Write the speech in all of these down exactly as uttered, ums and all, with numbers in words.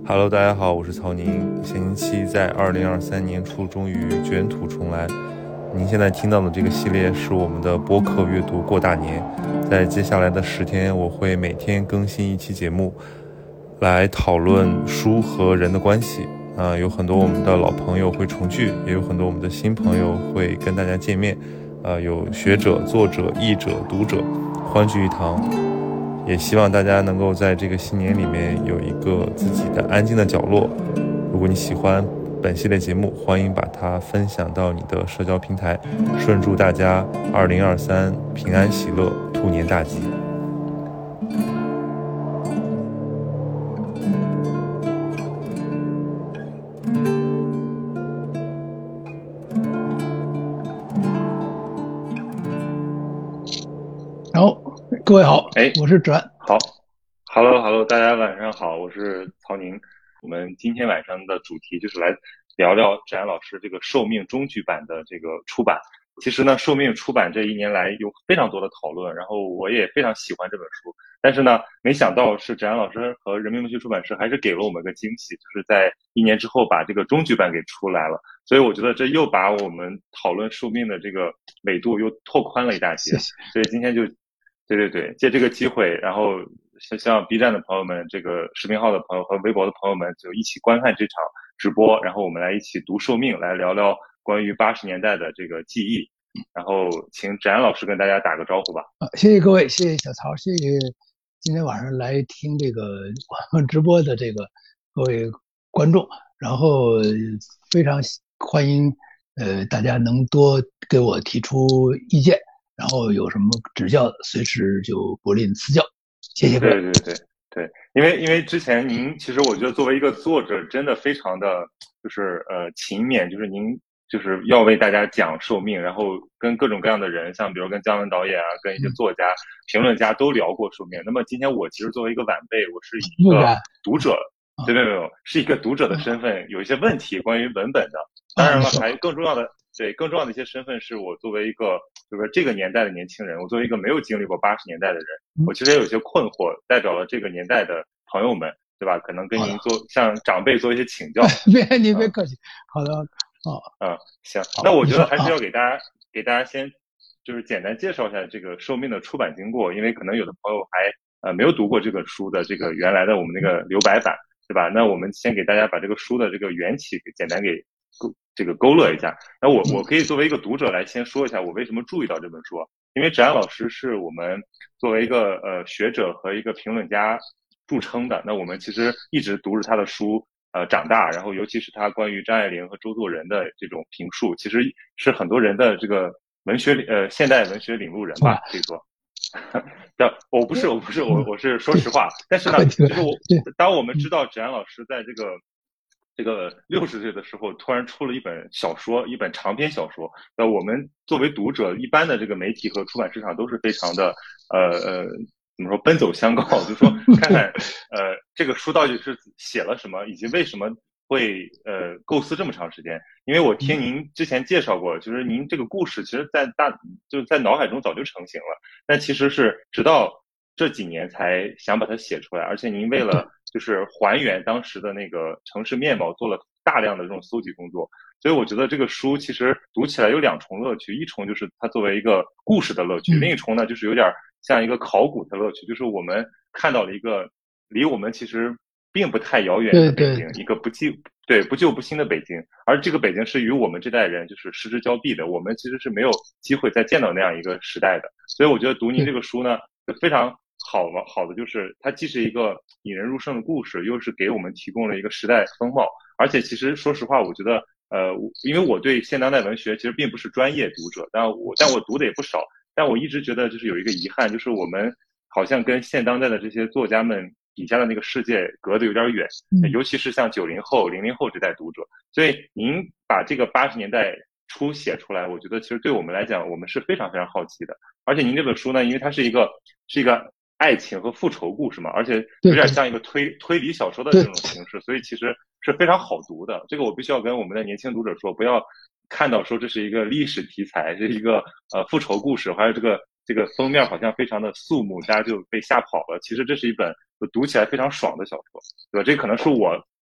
Hello，大家好，我是曹宁。闲期在二零二三年初终于卷土重来。您现在听到的这个系列是我们的播客阅读过大年，在接下来的十天，我会每天更新一期节目，来讨论书和人的关系。啊、呃，有很多我们的老朋友会重聚，也有很多我们的新朋友会跟大家见面。呃，有学者、作者、译者、读者，欢聚一堂。也希望大家能够在这个新年里面有一个自己的安静的角落。如果你喜欢本系列节目，欢迎把它分享到你的社交平台。顺祝大家二零二三平安喜乐，兔年大吉。 好，各位好， 哎， 我是转。 好 ，Hello Hello，大家晚上好，我是曹宁。我们今天晚上的主题就是来聊聊芷安老师这个《寿命》中剧版的这个出版。其实呢，《寿命》出版这一年来有非常多的讨论，然后我也非常喜欢这本书。但是呢，没想到是芷安老师和人民文学出版社还是给了我们个惊喜，就是在一年之后把这个中剧版给出来了。所以我觉得这又把我们讨论寿命的这个纬度又拓宽了一大截。所以今天就。对对对，借这个机会，然后像像 B 站的朋友们，这个视频号的朋友和微博的朋友们，就一起观看这场直播，然后我们来一起读寿命，来聊聊关于八十年代的这个记忆。然后请芷安老师跟大家打个招呼吧。 啊，谢谢各位，谢谢小曹，谢谢今天晚上来听这个我们直播的这个各位观众，然后非常欢迎呃大家能多给我提出意见。然后有什么指教，随时就不吝赐教，谢谢各位。 对对对对，因为因为之前您其实我觉得作为一个作者，真的非常的就是呃勤勉，就是您就是要为大家讲寿命，然后跟各种各样的人，像比如跟姜文导演啊，跟一些作家、评论家都聊过寿命。那么今天我其实作为一个晚辈，我是以一个读者，对对对，是一个读者的身份，有一些问题关于文本的。当然了，还更重要的。对，更重要的一些身份是我作为一个就是这个年代的年轻人，我作为一个没有经历过八十年代的人，我其实也有些困惑，代表了这个年代的朋友们，对吧？可能跟您做向长辈做一些请教。 别，你别客气。好的， 哦，嗯，行，那我觉得还是要给大家给大家先就是简单介绍一下这个寿命的出版经过，因为可能有的朋友还呃没有读过这本书的这个原来的我们那个留白版，对吧？那我们先给大家把这个书的这个缘起给简单给这个勾勒一下。那我我可以作为一个读者来先说一下我为什么注意到这本书，因为芷安老师是我们作为一个呃学者和一个评论家著称的，那我们其实一直读着他的书呃长大，然后尤其是他关于张爱玲和周作人的这种评述，其实是很多人的这个文学呃现代文学领路人吧，可以说。我不是我不是我我是说实话，但是呢，就是我当我们知道芷安老师在这个。这个六十岁的时候，突然出了一本小说，一本长篇小说。那我们作为读者，一般的这个媒体和出版市场都是非常的呃呃，怎么说奔走相告，就说看看呃这个书到底是写了什么，以及为什么会呃构思这么长时间。因为我听您之前介绍过，就是您这个故事其实在大就是在脑海中早就成型了，但其实是直到这几年才想把它写出来，而且您为了就是还原当时的那个城市面貌，做了大量的这种搜集工作。所以我觉得这个书其实读起来有两重乐趣，一重就是它作为一个故事的乐趣，另一重呢就是有点像一个考古的乐趣，就是我们看到了一个离我们其实并不太遥远的北京，一个不旧对不旧不新的北京，而这个北京是与我们这代人就是失之交臂的，我们其实是没有机会再见到那样一个时代的。所以我觉得读您这个书呢，非常好嘛，好的就是它既是一个引人入胜的故事，又是给我们提供了一个时代风貌。而且其实说实话，我觉得呃，因为我对现当代文学其实并不是专业读者，但我但我读的也不少，但我一直觉得就是有一个遗憾，就是我们好像跟现当代的这些作家们底下的那个世界隔得有点远，尤其是像九零后、零零后这代读者。所以您把这个八十年代初写出来，我觉得其实对我们来讲，我们是非常非常好奇的。而且您这本书呢，因为它是一个是一个爱情和复仇故事嘛，而且有点像一个推推理小说的这种形式，所以其实是非常好读的。这个我必须要跟我们的年轻读者说，不要看到说这是一个历史题材，是一个呃复仇故事，还有这个这个封面好像非常的肃穆，大家就被吓跑了。其实这是一本读起来非常爽的小说，对吧？这可能是我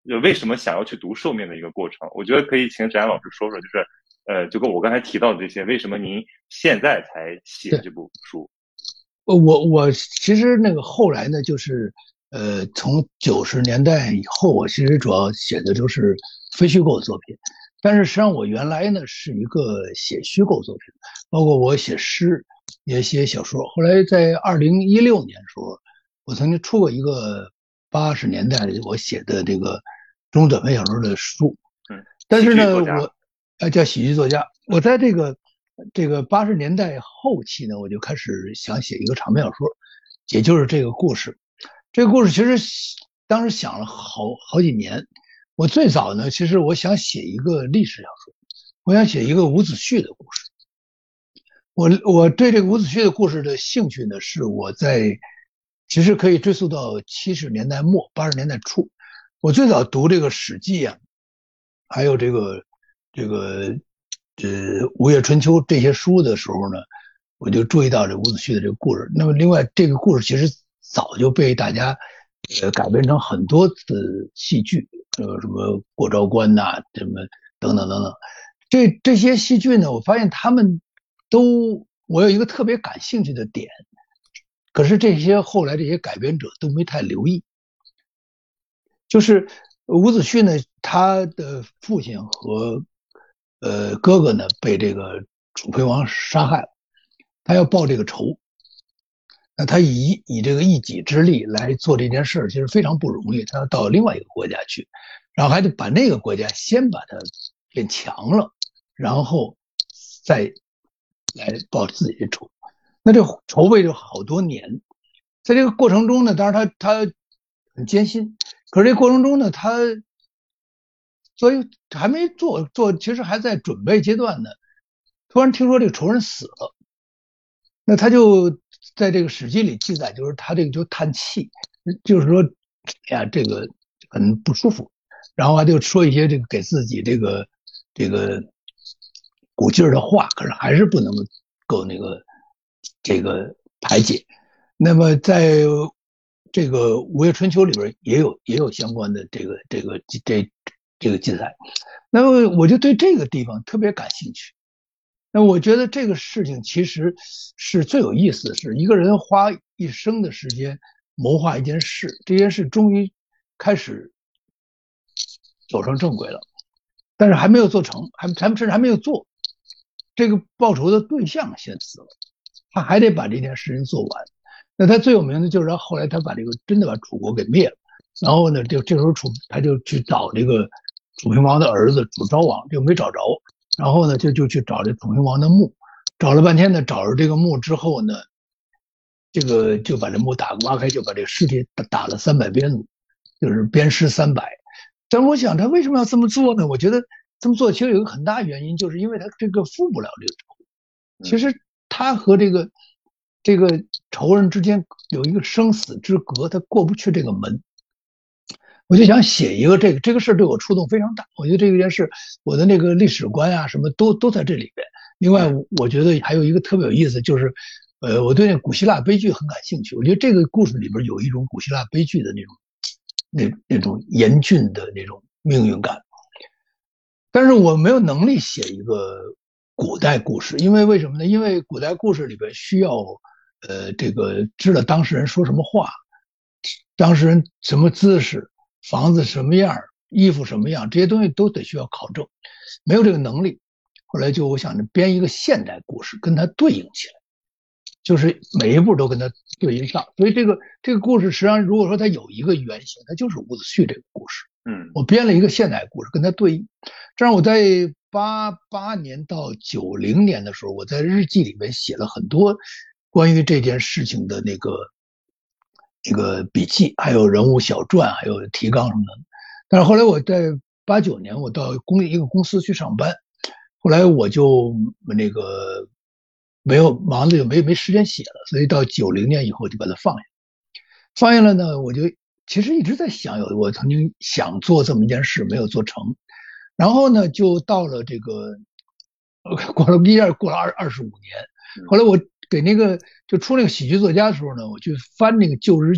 就为什么想要去读寿命的一个过程。我觉得可以请芷安老师说说，就是呃，就跟我刚才提到的这些，为什么您现在才写这部书？ 我我其实那个后来呢，就是呃，从九十年代以后，我其实主要写的都是非虚构作品。但是实际上我原来呢是一个写虚构作品，包括我写诗，也写小说。后来在二零一六年的时候，我曾经出过一个八十年代我写的这个中短篇小说的书。 嗯， 但是呢，我呃叫喜剧作家。我在这个这个八十年代后期呢，我就开始想写一个长篇小说，也就是这个故事。这个故事其实当时想了好好几年。我最早呢，其实我想写一个历史小说，我想写一个伍子胥的故事。我我对这个伍子胥的故事的兴趣呢，是我在其实可以追溯到七十年代末八十年代初。我最早读这个《史记》啊，还有这个这个呃《吴越春秋》这些书的时候呢，我就注意到这伍子胥的这个故事。那么另外这个故事其实早就被大家呃改编成很多次戏剧，呃什么过昭关呐、啊，什么等等等等。这这些戏剧呢，我发现他们都我有一个特别感兴趣的点，可是这些后来这些改编者都没太留意。就是伍子胥呢，他的父亲和呃哥哥呢被这个楚平王杀害了，他要报这个仇。那他以以这个一己之力来做这件事，其实非常不容易。他要到另外一个国家去，然后还得把那个国家先把它变强了，然后再来报自己的仇。那这筹备就好多年，在这个过程中呢，当然他他很艰辛，可是这个过程中呢，他所以还没做做，其实还在准备阶段呢。突然听说这个仇人死了，那他就在这个史记里记载，就是他这个就叹气，就是说，哎呀，这个很不舒服，然后他就说一些这个给自己这个这个鼓劲儿的话，可是还是不能够那个这个排解。那么在这个《吴越春秋》里边也有也有相关的这个这个这这个记载，那么我就对这个地方特别感兴趣。那我觉得这个事情其实是最有意思的是，一个人花一生的时间谋划一件事，这件事终于开始走上正轨了，但是还没有做成，还甚至还没有做。这个报仇的对象先死了，他还得把这件事情做完。那他最有名的就是他后来他把这个真的把楚国给灭了，然后呢，就这时候楚他就去找这个楚平王的儿子楚昭王，就没找着。然后呢，就就去找这楚平王的墓，找了半天呢，找着这个墓之后呢，这个就把这墓打挖开，就把这个尸体打打了三百鞭子，就是鞭尸三百。但我想他为什么要这么做呢？我觉得这么做其实有一个很大原因，就是因为他这个负不了这个仇。其实他和这个这个仇人之间有一个生死之隔，他过不去这个门。我就想写一个这个这个事对我触动非常大，我觉得这件事我的那个历史观啊什么都都在这里边。另外，我觉得还有一个特别有意思，就是呃，我对那古希腊悲剧很感兴趣。我觉得这个故事里边有一种古希腊悲剧的那种那那种严峻的那种命运感。但是我没有能力写一个古代故事，因为为什么呢？因为古代故事里边需要呃这个知道当事人说什么话，当事人什么姿势。房子什么样，衣服什么样，这些东西都得需要考证，没有这个能力。后来就我想着编一个现代故事，跟它对应起来，就是每一步都跟它对应上。所以这个这个故事实际上，如果说它有一个原型，它就是伍子胥这个故事。 嗯， 我编了一个现代故事跟它对应。这样我在八八年到九零年的时候，我在日记里面写了很多关于这件事情的那个。这个笔记，还有人物小传，还有提纲什么的。但是后来我在八九年，我到公一个公司去上班，后来我就那个没有忙的就没没时间写了，所以到九零年以后就把它放下。放下了呢，我就其实一直在想，有我曾经想做这么一件事，没有做成。然后呢，就到了这个过了一下过了二二十五年，后来我。给那个就出那个喜剧作家的时候呢，我去翻那个旧日记，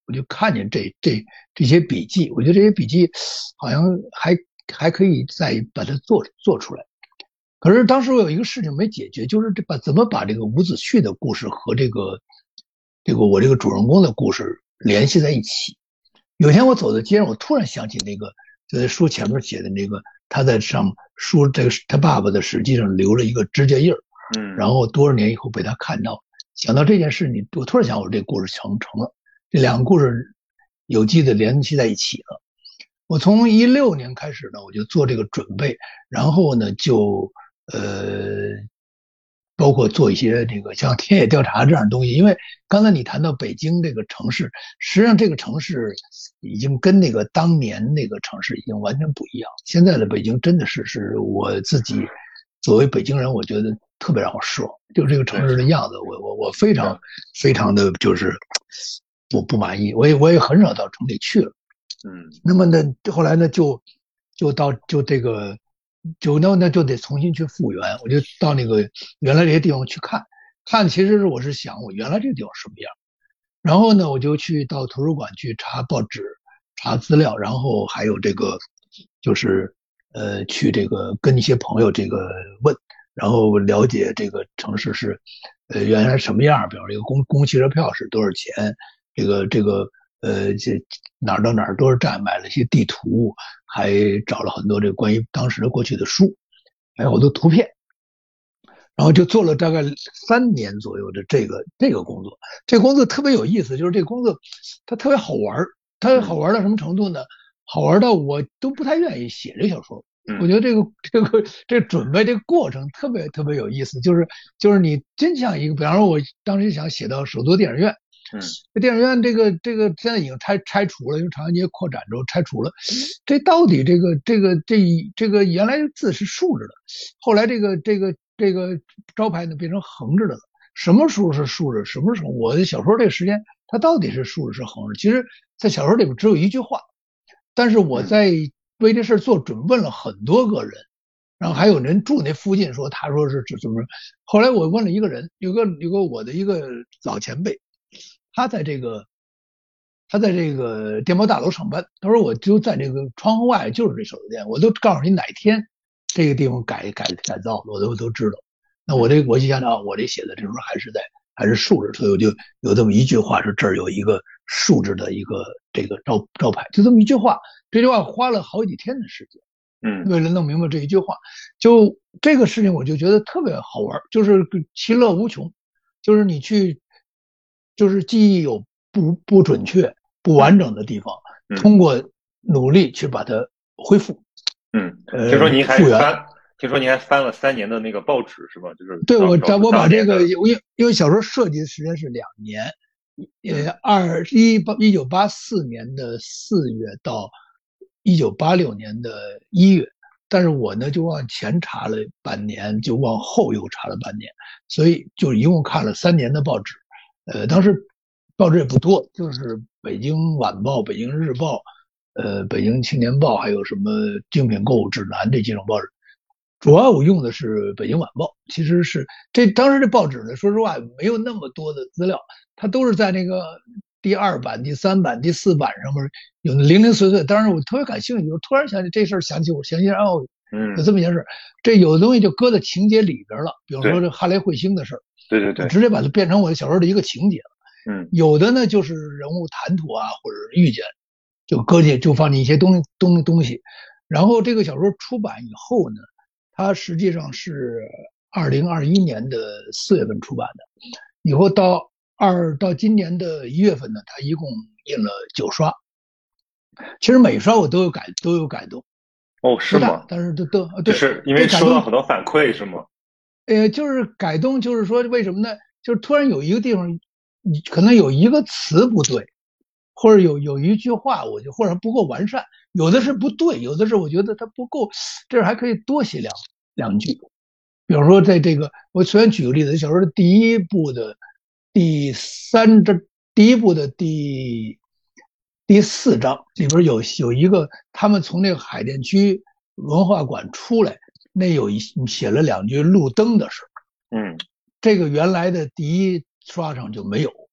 我就看见这这这些笔记，我觉得这些笔记好像还还可以再把它做做出来。可是当时我有一个事情没解决，就是这把怎么把这个伍子胥的故事和这个这个我这个主人公的故事联系在一起。有一天我走在街上，我突然想起那个就在书前面写的那个，他在上书这个他爸爸的实际上留了一个指甲印儿， 嗯， 然后多少年以后被他看到，想到这件事，你我突然想，我这故事成成了，这两个故事有机的联系在一起了。我从一六年开始呢，我就做这个准备，然后呢就呃，包括做一些这个像田野调查这样的东西。因为刚才你谈到北京这个城市，实际上这个城市已经跟那个当年那个城市已经完全不一样。现在的北京真的是是我自己作为北京人，我觉得特别让我失望，就这个城市的样子，我我我非常非常的就是不不满意。我也我也很少到城里去了。 嗯， 那么呢，后来呢，就就到就这个，就那那就得重新去复原。我就到那个原来这些地方去看看。其实我是想，我原来这个地方什么样。然后呢，我就去到图书馆去查报纸、查资料，然后还有这个就是呃去这个跟一些朋友这个问，然后了解这个城市是呃原来什么样，比如这个公公共汽车票是多少钱，这个这个。呃，这哪儿到哪儿多少站，买了一些地图，还找了很多这个关于当时的过去的书，还有好多图片，然后就做了大概三年左右的这个这个工作。这个工作特别有意思，就是这个工作它特别好玩，它好玩到什么程度呢？好玩到我都不太愿意写这个小说。我觉得这个这个这个准备这个过程特别特别有意思，就是就是你真像一个，比方说我当时想写到首都电影院。 嗯， 这电影院这个这个现在已经拆拆除了，因为长安街扩展之后拆除了。这到底这个这个这这个原来字是竖着的，后来这个这个这个招牌呢变成横着的了。什么时候是竖着，什么时候我的小说这个时间它到底是竖着是横着？其实，在小说里边只有一句话，但是我在为这事做准，问了很多个人，然后还有人住那附近说他说是怎么。后来我问了一个人，有个有个我的一个老前辈。他在这个，他在这个电报大楼上班。他说我就在这个窗户外就是这手机店，我都告诉你哪天这个地方改改改造，我都都知道。那我这我就想想，我这写的这时候还是在还是竖着，所以我就有这么一句话，是这儿有一个竖着的一个这个招招牌，就这么一句话。这句话花了好几天的时间， 嗯， 为了弄明白这一句话，就这个事情我就觉得特别好玩，就是其乐无穷，就是你去。就是记忆有不不准确、不完整的地方，通过努力去把它恢复。 嗯，听说您还翻，听说您还翻了三年的那个报纸是吧？就是对我，我把这个，因为因为小说设计的时间是两年，呃，二一八一九八四年的四月到一九八六年的一月，但是我呢就往前查了半年，就往后又查了半年，所以就一共看了三年的报纸。呃，当时报纸也不多，就是北京晚报、北京日报、呃，北京青年报，还有什么精品购物指南这几种报纸。主要我用的是北京晚报，其实是这当时这报纸呢，说实话没有那么多的资料，它都是在那个第二版、第三版、第四版上面有零零碎碎。当然我特别感兴趣，我突然想起这事儿，想起我想起哦，有这么一件事，这有的东西就搁在情节里边了，比如说这哈雷彗星的事儿。 对对对， 直接把它变成我的小说的一个情节了。 嗯， 有的呢就是人物谈吐啊，或者遇见，就搁进就放进一些东东东西。然后这个小说出版以后呢，它实际上是二零二一年的四月份出版的，以后到二到今年的一月份呢，它一共印了九刷。其实每刷我都有改都有改动。 哦，是吗？ 但是都都对， 就是因为收到很多反馈是吗？ 呃，就是改动，就是说为什么呢？就是突然有一个地方，你可能有一个词不对，或者有有一句话我就或者不够完善，有的是不对，有的是我觉得它不够，这还可以多写两两句。比如说在这个，我随便举个例子，小说的第一部的第三章，第一部的第第四章里边有有一个，他们从那个海淀区文化馆出来。那有一写了两句路灯的事， 嗯， 这个原来的第一刷上就没有，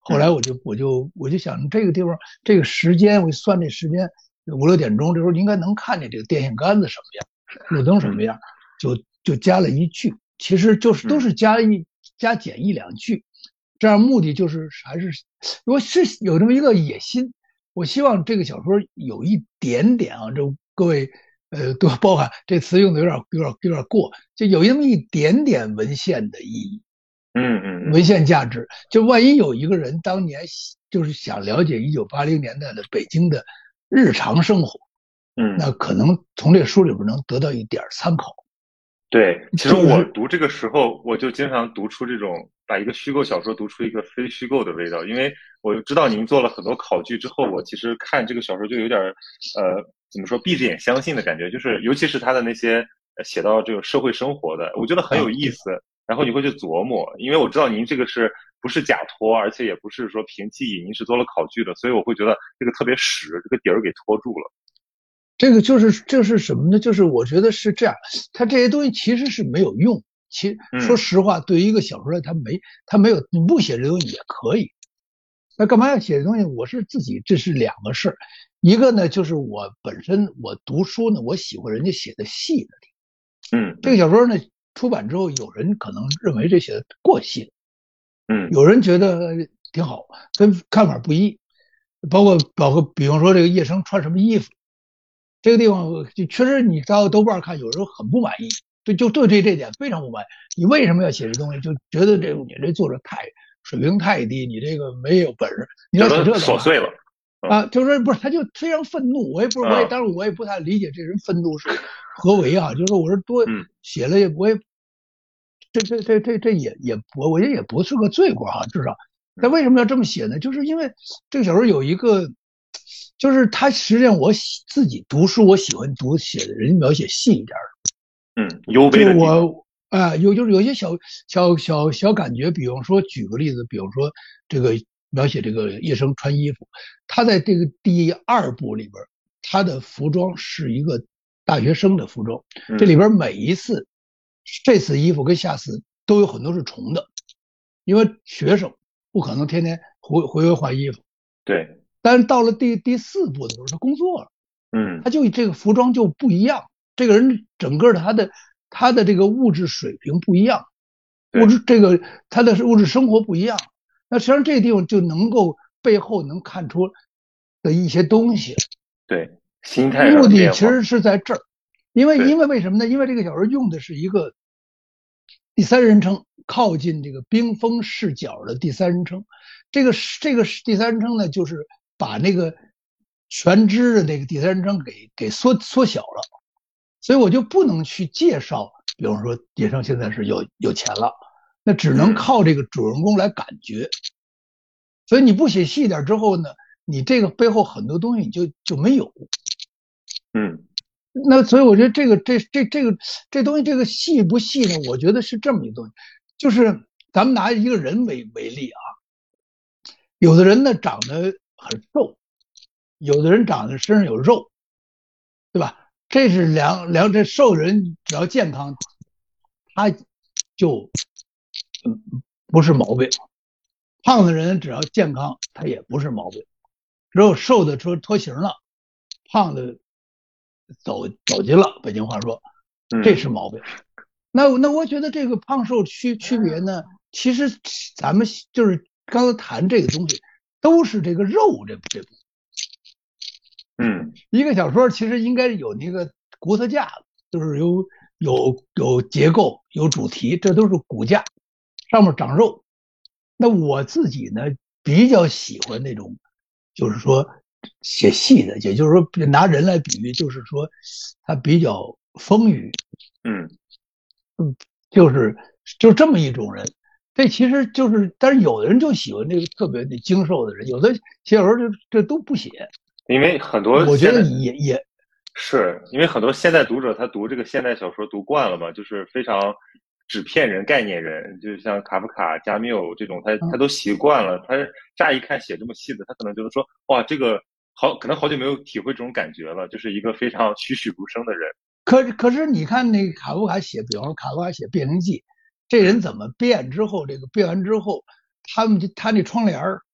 后来我就我就我就想这个地方这个时间，我算这时间五六点钟，这时候应该能看见这个电线杆子什么样，路灯什么样，就就加了一句，其实就是都是加一加减一两句，这样目的就是还是我是有这么一个野心，我希望这个小说有一点点啊，这各位呃多包涵，这词用的有点有点有点过，就有那么一点点文献的意义。 嗯嗯， 文献价值，就万一有一个人当年就是想了解一九八零年代的北京的日常生活， 嗯， 那可能从这书里边能得到一点参考。 对，其实我读这个时候，我就经常读出这种把一个虚构小说读出一个非虚构的味道，因为我知道您做了很多考据之后，我其实看这个小说就有点呃怎么说闭着眼相信的感觉，就是尤其是他的那些写到这个社会生活的，我觉得很有意思。然后你会去琢磨，因为我知道您这个是不是假托，而且也不是说凭记忆，您是做了考据的，所以我会觉得这个特别实，这个底儿给托住了。 这个就是这是什么呢？就是我觉得是这样，它这些东西其实是没有用。其说实话，对于一个小说来，它没它没有，你不写这东西也可以。那干嘛要写这东西？我是自己，这是两个事儿。一个呢，就是我本身我读书呢，我喜欢人家写的细的地方。嗯， 这个小说呢。出版之后，有人可能认为这写的过细， 嗯， 有人觉得挺好，跟看法不一。包括包括，比方说这个叶生穿什么衣服，这个地方就确实你到豆瓣看，有人很不满意，对，就对这这点非常不满意。你为什么要写这东西？就觉得这你这作者太水平太低，你这个没有本事，你要写这个琐碎了。 啊，就是说不是，他就非常愤怒。我也不是，我也当然我也不太理解这人愤怒是何为啊。就是说，我说多写了也不会，这这这这这也也不，我觉得也不是个罪过哈。至少，他为什么要这么写呢？就是因为这个小说有一个，就是他实际上我自己读书，我喜欢读写的人描写细一点的，嗯，幽微的地方。 我啊，有就是有些小小小小感觉，比方说举个例子，比方说这个。描写这个叶生穿衣服，他在这个第二部里边，他的服装是一个大学生的服装， 嗯、 这里边每一次，这次衣服跟下次都有很多是重的，因为学生不可能天天回回回换衣服。 对。 但是到了第第四部的时候，他工作了， 嗯， 他就这个服装就不一样，这个人整个的他的他的这个物质水平不一样，物质这个他的物质生活不一样。那实际上这个地方就能够背后能看出的一些东西， 对，心态上目的其实是在这儿，因为因为为什么呢？因为这个小说用的是一个第三人称，靠近这个冰封视角的第三人称，这个这个第三人称呢，就是把那个全知的那个第三人称给给缩缩小了，所以我就不能去介绍，比方说叶生现在是有有钱了。那只能靠这个主人公来感觉，所以你不写细点之后呢，你这个背后很多东西你就就没有。 嗯， 那所以我觉得这个这这这个这东西这个细不细呢？我觉得是这么一个东西，就是咱们拿一个人为为例啊，有的人呢长得很瘦，有的人长得身上有肉，对吧？这是两两这瘦人只要健康，他就。嗯，不是毛病。胖的人只要健康，他也不是毛病。只有瘦的说脱形了，胖的走走进了，北京话说，这是毛病。嗯、那那我觉得这个胖瘦区区别呢，其实咱们就是刚才谈这个东西，都是这个肉这这部。 嗯， 一个小说其实应该有那个骨头架子，就是有有有结构，有主题，这都是骨架。上面长肉，那我自己呢比较喜欢那种，就是说写细的，也就是说拿人来比喻，就是说他比较丰腴， 嗯嗯，就是就这么一种人。这其实就是，但是有的人就喜欢这个特别的精瘦的人，有的写小说就这都不写， 因为很多我觉得也也是因为很多现代读者他读这个现代小说读惯了嘛，就是非常。纸片人、概念人，就像卡夫卡、加缪这种，他他都习惯了。他乍一看写这么细的，他可能觉得说，哇，这个好，可能好久没有体会这种感觉了，就是一个非常栩栩如生的人。 可可是你看那个卡夫卡写，比方说卡夫卡写《变形记》，这人怎么变之后，这个变完之后，他们就他那窗帘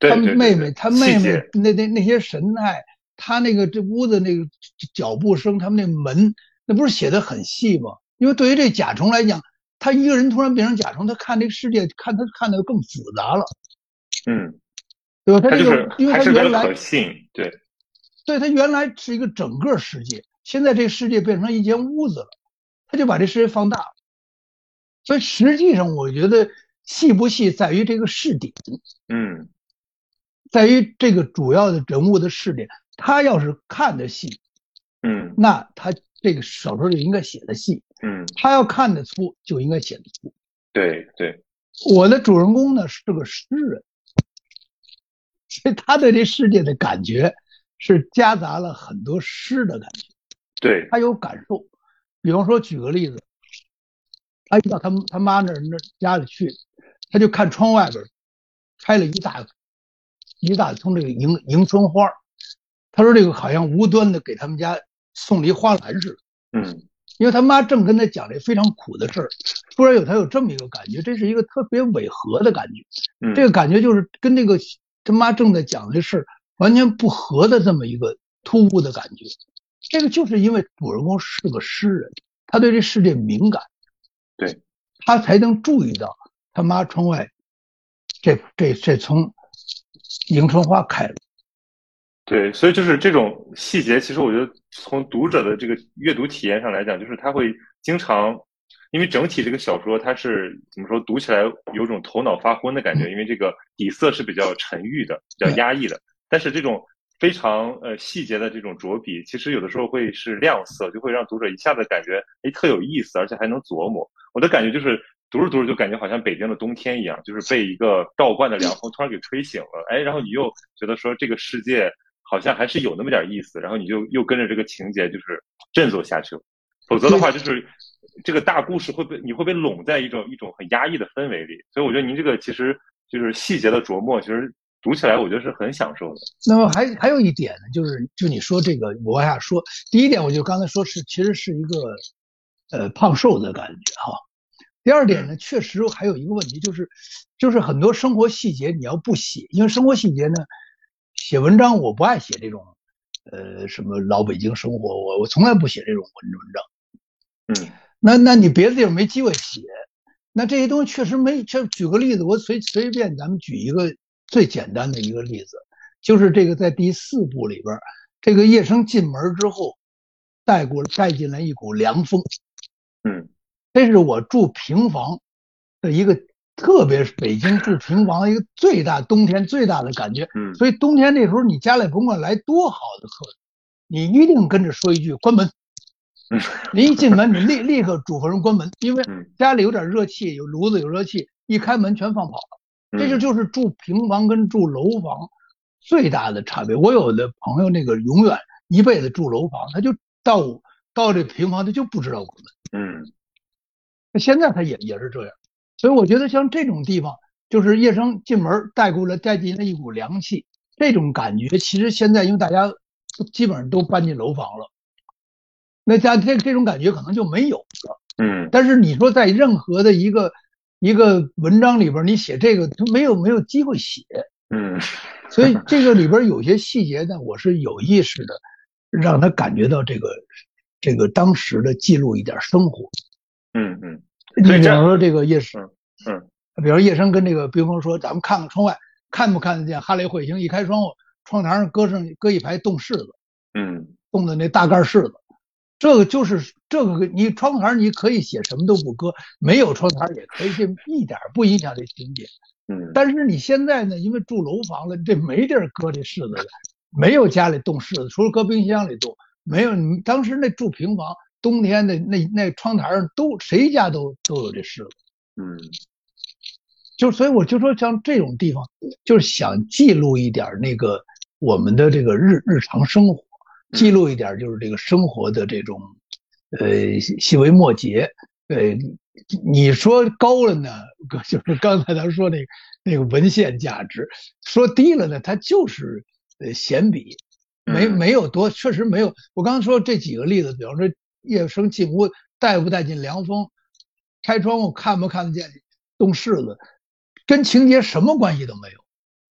他对对妹妹， 对他妹妹细节那那那些神态，他那个这屋子那个脚步声，他们那门，那不是写的很细吗？因为对于这甲虫来讲，他一个人突然变成甲虫，他看这个世界，看他看的更复杂了， 嗯， 对吧？他这个， 它就是因为还是为了他原来可信，对对他原来是一个整个世界，现在这个世界变成一间屋子了，他就把这世界放大了。所以实际上，我觉得细不细在于这个视点， 嗯在于这个主要的人物的视点。他要是看得细， 嗯那他这个小说就应该写的细； 嗯， 他要看得粗，就应该写的粗。 对对我的主人公呢是个诗人，所以他对这世界的感觉是夹杂了很多诗的感觉， 对， 他有感受。比方说，举个例子，他一到他他妈那儿那家里去，他就看窗外边开了一大一大丛这个迎迎春花，他说这个好像无端的给他们家送了一花篮似的。 嗯因为他妈正跟他讲这非常苦的事儿，突然有他有这么一个感觉，这是一个特别违和的感觉。 嗯， 这个感觉就是跟那个他妈正在讲的事儿完全不合的这么一个突兀的感觉。这个就是因为主人公是个诗人，他对这世界敏感， 对， 他才能注意到他妈窗外这这这丛迎春花开了。 对，所以就是这种细节，其实我觉得从读者的这个阅读体验上来讲，就是他会经常，因为整体这个小说它是怎么说，读起来有种头脑发昏的感觉，因为这个底色是比较沉郁的，比较压抑的，但是这种非常呃细节的这种着笔，其实有的时候会是亮色，就会让读者一下子感觉哎特有意思，而且还能琢磨。我的感觉就是读着读着就感觉好像北京的冬天一样，就是被一个倒灌的凉风突然给吹醒了，哎，然后你又觉得说这个世界好像还是有那么点意思，然后你就又跟着这个情节就是振作下去了。否则的话，就是这个大故事会被你会被拢在一种一种很压抑的氛围里。所以我觉得您这个其实就是细节的琢磨，其实读起来我觉得是很享受的。 那么还还有一点呢，就是就你说这个，我往下说。第一点，我就刚才说是其实是一个呃胖瘦的感觉哈。第二点呢，确实还有一个问题，就是就是很多生活细节你要不写，因为生活细节呢。写文章我不爱写这种，呃，什么老北京生活，我我从来不写这种文文嗯， 章。那那你别的地方没机会写，那这些东西确实没。就举个例子，我随随便咱们举一个最简单的一个例子，就是这个在第四部里边，这个叶生进门之后，带过带进来一股凉风。 嗯， 这是我住平房的一个。特别是北京住平房一个最大冬天最大的感觉， 嗯， 所以冬天那时候你家里甭管来多好的客人，你一定跟着说一句关门。 嗯， 你一进门你立立刻嘱咐人关门，因为家里有点热气，有炉子有热气，一开门全放跑了。这就就是住平房跟住楼房最大的差别。我有的朋友那个永远一辈子住楼房，他就到到这平房他就不知道关门。嗯， 那现在他也也是这样。所以我觉得像这种地方，就是叶生进门带过来带进了一股凉气，这种感觉其实现在因为大家基本上都搬进楼房了，那家这这种感觉可能就没有了。 嗯， 但是你说在任何的一个一个文章里边，你写这个没有没有机会写。 嗯， 所以这个里边有些细节呢，我是有意识的让他感觉到这个这个当时的记录一点生活。 嗯嗯。 你比方说这个叶生， 嗯，嗯比如叶生跟这个冰峰说，咱们看看窗外，看不看得见哈雷彗星？一开窗户，窗台上搁上搁一排冻柿子， 嗯， 冻的那大盖柿子，这个就是这个你窗台你可以写什么都不搁，没有窗台也可以，这一点不影响这情节。 嗯， 但是你现在呢，因为住楼房了，这没地儿搁这柿子了，没有家里冻柿子，除了搁冰箱里冻，没有。你当时那住平房。冬天的那那窗台上都谁家都都有这柿子， 嗯， 就所以我就说像这种地方，就是想记录一点那个我们的这个日日常生活，记录一点就是这个生活的这种呃细微末节。呃，你说高了呢，就是刚才咱说那个那个文献价值；说低了呢，它就是呃闲笔，没没有多，确实没有。我刚才说这几个例子，比方说。叶生进屋带不带进凉风，开窗户看不看得见冻柿子，跟情节什么关系都没有。 嗯，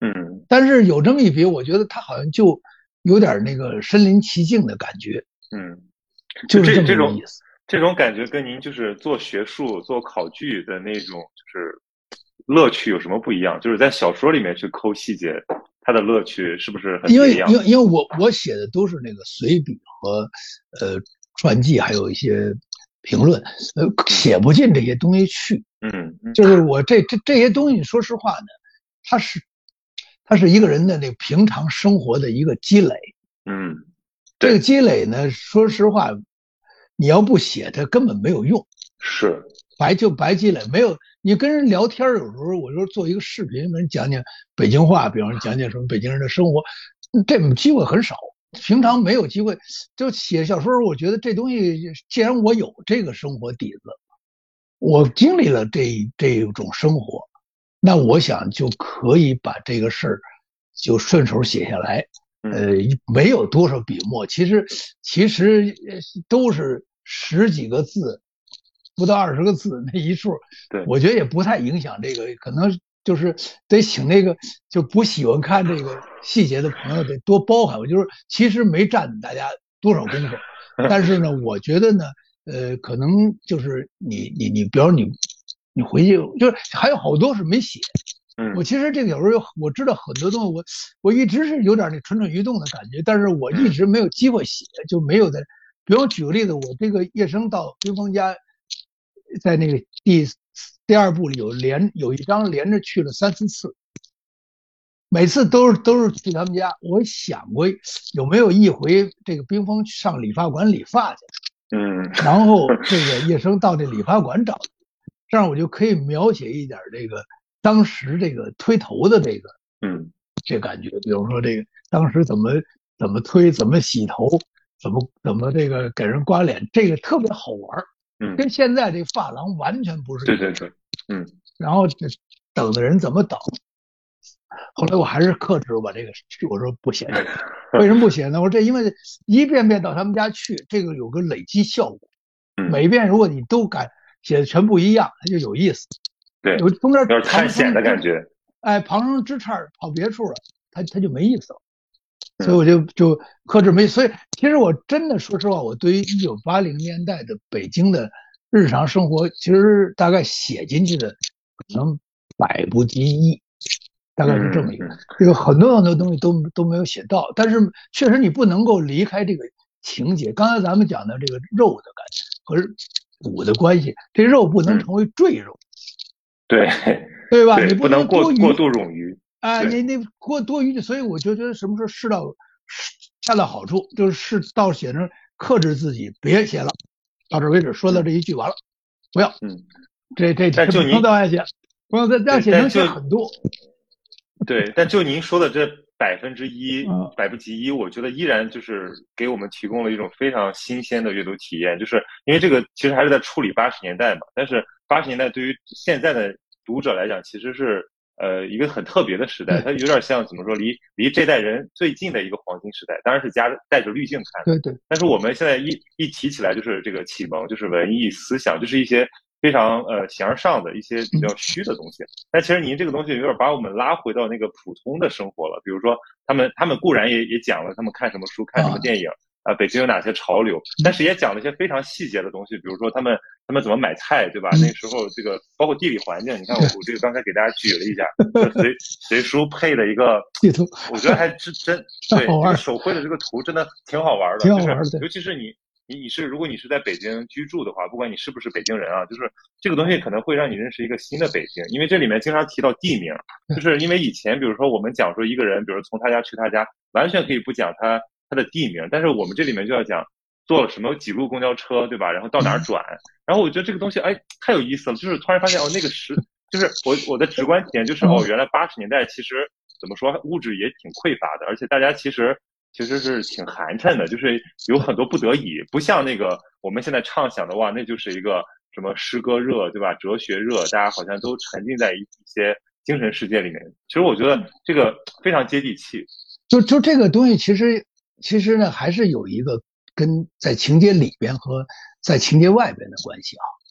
但是有这么一比，我觉得他好像就有点那个身临其境的感觉。 嗯， 就是这种意思。 这种感觉跟您就是做学术、做考据的那种就是乐趣有什么不一样？就是在小说里面去抠细节，它的乐趣是不是很因为别样？ 因为因为我我写的都是那个随笔和呃传记，还有一些评论，呃，写不进这些东西去。 嗯， 就是我这这这些东西，说实话呢，它是它是一个人的那平常生活的一个积累。 嗯， 这个积累呢，说实话，你要不写，它根本没有用。 是白就白积累，没有你跟人聊天，有时候我说做一个视频，跟人讲讲北京话，比方说讲讲什么北京人的生活，这种机会很少。平常没有机会，就写小说，我觉得这东西，既然我有这个生活底子，我经历了这这种生活，那我想就可以把这个事儿就顺手写下来。呃，没有多少笔墨，其实其实都是十几个字，不到二十个字那一数。 对， 我觉得也不太影响这个，可能就是得请那个就不喜欢看这个细节的朋友得多包涵我。就是其实没占大家多少功夫，但是呢，我觉得呢，呃，可能就是你你你，比如你你回去就是还有好多是没写。我其实这个有时候我知道很多东西，我我一直是有点那蠢蠢欲动的感觉，但是我一直没有机会写，就没有在。比如举个例子，我这个叶生到冰峰家，在那个第第二部里有连有一章连着去了三四次，每次都是都是去他们家。我想过有没有一回这个冰峰上理发馆理发去， 嗯， 然后这个叶生到这理发馆找，这样我就可以描写一点这个。当时这个推头的这个， 嗯， 这感觉，比如说这个当时怎么怎么推，怎么洗头，怎么怎么这个给人刮脸，这个特别好玩， 嗯， 跟现在这个发廊完全不是。 对对对，嗯。 然后等的人怎么等？后来我还是克制，我把这个我说不写这个，为什么不写呢？我说这因为一遍遍到他们家去，这个有个累积效果，每一遍如果你都敢写的全不一样，它就有意思。 对， 有中间有点探险的感觉， 哎，旁生枝杈跑别处了，他他就没意思了，所以我就就克制没。所以其实我真的说实话，我对于一九八零年代的北京的日常生活，其实大概写进去的可能百不及一，大概是这么一个。这个很多很多东西都都没有写到，但是确实你不能够离开这个情节。刚才咱们讲的这个肉的感觉和骨的关系，这肉不能成为赘肉。 对对吧？ 对你不能过过度冗余啊，你那过多余，所以我就觉得什么时候适到恰到好处，就是适到写成克制自己，别写了，到这为止，说到这一句完了，不要， 嗯， 这这这不能再往下写，不能再这样写，能写很多。 对，但就您说的这百分之一，百不及一，我觉得依然就是给我们提供了一种非常新鲜的阅读体验，就是因为这个其实还是在处理八十年代嘛，但是八十年代对于现在的读者来讲，其实是呃一个很特别的时代，它有点像怎么说，离离这代人最近的一个黄金时代，当然是加带着滤镜看的。对对。 但是我们现在一一提起来，就是这个启蒙，就是文艺思想，就是一些非常呃形而上的一些比较虚的东西。但其实您这个东西有点把我们拉回到那个普通的生活了。比如说，他们他们固然也也讲了他们看什么书、看什么电影。啊，北京有哪些潮流？但是也讲了一些非常细节的东西，比如说他们他们怎么买菜，对吧？那时候这个包括地理环境，你看我我这个刚才给大家举了一下，随随书配的一个地图， 我觉得还真真对这个手绘的这个图真的挺好玩的， 挺好玩的。 就是尤其是你你你是如果你是在北京居住的话，不管你是不是北京人啊，就是这个东西可能会让你认识一个新的北京，因为这里面经常提到地名，就是因为以前比如说我们讲说一个人，比如从他家去他家，完全可以不讲他。它的地名，但是我们这里面就要讲坐了什么几路公交车，对吧？然后到哪儿转，然后我觉得这个东西哎太有意思了，就是突然发现哦那个时就是我我的直观体验就是哦原来八十年代其实怎么说物质也挺匮乏的，而且大家其实其实是挺寒碜的，就是有很多不得已，不像那个我们现在畅想的哇那就是一个什么诗歌热，对吧？哲学热，大家好像都沉浸在一些精神世界里面。其实我觉得这个非常接地气。 就就这个东西其实。其实呢，还是有一个跟在情节里边和在情节外边的关系啊。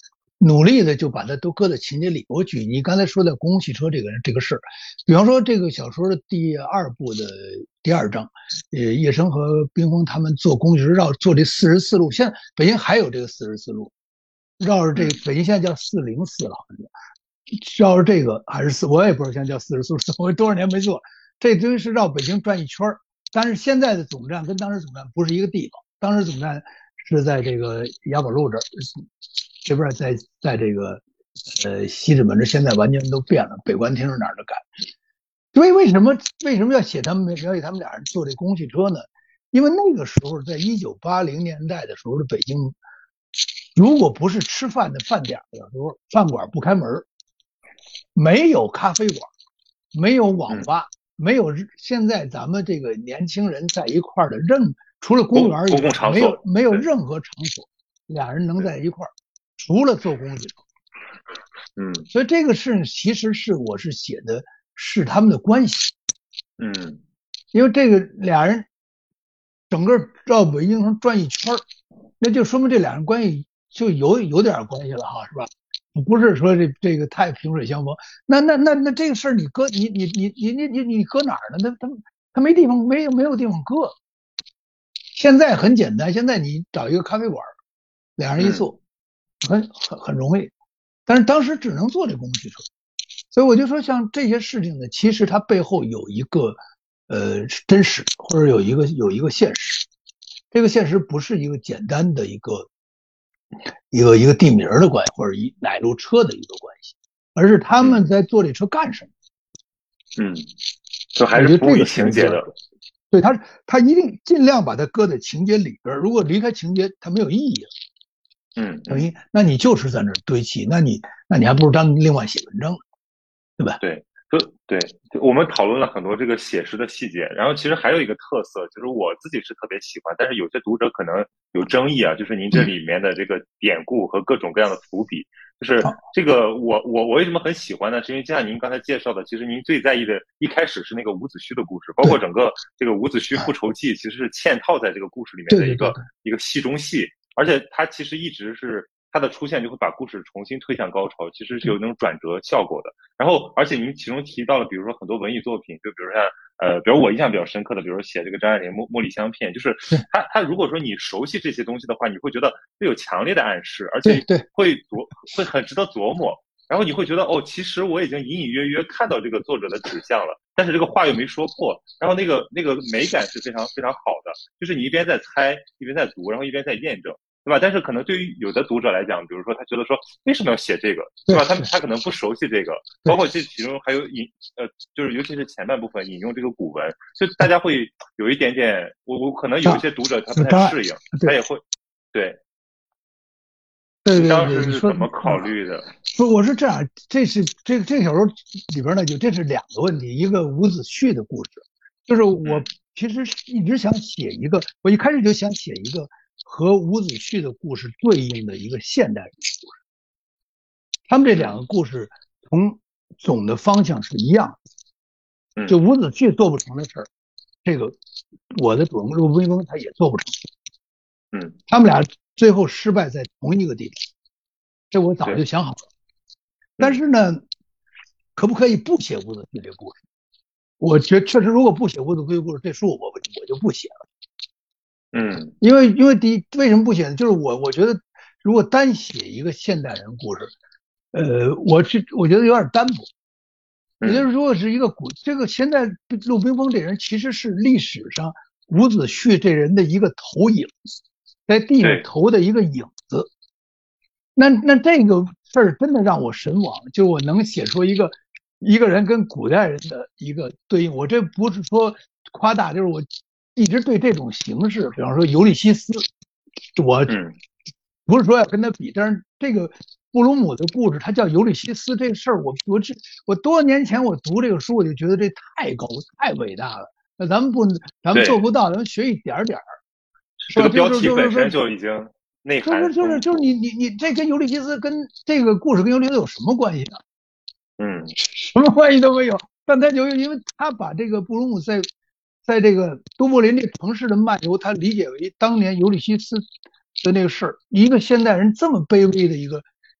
努力的就把它都搁在情节里。我举你刚才说的公共汽车这个这个事儿，比方说这个小说的第二部的第二章，呃，叶生和冰峰他们坐公共汽车绕坐这四十四路，现在北京还有这个四十四路，绕着这个北京现在叫四零四了，好像绕着这个还是四，我也不知道现在叫四十四，我多少年没坐，这东西是绕北京转一圈，但是现在的总站跟当时总站不是一个地方，当时总站是在这个雅宝路这儿。这边在在这个呃西直门这，现在完全都变了，北关厅是哪儿都改。所以为什么为什么要写他们描写他们俩人坐这公共汽车呢？因为那个时候，在一九八零年代的时候的北京，如果不是吃饭的饭点的时候，饭馆不开门，没有咖啡馆，没有网吧，没有现在咱们这个年轻人在一块儿的任除了公园以外，没有没有任何场所，俩人能在一块儿。除了坐公共汽车， 嗯， 所以这个事其实是我是写的是他们的关系， 嗯， 因为这个俩人整个绕北京城转一圈，那就说明这俩人关系就有有点关系了哈，是吧？不是说这这个太萍水相逢，那那那那这个事儿你搁你你你你你你你搁哪儿呢？他他他没地方没有没有地方搁。现在很简单，现在你找一个咖啡馆，俩人一坐。嗯很很很容易，但是当时只能坐这公共汽车，所以我就说像这些事情呢，其实它背后有一个呃真实，或者有一个有一个现实。这个现实不是一个简单的一个一个一个地名的关系，或者一哪路车的一个关系，而是他们在坐这车干什么。 嗯，就还是服务于情节的。 对，他他一定尽量把它搁在情节里边，如果离开情节，它没有意义了。 嗯， 等于那你就是在那儿堆砌，那你那你还不如当另外写文章，对吧？ 对，就对，我们讨论了很多这个写实的细节，然后其实还有一个特色，就是我自己是特别喜欢，但是有些读者可能有争议啊，就是您这里面的这个典故和各种各样的伏笔，就是这个我我我为什么很喜欢呢？是因为就像您刚才介绍的，其实您最在意的一开始是那个伍子胥的故事，包括整个这个伍子胥复仇记，其实是嵌套在这个故事里面的一个一个戏中戏。而且它其实一直是它的出现就会把故事重新推向高潮，其实是有那种转折效果的。然后，而且您其中提到了，比如说很多文艺作品，就比如像呃，比如我印象比较深刻的，比如写这个张爱玲《茉茉莉香片》，就是它它如果说你熟悉这些东西的话，你会觉得会有强烈的暗示，而且会琢会很值得琢磨。然后你会觉得哦，其实我已经隐隐约约看到这个作者的指向了，但是这个话又没说破。然后那个那个美感是非常非常好的，就是你一边在猜，一边在读，然后一边在验证，对吧？但是可能对于有的读者来讲，比如说他觉得说为什么要写这个，对吧？他他可能不熟悉这个，包括这其中还有引呃，就是尤其是前半部分引用这个古文，就大家会有一点点，我我可能有一些读者他不太适应，他也会对。 对对对， 当时是怎么考虑的？ 不，我是这样，这是这这个小说里边呢，就这是两个问题，一个伍子胥的故事，就是我其实一直想写一个，我一开始就想写一个和伍子胥的故事对应的一个现代人的故事，他们这两个故事从总的方向是一样的，就伍子胥做不成的事儿，这个我的主人公陆冰峰他也做不成， 嗯， 他们俩最后失败在同一个地方，这我早就想好了。但是呢，可不可以不写伍子胥这个故事？我觉得确实，如果不写伍子胥的故事，这书我我我就不写了。 嗯， 因为因为第一，为什么不写呢？就是我我觉得，如果单写一个现代人故事，呃，我是我觉得有点单薄。我觉得如果是一个古，这个现在陆冰峰这人其实是历史上伍子胥这人的一个投影，在地上投的一个影子。那那这个事儿真的让我神往，就我能写出一个一个人跟古代人的一个对应。我这不是说夸大，就是我一直对这种形式，比方说尤利西斯，我不是说要跟他比，但是这个布鲁姆的故事，他叫尤利西斯这事儿，我我这我多年前我读这个书，我就觉得这太高太伟大了。那咱们不，咱们做不到，咱们学一点点儿。 这个标题本身就已经内涵， 就是就是就是你你你这跟尤利西斯跟这个故事跟尤利西斯有什么关系呢？ 嗯， 什么关系都没有。但他就因为他把这个布鲁姆在在这个都柏林这城市的漫游，他理解为当年尤利西斯的那个事儿，一个现代人这么卑微的一个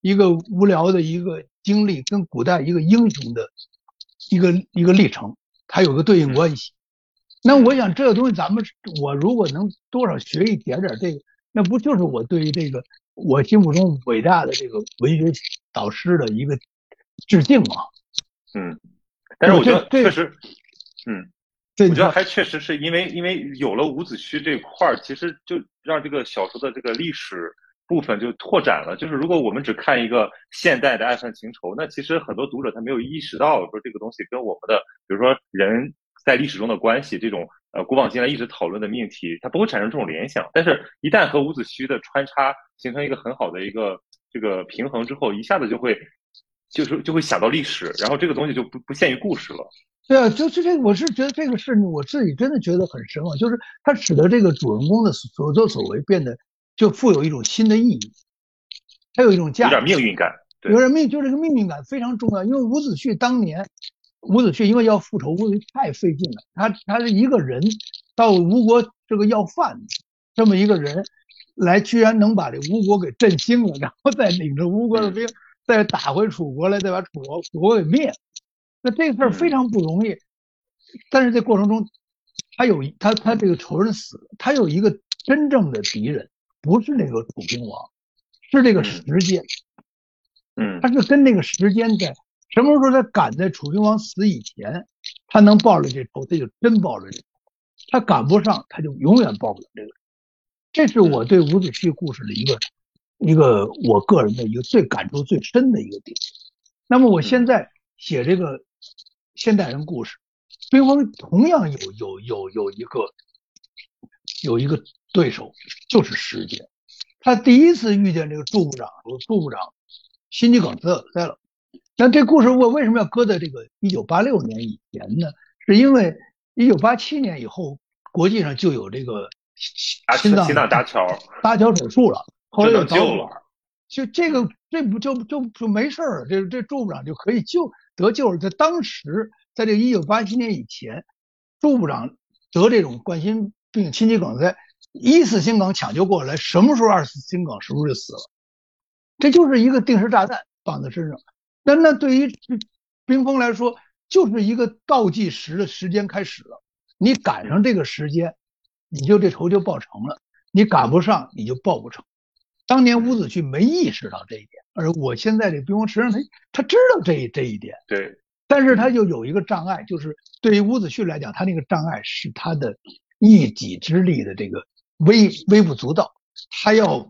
一个无聊的一个经历，跟古代一个英雄的一个一个历程，它有个对应关系。那我想这个东西咱们我如果能多少学一点点这个，那不就是我对于这个我心目中伟大的这个文学导师的一个致敬吗？ 嗯，但是我觉得确实，嗯， 对， 我觉得还确实是因为因为有了伍子胥这块儿，其实就让这个小说的这个历史部分就拓展了。就是如果我们只看一个现代的爱恨情仇，那其实很多读者他没有意识到说这个东西跟我们的，比如说人在历史中的关系，这种呃古往今来一直讨论的命题，它不会产生这种联想。但是，一旦和伍子胥的穿插形成一个很好的一个这个平衡之后，一下子就会就是就会想到历史，然后这个东西就不不限于故事了。 对啊，就是这，我是觉得这个事我自己真的觉得很神啊，就是它使得这个主人公的所作所为变得就富有一种新的意义，它有一种价值， 有点命运感，对， 有点命，就是这个命运感非常重要。因为伍子胥当年，伍子胥因为要复仇，伍子胥太费劲了，他他是一个人到吴国这个要饭，这么一个人来，居然能把这吴国给振兴了，然后再领着吴国的兵再打回楚国来，再把楚国楚国给灭了。那这个事儿非常不容易，但是这过程中，他有他他这个仇人死了，他有一个真正的敌人，不是那个楚平王，是这个时间。 嗯， 他是跟那个时间在什么时候他赶在楚平王死以前，他能报了这仇，他就真报了这仇；他赶不上，他就永远报不了这个。这是我对伍子胥故事的一个一个我个人的一个最感触最深的一个点。那么我现在写这个现代人故事，冰封同样有有有有一个有一个对手，就是时间。他第一次遇见这个祝部长，祝部长心肌梗塞塞了。那这故事我为什么要搁在这个一九八六年以前呢？是因为一九八七年以后，国际上就有这个心脏心脏搭桥搭桥手术了，后来又救了， 就这个这不就就就没事儿，这这祝部长就可以救得救了。在当时，在这个一九八七年以前，祝部长得这种冠心病、心肌梗塞，一次心梗抢救过来，什么时候二次心梗，什么时候就死了。这就是一个定时炸弹放在身上。但那对于冰封来说，就是一个倒计时的时间开始了。你赶上这个时间，你就这仇就报成了；你赶不上，你就报不成。当年伍子胥没意识到这一点，而我现在这冰封实际上他他知道这一这一点， 对， 但是他就有一个障碍，就是对于伍子胥来讲，他那个障碍是他的一己之力的这个微微不足道，他要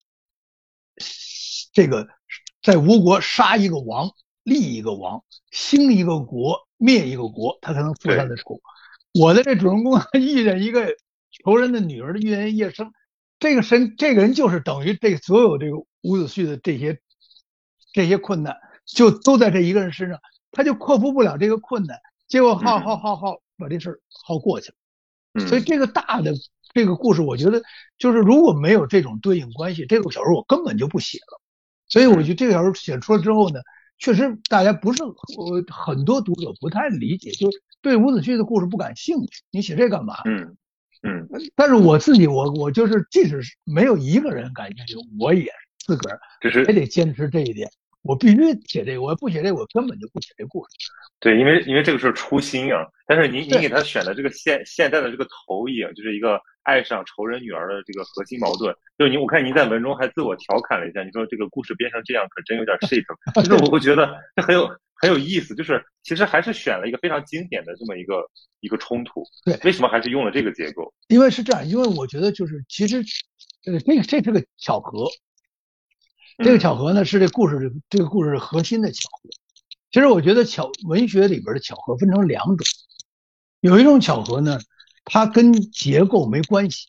这个在吴国杀一个王，立一个王，兴一个国，灭一个国，他才能复他的仇。我的这主人公遇见一个仇人的女儿，遇见叶生，这个神，这个人就是等于这所有这个伍子胥的这些这些困难，就都在这一个人身上，他就克服不了这个困难，结果好好好好把这事好过去了。所以这个大的这个故事，我觉得就是如果没有这种对应关系，这个小说我根本就不写了。所以我觉得这个小说写出来之后呢，确实大家不是呃很多读者不太理解，就是对伍子胥的故事不感兴趣。你写这干嘛？ 嗯嗯。 但是我自己，我我就是即使没有一个人感兴趣，我也自个儿也得坚持这一点。我必须写这个，我不写这个，我根本就不写这故事。 对，因为因为这个是初心啊。但是您您给他选的这个现现在的这个投影，就是一个爱上仇人女儿的这个核心矛盾。就是您，我看您在文中还自我调侃了一下，你说这个故事编成这样，可真有点 shit。其实我会觉得这很有很有意思，就是其实还是选了一个非常经典的这么一个一个冲突。 对， 为什么还是用了这个结构？ 因为是这样，因为我觉得就是其实呃这个这是个巧合。这个巧合呢，是这故事这个故事核心的巧合。其实我觉得巧文学里边的巧合分成两种，有一种巧合呢，它跟结构没关系，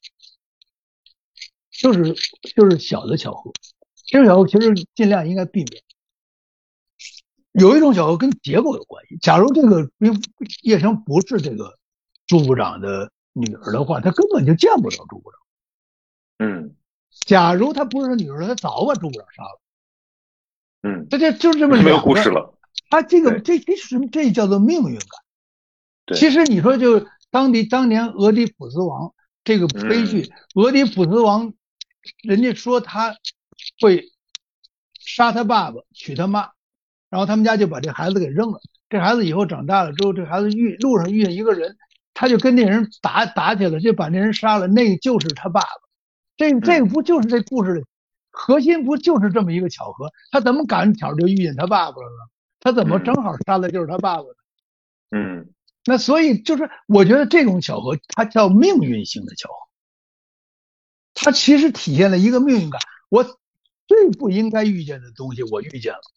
就是就是小的巧合。这种巧合其实尽量应该避免。有一种巧合跟结构有关系。假如这个叶生不是这个祝部长的女儿的话，他根本就见不了祝部长。 嗯。 假如他不是女儿，他早把祝部长杀了。 嗯， 这就就是这么没有故事了。 他这个这这是这叫做命运感。 对， 其实你说就当地当年俄狄浦斯王这个悲剧，嗯、俄狄浦斯王，人家说他会杀他爸爸，娶他妈，然后他们家就把这孩子给扔了。这孩子以后长大了之后，这孩子遇路上遇见一个人，他就跟那人打打起来了，就把那人杀了，那就是他爸爸。这这个不就是这故事的核心？不就是这么一个巧合？他怎么赶巧就遇见他爸爸了呢？他怎么正好杀的就是他爸爸呢？ 嗯， 那所以就是我觉得这种巧合，它叫命运性的巧合，它其实体现了一个命运感。我最不应该遇见的东西，我遇见了。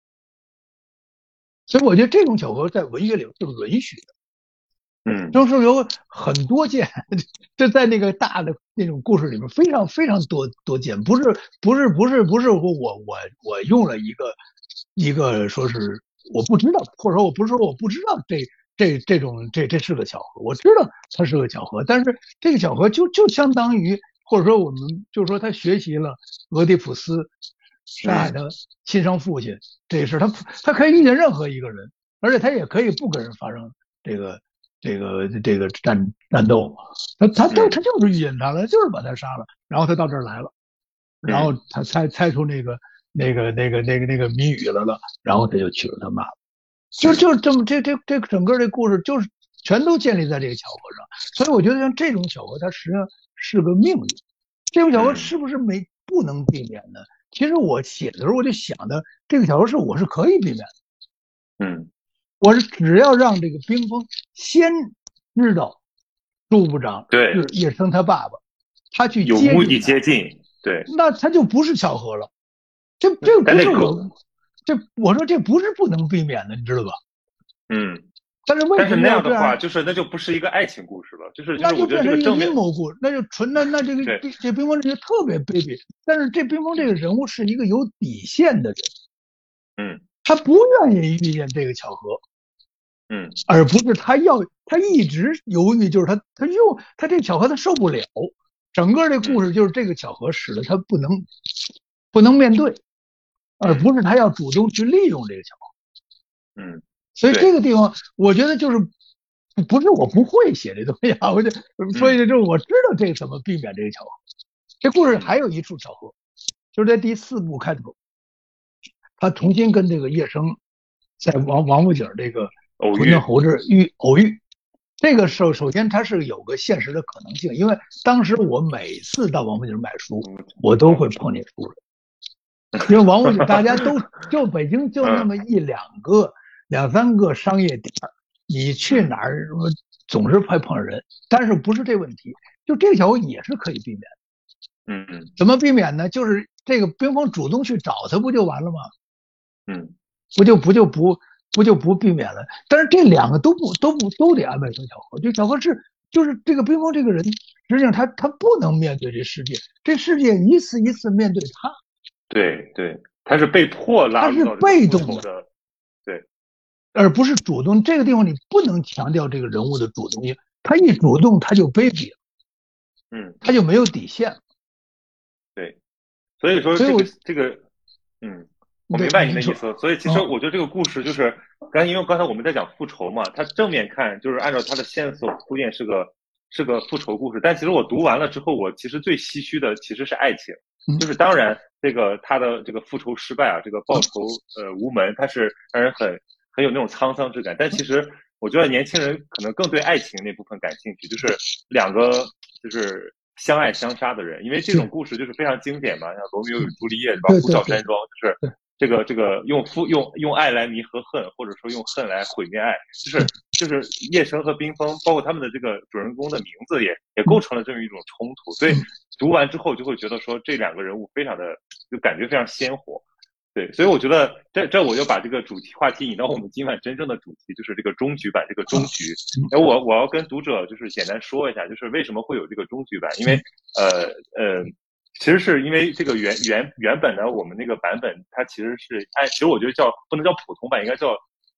所以我觉得这种巧合在文学里是允许的。 嗯， 就是有很多件，这在那个大的那种故事里面非常非常多多见，不是不是不是不是我我我我用了一个一个说是我不知道，或者说我不是说我不知道这这这种这这是个巧合，我知道它是个巧合，但是这个巧合就就相当于或者说我们就是说他学习了俄狄浦斯杀害他亲生父亲这事，他他可以遇见任何一个人，而且他也可以不跟人发生这个。这个这个战战斗，他他他他就是遇见他了，就是把他杀了，然后他到这儿来了，然后他猜猜出那个那个那个那个那个谜语来了，然后他就娶了他妈，就就这么这这这整个这故事就是全都建立在这个巧合上，所以我觉得像这种巧合，它实际上是个命运。这种巧合是不是没不能避免的？其实我写的时候我就想的，这个巧合是我是可以避免的。 嗯。 我是只要让这个冰封先知道陆部长是叶生他爸爸，他去有目的接近，对， 那他就不是巧合了。这这不是我，这我说这不是不能避免的，你知道吧？ 嗯。 但是为什么那样的话，就是那就不是一个爱情故事了，就是那就变成一个阴谋故事， 那就纯的那这个这冰封这个特别卑鄙，但是这冰封这个人物是一个有底线的人， 嗯， 他不愿意遇见这个巧合。 嗯， 而不是他要他一直犹豫，就是他他用他这巧合他受不了，整个这故事就是这个巧合使得他不能不能面对，而不是他要主动去利用这个巧合。嗯， 所以这个地方我觉得就是不是我不会写这东西啊，我就所以就是我知道这个怎么避免这个巧合。这故事还有一处巧合，就是在第四部开头，他重新跟这个叶生在王王府井这个。纯正侯志遇偶遇，这个首首先它是有个现实的可能性，因为当时我每次到王府井买书，我都会碰见书人，因为王府井大家都就北京就那么一两个、两三个商业点，你去哪儿总是会碰上人，但是不是这问题，就这个巧合也是可以避免的。嗯， 怎么避免呢？就是这个冰封主动去找他不就完了吗？ 嗯， 不就不就不。不就不避免了？但是这两个都不都不都得安排成巧合。就巧合是就是这个冰封这个人，实际上他他不能面对这世界，这世界一次一次面对他。 对对，他是被迫拉入到他是被动的，对， 而不是主动。这个地方你不能强调这个人物的主动性，他一主动他就卑鄙了， 嗯， 他就没有底线了。 对，所以说这个这个，嗯。我明白你的意思，所以其实我觉得这个故事就是，刚因为刚才我们在讲复仇嘛，它正面看就是按照它的线索铺垫是个是个复仇故事，但其实我读完了之后，我其实最唏嘘的其实是爱情，就是当然这个他的这个复仇失败啊，这个报仇呃无门，它是让人很很有那种沧桑之感，但其实我觉得年轻人可能更对爱情那部分感兴趣，就是两个就是相爱相杀的人，因为这种故事就是非常经典嘛，像罗密欧与朱丽叶对吧？呼啸山庄就是。这个这个用复用用爱来弥合恨，或者说用恨来毁灭爱，就是就是叶生和冰封，包括他们的这个主人公的名字也也构成了这么一种冲突。所以读完之后就会觉得说这两个人物非常的就感觉非常鲜活。对，所以我觉得这这我就把这个主题话题引到我们今晚真正的主题，就是这个终局版这个终局。哎，我我要跟读者就是简单说一下，就是为什么会有这个终局版，因为呃呃。其实是因为这个原原原本的我们那个版本，它其实是按，其实我觉得叫不能叫普通版，应该叫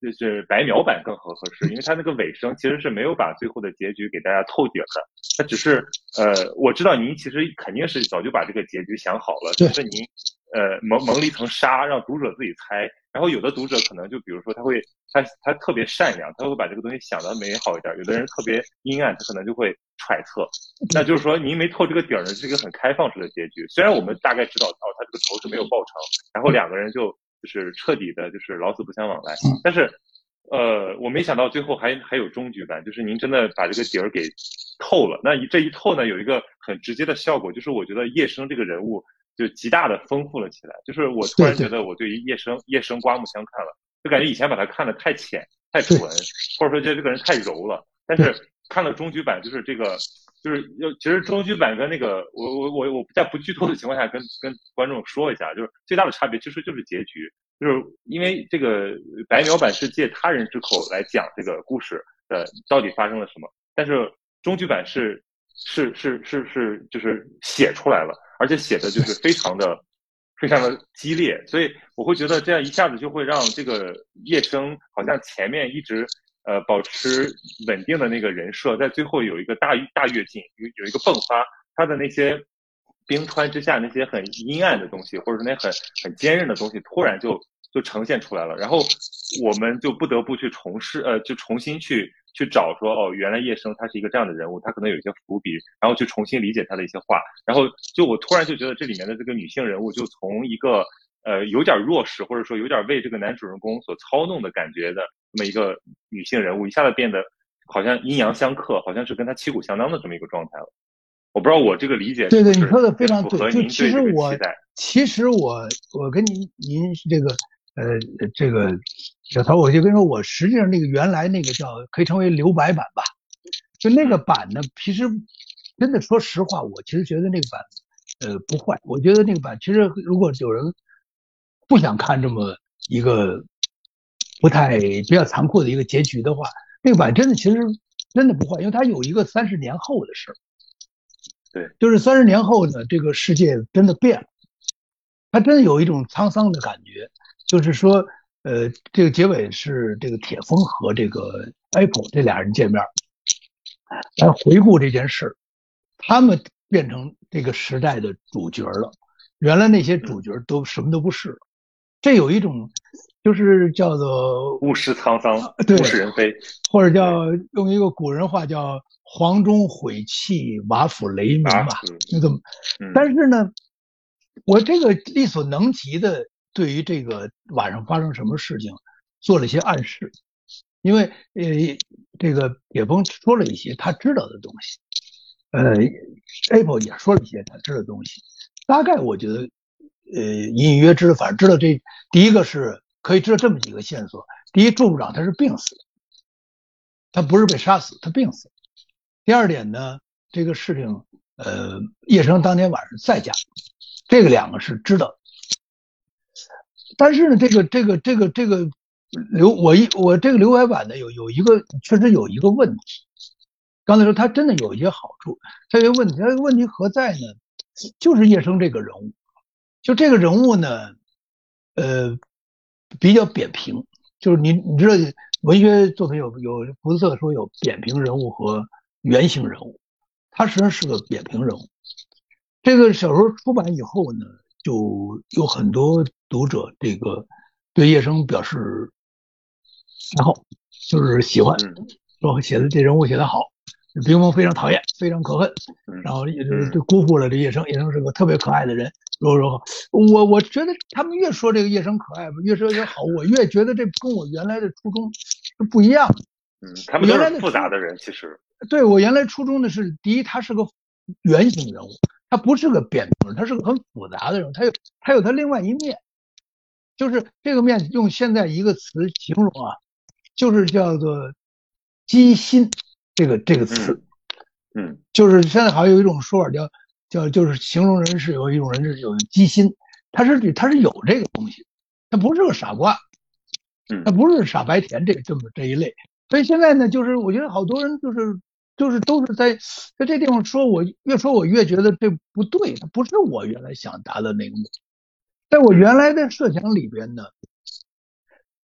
就是白描版更合合适，因为它那个尾声其实是没有把最后的结局给大家透底的，它只是呃，我知道您其实肯定是早就把这个结局想好了，只是您呃蒙蒙了一层纱，让读者自己猜。然后有的读者可能就比如说他会他他特别善良，他会把这个东西想得美好一点；有的人特别阴暗，他可能就会揣测。那就是说您没透这个底儿呢，是一个很开放式的结局。虽然我们大概知道哦，他这个仇是没有报成，然后两个人就就是彻底的就是老死不相往来，但是呃，我没想到最后还还有终局版，就是您真的把这个底儿给透了。那一这一透呢，有一个很直接的效果，就是我觉得叶生这个人物就极大的丰富了起来。就是我突然觉得我对于叶生叶生刮目相看了，就感觉以前把他看得太浅太纯，或者说觉得这个人太柔了。但是看了终局版，就是这个就是其实终局版跟那个我我我我在不剧透的情况下跟跟观众说一下，就是最大的差别其实就是结局。就是因为这个白描版是借他人之口来讲这个故事的到底发生了什么，但是终局版是是是是是就是写出来了，而且写的就是非常的非常的激烈，所以我会觉得这样一下子就会让这个叶生好像前面一直呃保持稳定的那个人设，在最后有一个大大跃进，有有一个迸发，他的那些冰川之下那些很阴暗的东西，或者是那很很坚韧的东西，突然就就呈现出来了，然后我们就不得不去重试，呃，就重新去去找说，哦，原来叶生他是一个这样的人物，他可能有一些伏笔，然后去重新理解他的一些话，然后就我突然就觉得这里面的这个女性人物就从一个呃有点弱势，或者说有点为这个男主人公所操弄的感觉的这么一个女性人物，一下子变得好像阴阳相克，好像是跟他旗鼓相当的这么一个状态了。我不知道我这个理解对对，你说的非常对。 就其实我其实我我跟您您这个呃这个小曹，我就跟你说，我实际上那个原来那个叫可以称为留白版吧，就那个版呢，其实真的说实话，我其实觉得那个版呃不坏。我觉得那个版其实如果有人不想看这么一个不太比较残酷的一个结局的话，那个版真的其实真的不坏，因为它有一个三十年后的事。 对， 就是三十年后呢，这个世界真的变了，它真的有一种沧桑的感觉。就是说，呃，这个结尾是这个铁峰和这个 Apple 这俩人见面，来回顾这件事，他们变成这个时代的主角了。原来那些主角都什么都不是了，这有一种就是叫做物是沧桑，物是人非， 或者叫用一个古人话叫黄钟毁弃，瓦釜雷鸣吧，那个。但是呢，我这个力所能及的对于这个晚上发生什么事情做了一些暗示，因为呃这个铁峰说了一些他知道的东西，呃 Apple 也说了一些他知道的东西，大概我觉得呃隐约知道，反正知道这第一个是可以知道这么几个线索：第一，祝部长他是病死的，他不是被杀死，他病死了。第二点呢，这个事情呃叶生当天晚上在家，这个两个是知道的。但是呢，这个这个这个这个留我一我这个留白版呢有有一个确实有一个问题。刚才说他真的有一些好处，他有一个问题，他问题何在呢？就是叶生这个人物，就这个人物呢，呃，比较扁平，就是你你知道文学作品有有福斯特说有扁平人物和圆形人物，他实际上是个扁平人物。这个小说出版以后呢，就有很多读者这个对叶生表示爱好，就是喜欢，说写的这人物写得好，冰峰非常讨厌，非常可恨，然后也就辜负了这叶生。叶生是个特别可爱的人，柔柔好。我我觉得他们越说这个叶生可爱，越说越好，我越觉得这跟我原来的初衷是不一样的。 嗯，他们都是复杂的人，其实。 对，我原来初衷的是，第一，他是个圆形人物，他不是个扁平人，他是个很复杂的人，他有他有他另外一面，就是这个面用现在一个词形容啊，就是叫做机心。这个这个词， 嗯， 就是现在好像有一种说法叫叫就是形容人是有一种人是有机心，他是他是有这个东西，他不是个傻瓜，他不是傻白甜这这么这一类。所以现在呢，就是我觉得好多人就是就是都是在在这地方说，我越说我越觉得这不对，它不是我原来想达的那个目的。在我原来的设想里边呢，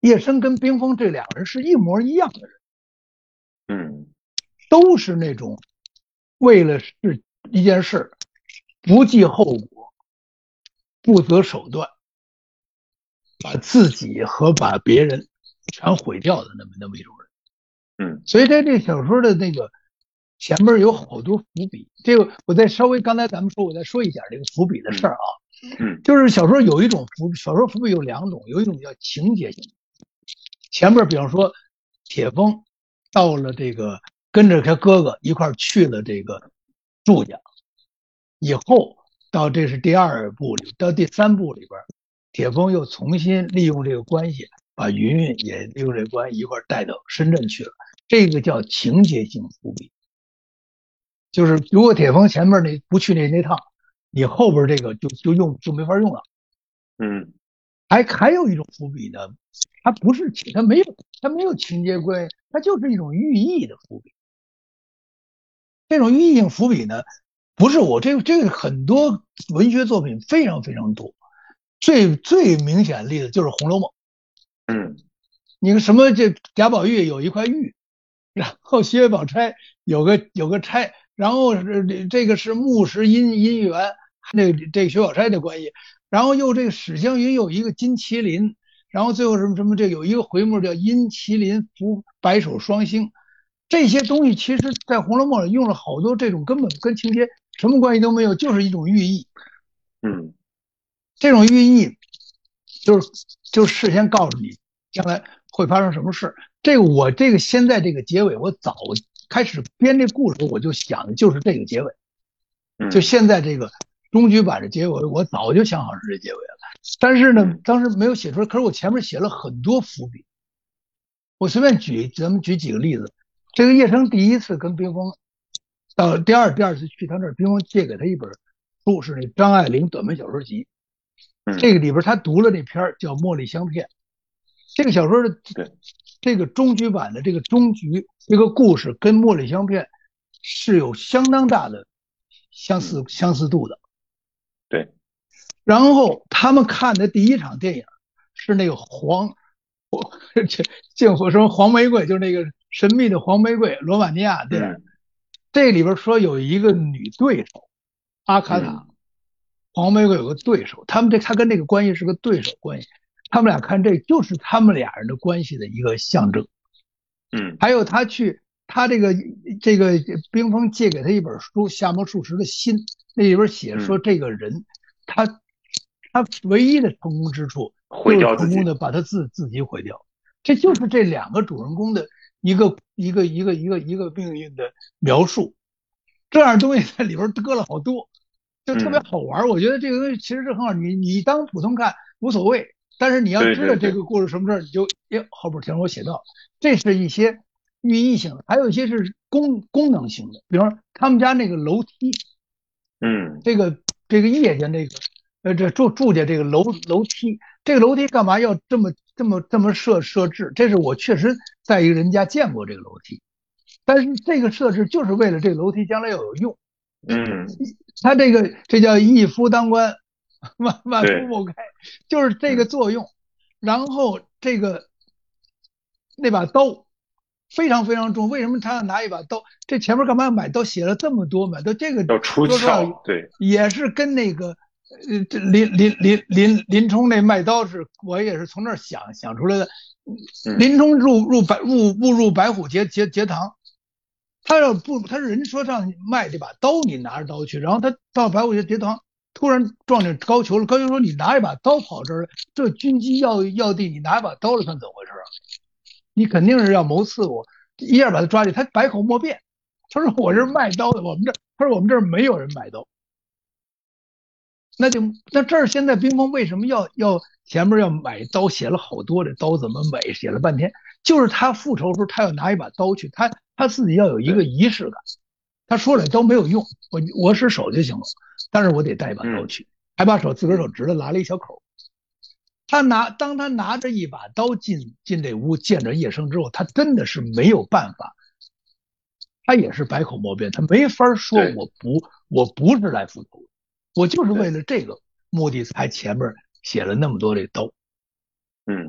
叶生跟冰封这两个人是一模一样的人， 嗯， 都是那种为了是一件事不计后果、不择手段，把自己和把别人全毁掉的那么那么一种人。 嗯， 所以在这小说的那个前面有好多伏笔，这个我再稍微刚才咱们说，我再说一点这个伏笔的事儿啊。 嗯， 就是小说有一种伏，小说伏笔有两种，有一种叫情节性。前面比方说，铁峰到了这个跟着他哥哥一块儿去了这个祝家，以后到这是第二部里，到第三部里边，铁峰又重新利用这个关系，把云云也利用这个关系一块儿带到深圳去了，这个叫情节性伏笔。就是如果铁峰前面那不去那那趟，你后边这个就就用就没法用了。 嗯， 还还有一种伏笔呢，它不是情，它没有它没有情节关系，它就是一种寓意的伏笔。这种寓意性伏笔呢，不是我这个这个很多文学作品非常非常多，最最明显的例子就是《红楼梦》。 嗯， 你看什么这贾宝玉有一块玉，然后薛宝钗有个有个钗，然后是这个是木石姻姻缘，这这薛宝钗的关系，然后又这个史湘云有一个金麒麟，然后最后什么什么这有一个回目叫阴麒麟伏白首双星，这些东西其实在《红楼梦》里用了好多这种根本跟情节什么关系都没有，就是一种寓意。 嗯， 这种寓意就是就是事先告诉你将来会发生什么事。这个我这个现在这个结尾，我早开始编这故事我就想的就是这个结尾，就现在这个终局版的结尾，我早就想好是这结尾了。但是呢，当时没有写出来，可是我前面写了很多伏笔。我随便举，咱们举几个例子。这个叶生第一次跟冰封到第二第二次去他那儿，冰封借给他一本书，是那张爱玲短篇小说集。这个里边他读了那篇叫《茉莉香片》。这个小说的这个终局版的这个终局这个故事跟《茉莉香片》是有相当大的相似相似度的。 对。 然后他们看的第一场电影是那个黄这幸福什么黄玫瑰，就是那个神秘的黄玫瑰，罗马尼亚电影。嗯、这里边说有一个女对手阿卡塔，嗯、黄玫瑰有个对手，他们这他跟这个关系是个对手关系。他们俩看这就是他们俩人的关系的一个象征。 嗯， 还有他去他这个这个冰封借给他一本书《夏目漱石的心》，那里边写说这个人、嗯、他他唯一的成功之处就是成功的把他自自己毁掉。这就是这两个主人公的一个一个一个一个一个命运的描述。这样东西在里边搁了好多，就特别好玩。嗯、我觉得这个东西其实是很好，你你当普通看无所谓。但是你要知道这个故事什么事儿，你就哎后边听我写到，这是一些寓意性的，还有一些是功功能性的，比方说他们家那个楼梯， 嗯， 这个这个叶家那个呃这住住家这个楼楼梯，这个楼梯干嘛要这么这么这么设设置？这是我确实在一个人家见过这个楼梯，但是这个设置就是为了这个楼梯将来要有用。 嗯， 他这个这叫一夫当关。万万夫莫开，就是这个作用。然后这个那把刀非常非常重，为什么他要拿一把刀？这前面干嘛要买刀？写了这么多买刀，这个要出鞘，对， 也是跟那个呃这林林林林林冲那卖刀是，我也是从那儿想想出来的。林冲入入白入步入白虎节节节堂，他要不他是人说让你卖这把刀，你拿着刀去，然后他到白虎节节堂。突然撞见高俅了，高俅说：“你拿一把刀跑这儿，这军机要要地，你拿一把刀了，算怎么回事啊？你肯定是要谋刺我。”一下把他抓起，他百口莫辩。他说：“我是卖刀的，我们这，他说我们这儿没有人买刀。”那就那这儿现在冰封为什么要要前面要买刀？写了好多这刀怎么买，写了半天，就是他复仇的时候，他要拿一把刀去，他他自己要有一个仪式感。他说了刀没有用，我我使手就行了。但是我得带一把刀去，还把手自个儿手指头拉了一小口。他拿，当他拿着一把刀进进这屋见着叶生之后，他真的是没有办法，他也是百口莫辩，他没法说我不我不是来复仇的，我就是为了这个目的才前面写了那么多这刀。 嗯，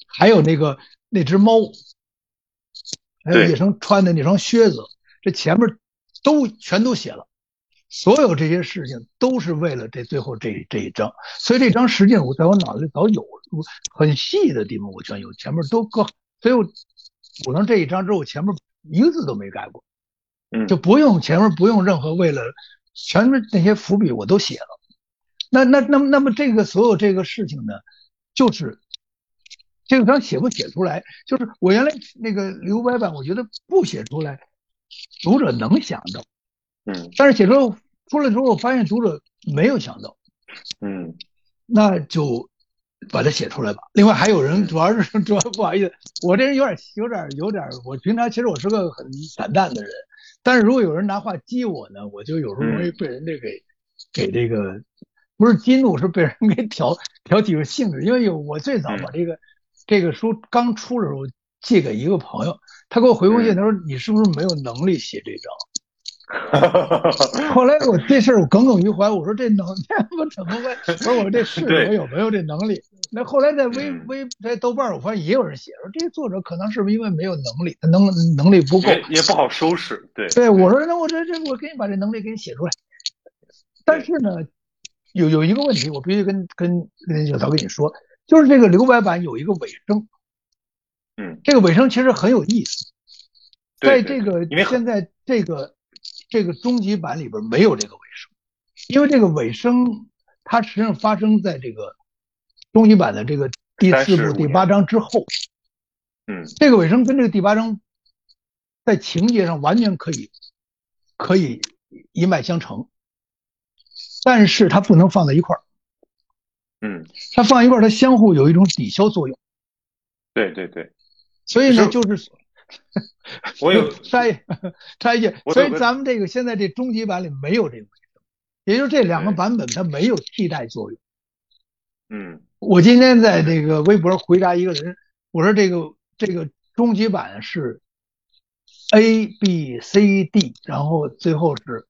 还有那个那只猫，还有对叶生穿的那双靴子，这前面都全都写了。所有这些事情都是为了这最后这这一章，所以这章实际上我在我脑子里早有很细的地方，我全有，前面都搁，所以我补上这一章之后，前面一个字都没改过， 嗯， 就不用前面不用任何为了全面那些伏笔我都写了。那那那么那么这个所有这个事情呢，就是这个章写不写出来，就是我原来那个留白版，我觉得不写出来，读者能想到。 嗯， 但是写出出来之后，我发现读者没有想到， 嗯， 那就把它写出来吧。另外还有人，主要是主要不好意思，我这人有点有点有点，我平常其实我是个很散淡的人，但是如果有人拿话激我呢，我就有时候容易被人这给、嗯、给这个不是激怒，是被人给挑挑起个兴致。因为有我最早把这个、嗯、这个书刚出的时候寄给一个朋友，他给我回封信，他说你是不是没有能力写这章？后来我这事儿我耿耿于怀，我说这能我怎么会？我说我这是我有没有这能力？那后来在微微在豆瓣我发现也有人写说，这个作者可能是因为没有能力，他能能力不够， 也也不好收拾。对对，我说那我这这我给你把这能力给你写出来。但是呢，有有一个问题，我必须跟跟跟小曹跟你说，就是这个留白版有一个尾声， 嗯， 这个尾声其实很有意思，在这个因为现在这个。这个终极版里边没有这个尾声，因为这个尾声它实际上发生在这个终极版的这个第四部第八章之后。 嗯， 这个尾声跟这个第八章在情节上完全可以可以一脉相承，但是它不能放在一块儿。 嗯， 它放一块儿，它相互有一种抵消作用。 对对对， 所以呢，就是。 我有插一插一句，所以咱们这个现在这终极版里没有这个尾声，也就是这两个版本它没有替代作用。 嗯， 我今天在这个微博回答一个人，我说这个这个终极版是 A B C D， 然后最后是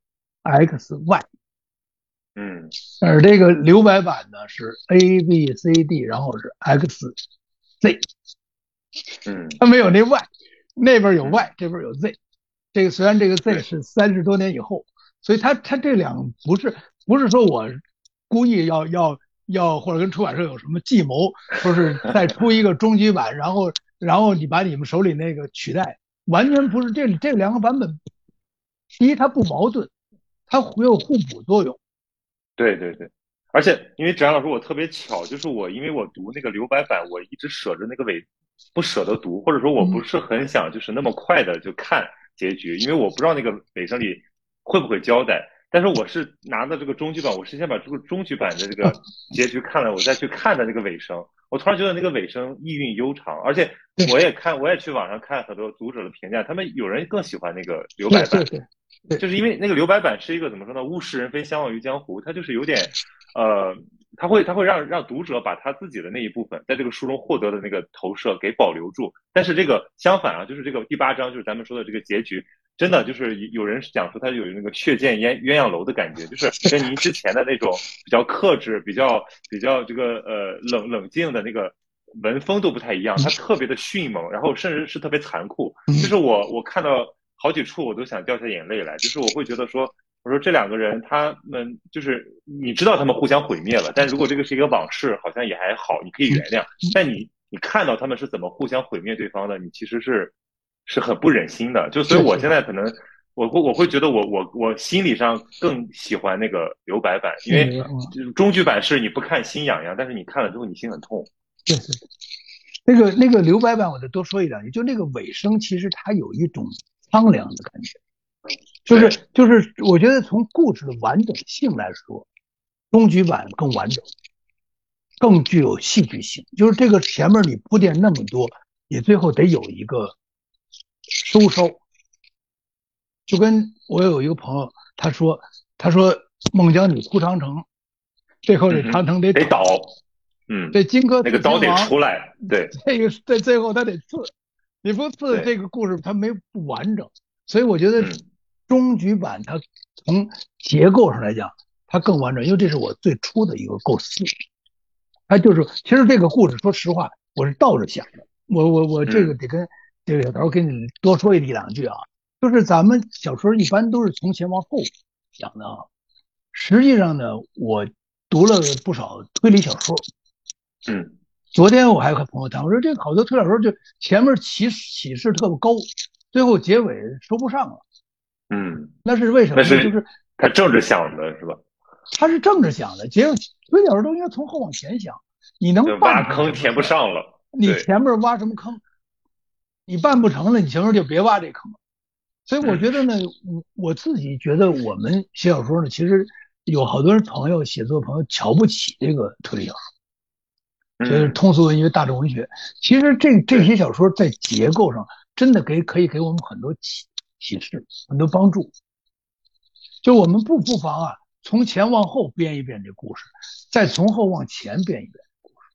X Y， 嗯， 而这个留白版呢是 A B C D， 然后是 X Z， 嗯， 它没有那 Y。那边有 Y， 这边有 Z， 这个虽然这个 Z 是三十多年以后，所以它它这两不是不是说我故意要要要或者跟出版社有什么计谋，说是再出一个终极版，然后然后你把你们手里那个取代，完全不是。这这两个版本，第一它不矛盾，它有互补作用。 对对对，而且因为翟老师我特别巧，就是我因为我读那个留白版，我一直舍着那个尾。不舍得读，或者说我不是很想就是那么快的就看结局，因为我不知道那个尾声里会不会交代。但是我是拿的这个终极版，我是先把这个终极版的这个结局看了，我再去看的那个尾声。我突然觉得那个尾声意蕴悠长，而且我也看，我也去网上看很多读者的评价，他们有人更喜欢那个留白版， 对对对， 就是因为那个留白版是一个怎么说呢？物是人非，相忘于江湖，它就是有点呃。他会他会让让读者把他自己的那一部分在这个书中获得的那个投射给保留住，但是这个相反啊，就是这个第八章，就是咱们说的这个结局，真的就是有人讲说他有那个血溅鸳鸳鸯楼的感觉，就是跟您之前的那种比较克制、比较比较这个呃冷冷静的那个文风都不太一样，它特别的迅猛，然后甚至是特别残酷。就是我我看到好几处我都想掉下眼泪来，就是我会觉得说。我说这两个人，他们就是你知道他们互相毁灭了，但如果这个是一个往事，好像也还好，你可以原谅。但你你看到他们是怎么互相毁灭对方的，你其实是是很不忍心的。就所以我现在可能我会我会觉得我我我心理上更喜欢那个留白版，因为终局版是你不看心痒痒，但是你看了之后你心很痛。 对对对，那个那个留白版我再多说一两句，就那个尾声其实它有一种苍凉的感觉。就是就是，我觉得从故事的完整性来说，终局版更完整，更具有戏剧性。就是这个前面你铺垫那么多，你最后得有一个收梢。就跟我有一个朋友，他说他说孟姜女哭长城，最后这长城得得倒，嗯， 这荆轲那个刀得出来，对， 这个在最后他得刺，你不刺这个故事它没不完整。所以我觉得。终局版它从结构上来讲，它更完整，因为这是我最初的一个构思。它就是，其实这个故事，说实话， 我是倒着想的。我我我这个得跟这个小刀给你多说一两句啊，就是咱们小说一般都是从前往后讲的啊。实际上呢，我读了不少推理小说。 嗯， 昨天我还和朋友谈，我说这个好多推理小说就前面起起势特别高，最后结尾说不上了。 嗯， 那是为什么呢？ 那是就是他政治想的是吧？ 他是正着想的，结果推理小说都应该从后往前想，你能挖办坑填不上了， 你前面挖什么坑？你办不成了，你前面就别挖这坑。所以我觉得呢，我我自己觉得我们写小说呢，其实有好多人朋友写作朋友瞧不起这个推理小说，就是通俗文学、大众文学。其实这这些小说在结构上真的给可以给我们很多启启示，很多帮助。就我们不不妨啊，从前往后编一遍这故事，再从后往前编一遍故事。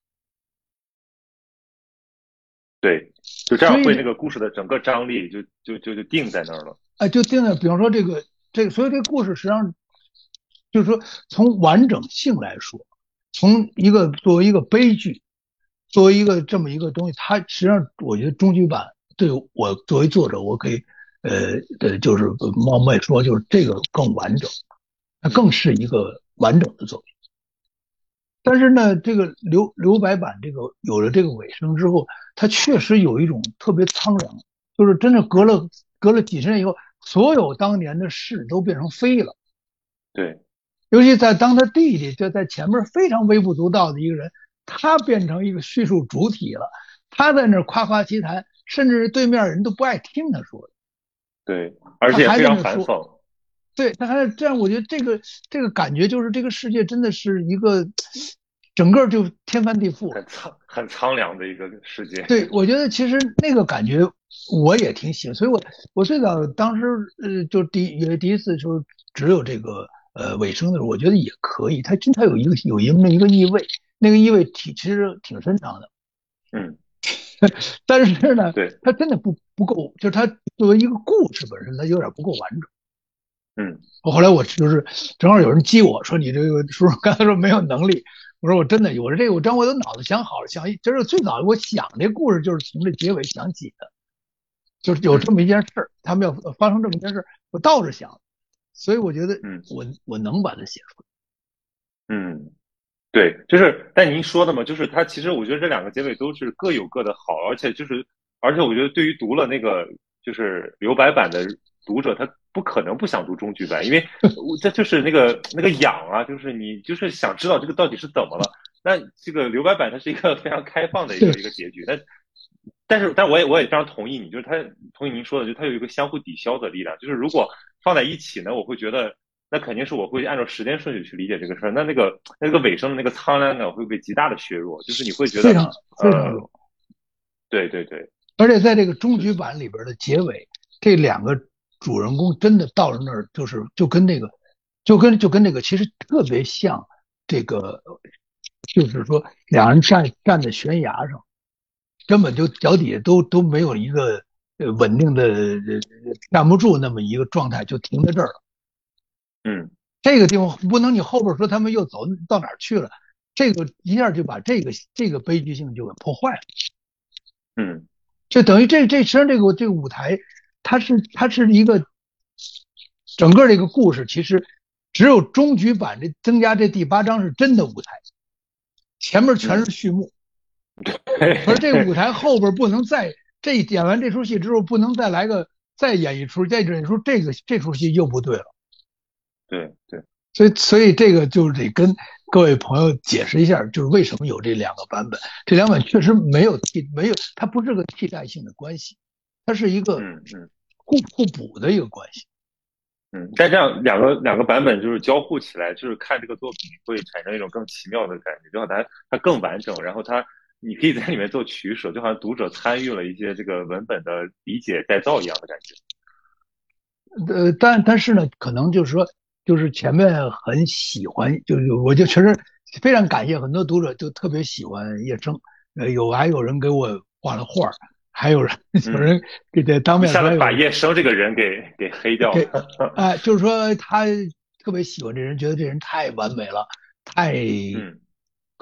对，就这样会那个故事的整个张力就就就就定在那儿了。 哎，就定在，比方说这个这个，所以这个故事实际上就是说，从完整性来说，从一个作为一个悲剧，作为一个这么一个东西，它实际上我觉得终局版对我作为作者，我可以呃呃，就是冒昧说，就是这个更完整，它更是一个完整的作品。但是呢，这个留留白版这个有了这个尾声之后，它确实有一种特别苍凉，就是真的隔了隔了几十年以后，所有当年的事都变成非了。 对， 尤其在当他弟弟就在前面非常微不足道的一个人，他变成一个叙述主体了，他在那儿夸夸其谈，甚至对面人都不爱听他说的。 对，而且非常反讽。 对，他还这样，我觉得这个这个感觉就是这个世界真的是一个整个就天翻地覆， 很苍很苍凉的一个世界。 对，我觉得其实那个感觉我也挺喜欢，所以我我最早当时呃就第也第一次说只有这个呃尾声的时候，我觉得也可以，它真它有一个有一么一个意味，那个意味挺其实挺深长的， 嗯， 但是呢， 对， 它真的不不够，就是它作为一个故事本身，它有点不够完整。 嗯， 我后来我就是正好有人激我说你这个叔叔刚才说没有能力，我说我真的，我说这个我正我都脑子想好了，想这是最早我想这故事就是从这结尾想起的，就是有这么一件事，他们要发生这么一件事，我倒着想，所以我觉得我我能把它写出来。嗯，对，就是但您说的嘛，就是他其实我觉得这两个结尾都是各有各的好，而且就是而且我觉得对于读了那个就是留白版的读者，他不可能不想读终局版，因为这就是那个那个痒啊，就是你就是想知道这个到底是怎么了。那这个留白版它是一个非常开放的一个一个结局，但但是但我也我也非常同意你，就是他同意您说的，就是它有一个相互抵消的力量，就是如果放在一起呢，我会觉得那肯定是我会按照时间顺序去理解这个事儿，那那个那个尾声的那个苍凉感会被极大的削弱，就是你会觉得非常非常弱、呃， 对对对， 而且在这个终局版里边的结尾，这两个主人公真的到了那儿，就是就跟那个，就跟就跟那个，其实特别像这个，就是说两人站站在悬崖上，根本就脚底下都都没有一个呃稳定的站不住那么一个状态，就停在这儿了。 嗯， 这个地方不能你后边说他们又走到哪儿去了，这个一下就把这个这个悲剧性就给破坏了。 嗯， 就等于这这实际上这个这个舞台，它是它是一个整个这个故事，其实只有终局版这增加这第八章是真的舞台，前面全是序幕。而这个舞台后边不能再这演完这出戏之后，不能再来个再演一出，再演一出这个这出戏又不对了。 对对， 所以所以这个就得跟各位朋友解释一下，就是为什么有这两个版本。这两本确实没有替没有，它不是个替代性的关系，它是一个嗯嗯互互补的一个关系。 嗯，但这样两个两个版本就是交互起来，就是看这个作品会产生一种更奇妙的感觉，就好像它它更完整，然后它你可以在里面做取舍，就好像读者参与了一些这个文本的理解再造一样的感觉。 呃，但但是呢，可能就是说，就是前面很喜欢，就是我就确实非常感谢很多读者就特别喜欢叶生，呃，有还有人给我画了画，还有人有人给他当面说， 一下子把叶生这个人给给黑掉了。 哎、呃，就是说他特别喜欢这人，觉得这人太完美了，太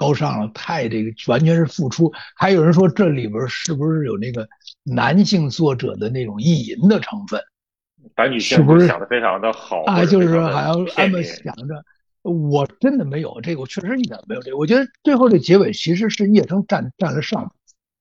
高尚了，太这个完全是付出。还有人说这里边是不是有那个男性作者的那种意淫的成分？ 把女性是不是想的非常的好， 啊？就是说还要那么片面。 想着，我真的没有这个，我确实一点没有这个。我觉得最后这结尾其实是叶生占占了上风。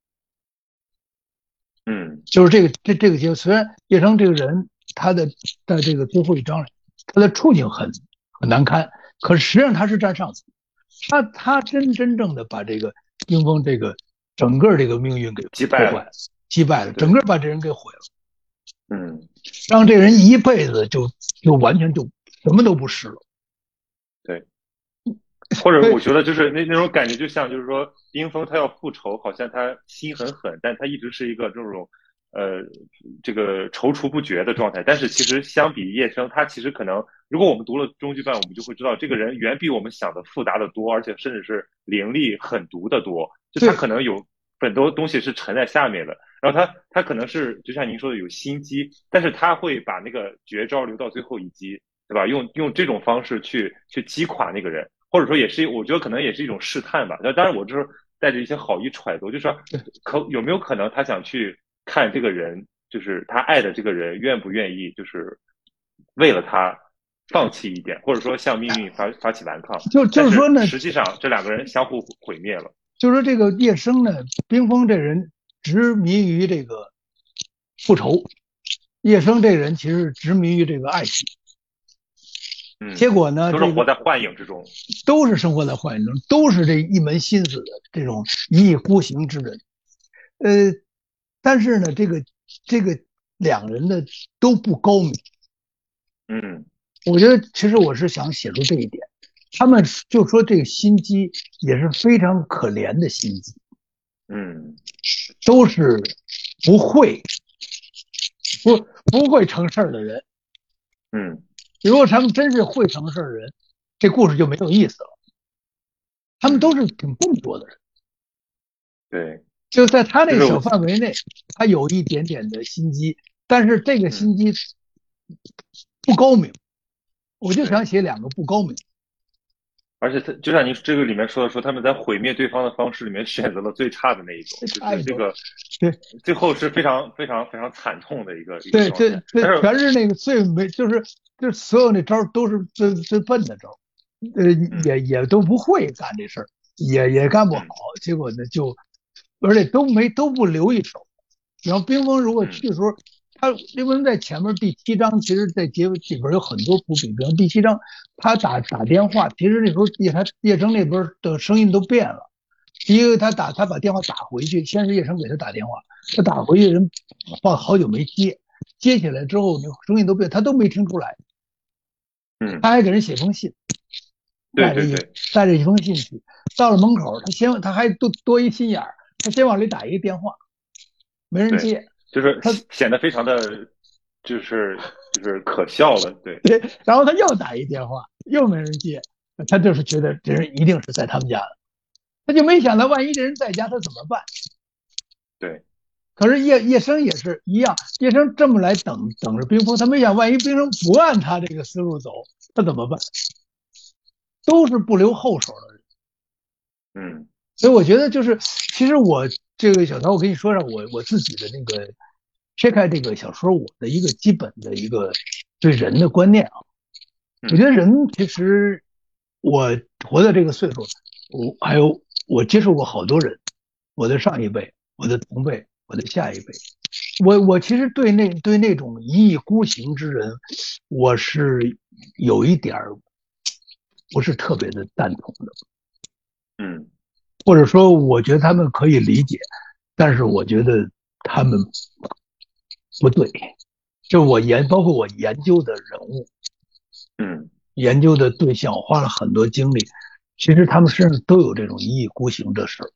嗯， 就是这个这这个结尾，虽然叶生这个人他的在这个最后一章里，他的处境很很难堪，可是实际上他是占上风，他他真真正的把这个冰封这个整个这个命运给击败了，击败了，整个把这人给毁了。 嗯， 让这人一辈子就就完全就什么都不是了。 对，或者我觉得就是那那种感觉，就像就是说，冰封他要复仇，好像他心很狠，但他一直是一个这种呃这个踌躇不决的状态。但是其实相比叶生，他其实可能，如果我们读了中剧版，我们就会知道，这个人远比我们想的复杂的多，而且甚至是凌厉狠毒的多。就他可能有很多东西是沉在下面的。然后他他可能是就像您说的有心机，但是他会把那个绝招留到最后一击，对吧？用用这种方式去去击垮那个人，或者说也是我觉得可能也是一种试探吧。那当然我就是带着一些好意揣度，就是说可有没有可能他想去看这个人，就是他爱的这个人愿不愿意，就是为了他放弃一点，或者说向命运发发起顽抗。 就就是说呢， 实际上这两个人相互毁灭了。 就是说这个叶生呢，冰封这人执迷于这个复仇，叶生这人其实执迷于这个爱情。 嗯， 结果呢， 都是活在幻影之中， 都是生活在幻影中，都是这一门心思的这种一意孤行之人。呃，但是呢，这个这个两人呢都不高明。 嗯， 我觉得其实我是想写出这一点。他们就说这个心机也是非常可怜的心机， 嗯， 都是不会不不会成事儿的人。 嗯， 如果他们真是会成事儿的人，这故事就没有意思了。他们都是挺笨拙的人。 对， 就在他那个小范围内，他有一点点的心机，但是这个心机不高明。我就想写两个不高明。 而且他就像您这个里面说的，说他们在毁灭对方的方式里面选择了最差的那一种，就是这个， 对， 最后是非常非常非常惨痛的一个一个对对对，全是那个最没，就是就是所有那招都是最最笨的招，呃，也也都不会干这事儿，也也干不好，结果呢就，而且都没都不留一手。然后冰封如果去的时候，他冰封在前面第七章，其实在结尾里边有很多伏笔。比方第七章，他打打电话，其实那时候叶他叶生那边的声音都变了。第一个他打他把电话打回去，先是叶生给他打电话，他打回去人好好久没接，接起来之后那声音都变，他都没听出来。 嗯， 他还给人写封信，带着一带着一封信去，到了门口，他先他还多多一心眼儿，他先往里打一个电话，没人接。 就是他显得非常的，就是就是可笑了，对对，然后他又打一电话，又没人接，他就是觉得这人一定是在他们家的，他就没想到万一这人在家他怎么办？ 对， 可是叶叶生也是一样，叶生这么来等等着冰封，他没想万一冰封不按他这个思路走，他怎么办？都是不留后手的人。 嗯， 所以我觉得就是，其实我这个小曹，我跟你说说我我自己的那个撇开这个小说，我的一个基本的一个对人的观念啊。我觉得人其实我活到这个岁数，我还有我接触过好多人，我的上一辈、我的同辈、我的下一辈，我我其实对那对那种一意孤行之人，我是有一点不是特别的赞同的。 嗯， 或者说我觉得他们可以理解，但是我觉得他们不对。就我研包括我研究的人物， 嗯， 研究的对象，我花了很多精力，其实他们身上都有这种一意孤行的事儿，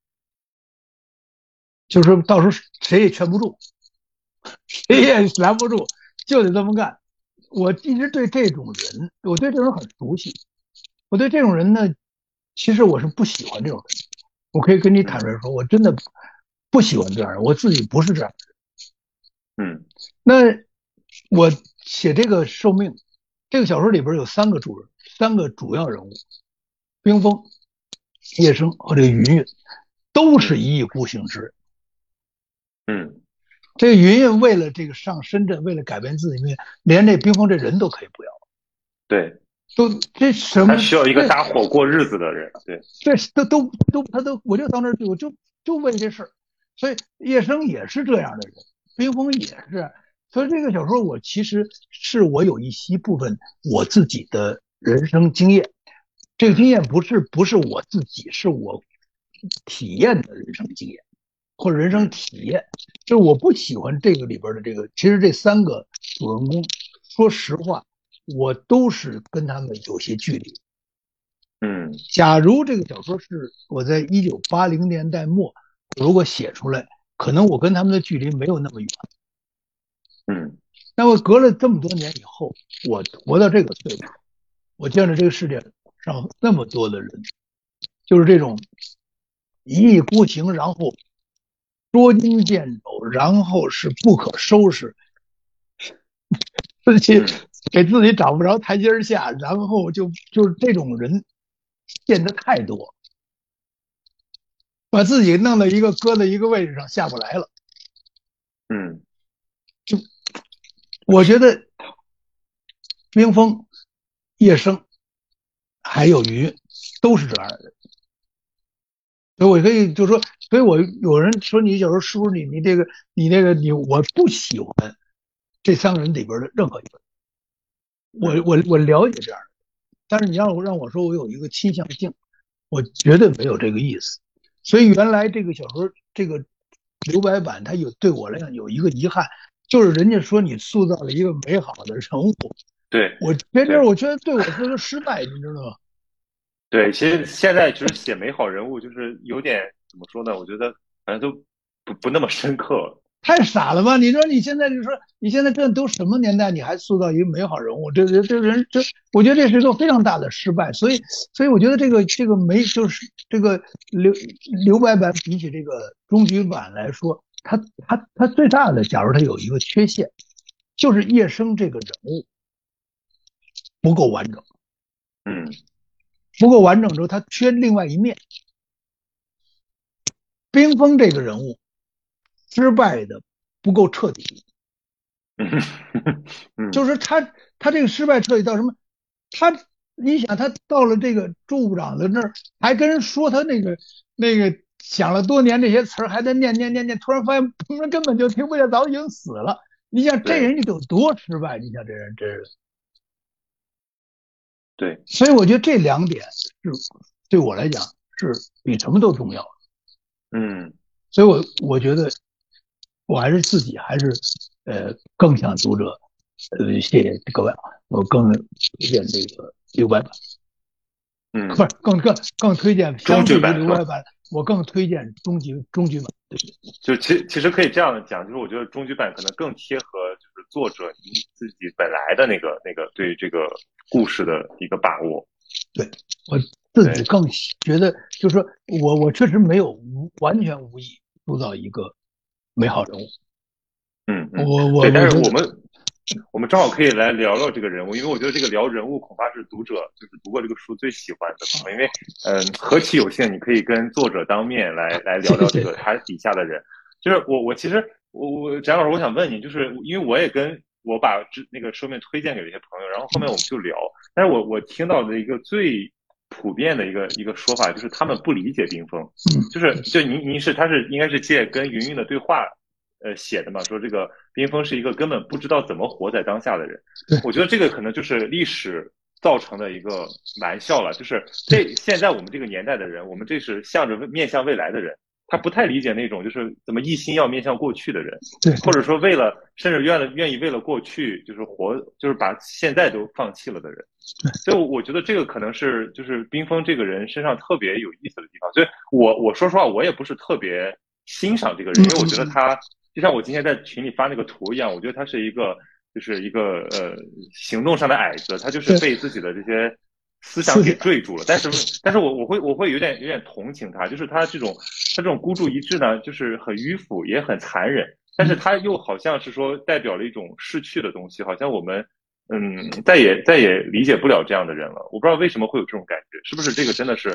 就是到时候谁也劝不住，谁也拦不住，就得这么干。我一直对这种人，我对这种人很熟悉，我对这种人呢，其实我是不喜欢这种人。我可以跟你坦率说，我真的不喜欢这样人，我自己不是这样的人。嗯， 那我写这个寿命，这个小说里边有三个主人，三个主要人物：冰封、 叶生和这个云云都是一意孤行之人。 嗯， 这个云云为了这个上深圳，为了改变自己命运，连这冰峰这人都可以不要。 对， 都这什么？ 他需要一个搭伙过日子的人。对， 这都都都他都，我就到那儿去，我就就为这事儿。所以叶生也是这样的人，冰峰也是这样。所以这个小说我其实是我有一些部分我自己的人生经验，这个经验不是不是我自己，是我体验的人生经验或者人生体验。就是我不喜欢这个里边的这个，其实这三个主人公，说实话，我都是跟他们有些距离。 嗯， 假如这个小说是我在一九八零年代末如果写出来，可能我跟他们的距离没有那么远。 嗯， 那么隔了这么多年以后，我活到这个岁数，我见着这个世界上那么多的人，就是这种一意孤行，然后捉襟见肘，然后是不可收拾，自己给自己找不着台阶下，然后就就是这种人见得太多，把自己弄到一个搁在一个位置上下不来了。 嗯， 就我觉得冰峰、叶生还有云都是这样的人，所以我可以就说，所以我有人说你有时候是不是你你这个你这个你我不喜欢这三个人里边的任何一个人，我我我了解这样的，但是你让我让我说我有一个倾向性，我绝对没有这个意思。所以原来这个小说这个留白版，它有对我来讲有一个遗憾，就是人家说你塑造了一个美好的人物， 对， 我这阵我觉得对我是个失败，你知道吗？ 对，其实现在就是写美好人物，就是有点怎么说呢？我觉得反正都不不那么深刻。 太傻了吧？你说你现在就说你现在这都什么年代，你还塑造一个美好人物？这这这人这，我觉得这是一个非常大的失败。所以所以我觉得这个这个没就是这个留留白版比起这个终局版来说，它它它最大的，假如它有一个缺陷，就是叶生这个人物不够完整。 嗯， 不够完整之后，他缺另外一面。冰峰这个人物失败的不够彻底， 嗯， 就是他他这个失败彻底到什么？他你想他到了这个周部长的那儿，还跟人说他那个那个想了多年这些词儿，还在念念念念，突然发现他们根本就听不见，早已经死了。你想这人有多失败？你想这人真是。 对， 所以我觉得这两点是对我来讲是比什么都重要的。 嗯， 所以我我觉得我还是自己还是呃更向读者呃谢谢各位啊，我更推荐这个留白版， 嗯， 不是更更更推荐终局版留白版，我更推荐终局终局版。对， 就其其实可以这样讲，就是我觉得终局版可能更贴合就是作者你自己本来的那个那个对这个故事的一个把握。 对，我自己更觉得就是说我我确实没有无完全无意塑造一个美好人物。 嗯嗯， 我我对，但是我们我们正好可以来聊聊这个人物，因为我觉得这个聊人物恐怕是读者就是读过这个书最喜欢的部分，因为嗯、呃，何其有幸你可以跟作者当面来来聊聊这个他底下的人。就是我我其实我我翟老师，我想问你，就是因为我也跟我把那个书面推荐给了一些朋友，然后后面我们就聊，但是我我听到的一个最普遍的一个一个说法就是他们不理解冰封，就是就您您是他是应该是借跟云云的对话呃写的嘛，说这个冰封是一个根本不知道怎么活在当下的人。我觉得这个可能就是历史造成的一个玩笑了，就是这现在我们这个年代的人，我们这是向着面向未来的人，他不太理解那种就是怎么一心要面向过去的人， 对， 或者说为了甚至愿了愿意为了过去就是活就是把现在都放弃了的人。所以我觉得这个可能是就是冰封这个人身上特别有意思的地方。所以我我说实话，我也不是特别欣赏这个人，因为我觉得他就像我今天在群里发那个图一样，我觉得他是一个就是一个呃行动上的矮子，他就是被自己的这些思想给坠住了。但是但是我我会我会有点有点同情他，就是他这种他这种孤注一掷呢，就是很迂腐也很残忍，但是他又好像是说代表了一种逝去的东西，好像我们嗯再也再也理解不了这样的人了。我不知道为什么会有这种感觉，是不是这个真的是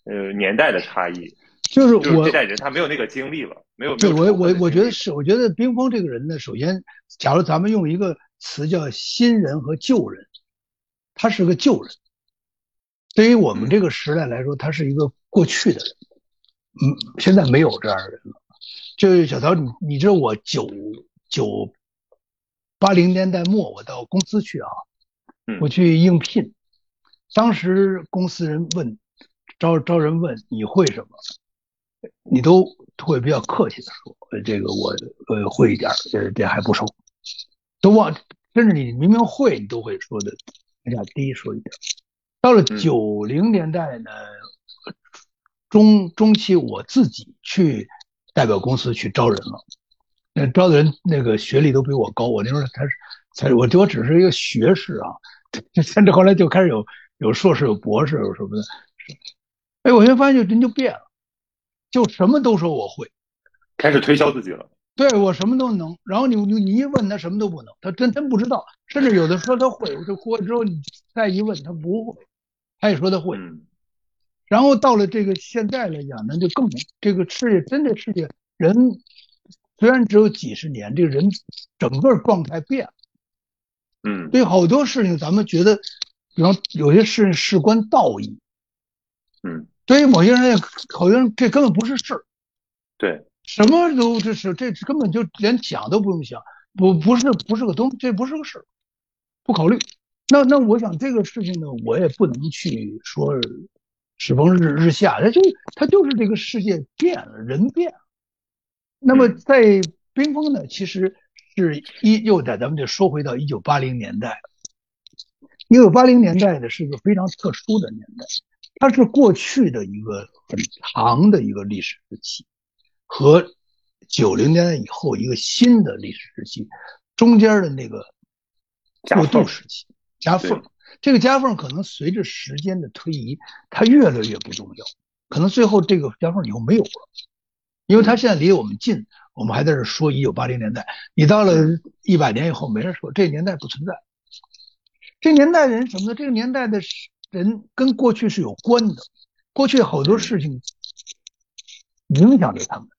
呃年代的差异， 就是我就是这代人他没有那个经历了，没有对我我我觉得是， 是，我觉得冰峰这个人呢，首先，假如咱们用一个词叫新人和旧人，他是个旧人，对于我们这个时代来说，他是一个过去的人，嗯，现在没有这样的人了。就是小曹，你你知道我九九八零年代末，我到公司去啊，我去应聘，当时公司人问招招人问你会什么，你都会比较客气的说，呃，这个我呃会一点，这这还不熟，都忘，甚至你明明会，你都会说的比较低说一点。到了九零年代呢，中中期我自己去代表公司去招人了，那招的人那个学历都比我高，我那时候才才我我只是一个学士啊，甚至后来就开始有有硕士有博士有什么的，哎，我就发现就人就变了，就什么都说我会， 开始推销自己了。 对，我什么都能，然后你你你一问他什么都不能，他真真不知道，甚至有的说他会，我就过之后你再一问他不会，他也说他会。 嗯， 然后到了这个现在来讲呢，就更这个世界真的世界人虽然只有几十年，这个人整个状态变了。 嗯， 对好多事情咱们觉得，比方有些事事关道义， 嗯， 对于某些人好像这根本不是事儿。 对。 什么都这是这根本就连想都不用想，不不是不是个东，这不是个事，不考虑。那那我想这个事情呢，我也不能去说世风日日下，它就它就是这个世界变了，人变了。那么在冰封呢，其实是一又在咱们就说回到一九八零年代，一九八零年代呢是个非常特殊的年代，它是过去的一个很长的一个历史时期。和九零年代以后一个新的历史时期中间的那个过渡时期夹缝，这个夹缝可能随着时间的推移，它越来越不重要，可能最后这个夹缝以后没有了，因为它现在离我们近，我们还在这说一九八零年代，你到了一百年以后，没人说这个年代不存在。这个年代人什么呢？这个年代的人跟过去是有关的，过去好多事情影响着他们。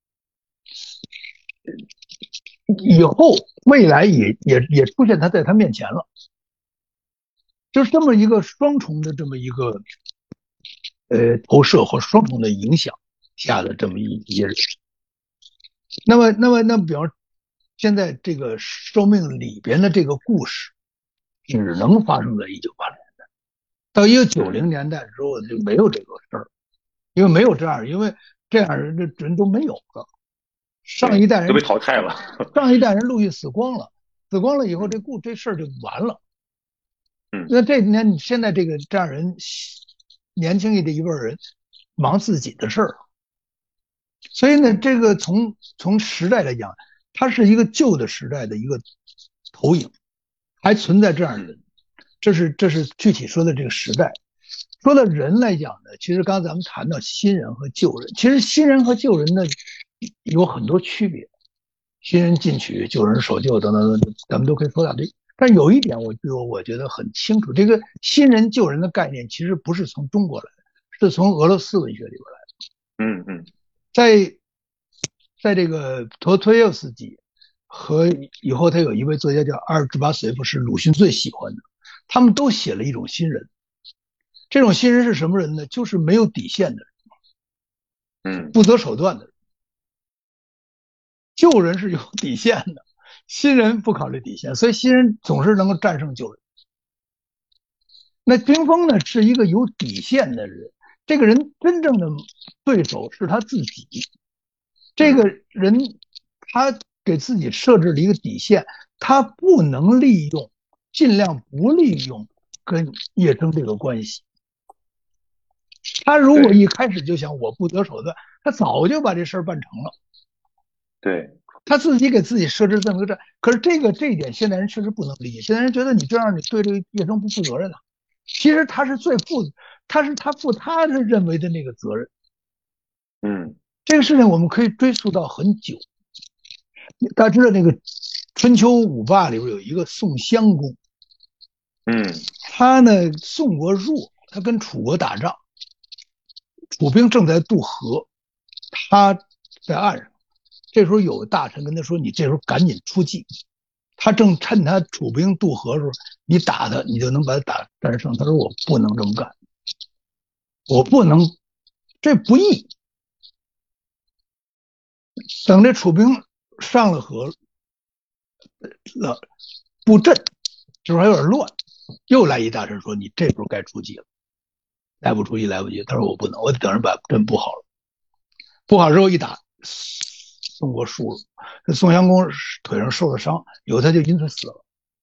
以后未来也也也出现他在他面前了，就是这么一个双重的这么一个呃投射或双重的影响下的这么一些人。那么那么那比方现在这个寿命里边的这个故事，只能发生在一九八零年代，到一九九零年代之后就没有这个事儿，因为没有这样，因为这样人的人都没有了。上一代人都被淘汰了， 上一代人陆续死光了，死光了以后，这故这事儿就完了。 嗯， 那这年你现在这个这样人，年轻一的一辈人忙自己的事儿，所以呢，这个从从时代来讲，它是一个旧的时代的一个投影，还存在这样的人，这是这是具体说的这个时代。说到人来讲呢，其实刚才咱们谈到新人和旧人，其实新人和旧人呢有很多区别，新人进取，旧人守旧等等等，咱们都可以说两句。但有一点我就我觉得很清楚，这个新人旧人的概念其实不是从中国来的，是从俄罗斯文学里边来的。嗯嗯， 在在这个陀托耶夫斯基和以后他有一位作家叫阿尔芝巴随夫，是鲁迅最喜欢的，他们都写了一种新人。这种新人是什么人呢？就是没有底线的人， 嗯， 不择手段的人。旧人是有底线的，新人不考虑底线，所以新人总是能够战胜旧人。那冰封呢，是一个有底线的人，这个人真正的对手是他自己。这个人他给自己设置了一个底线，他不能利用，尽量不利用跟叶生这个关系。他如果一开始就想我不择手段，他早就把这事儿办成了。 对， 他自己给自己设置这么个这，可是这个这一点现代人确实不能理解。现代人觉得你这样你对这个叶生不负责任啊。其实他是最负，他是他负他是认为的那个责任。 嗯， 这个事情我们可以追溯到很久。大家知道那个春秋五霸里边有一个宋襄公， 嗯， 他呢宋国弱，他跟楚国打仗。 楚兵正在渡河，他在岸上。这时候有个大臣跟他说：“你这时候赶紧出计。”他正趁他楚兵渡河的时候，你打他，你就能把他打战胜。他说：“我不能这么干，我不能，这不义。”等这楚兵上了河了，布阵，这时候还有点乱，又来一大臣说：“你这时候该出计了。”来不出计，来不及。他说：“我不能，我得等着把阵布好了。”布好之后一打，宋国输了。这宋襄公腿上受了伤，有他就因此死了。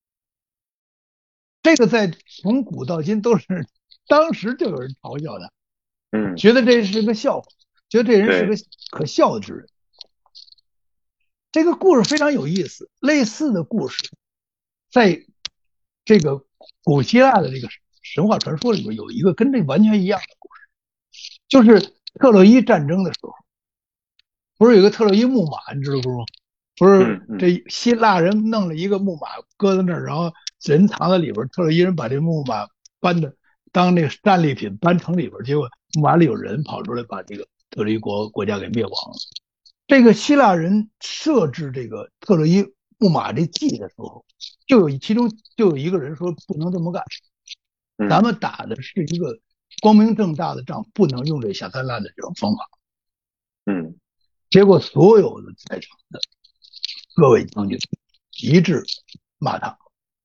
这个在从古到今都是，当时就有人嘲笑他， 嗯， 觉得这是个笑话，觉得这人是个可笑之人。这个故事非常有意思，类似的故事，在这个古希腊的这个神话传说里边有一个跟这完全一样的故事，就是特洛伊战争的时候，不是有个特洛伊木马，你知道不？不是这希腊人弄了一个木马搁在那儿，然后人藏在里边，特洛伊人把这木马搬的当那个战利品搬城里边，结果木马里有人跑出来把这个特洛伊国国家给灭亡了。这个希腊人设置这个特洛伊木马这计的时候，就有其中就有一个人说不能这么干，咱们打的是一个光明正大的仗，不能用这下三滥的这种方法。 嗯， 结果所有的在场的各位将军一致骂他。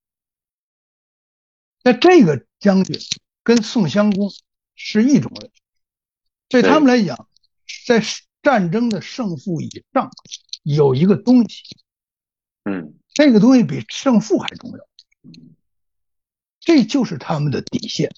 那这个将军跟宋襄公是一种人，对他们来讲，在战争的胜负以上有一个东西， 嗯， 这个东西比胜负还重要，这就是他们的底线。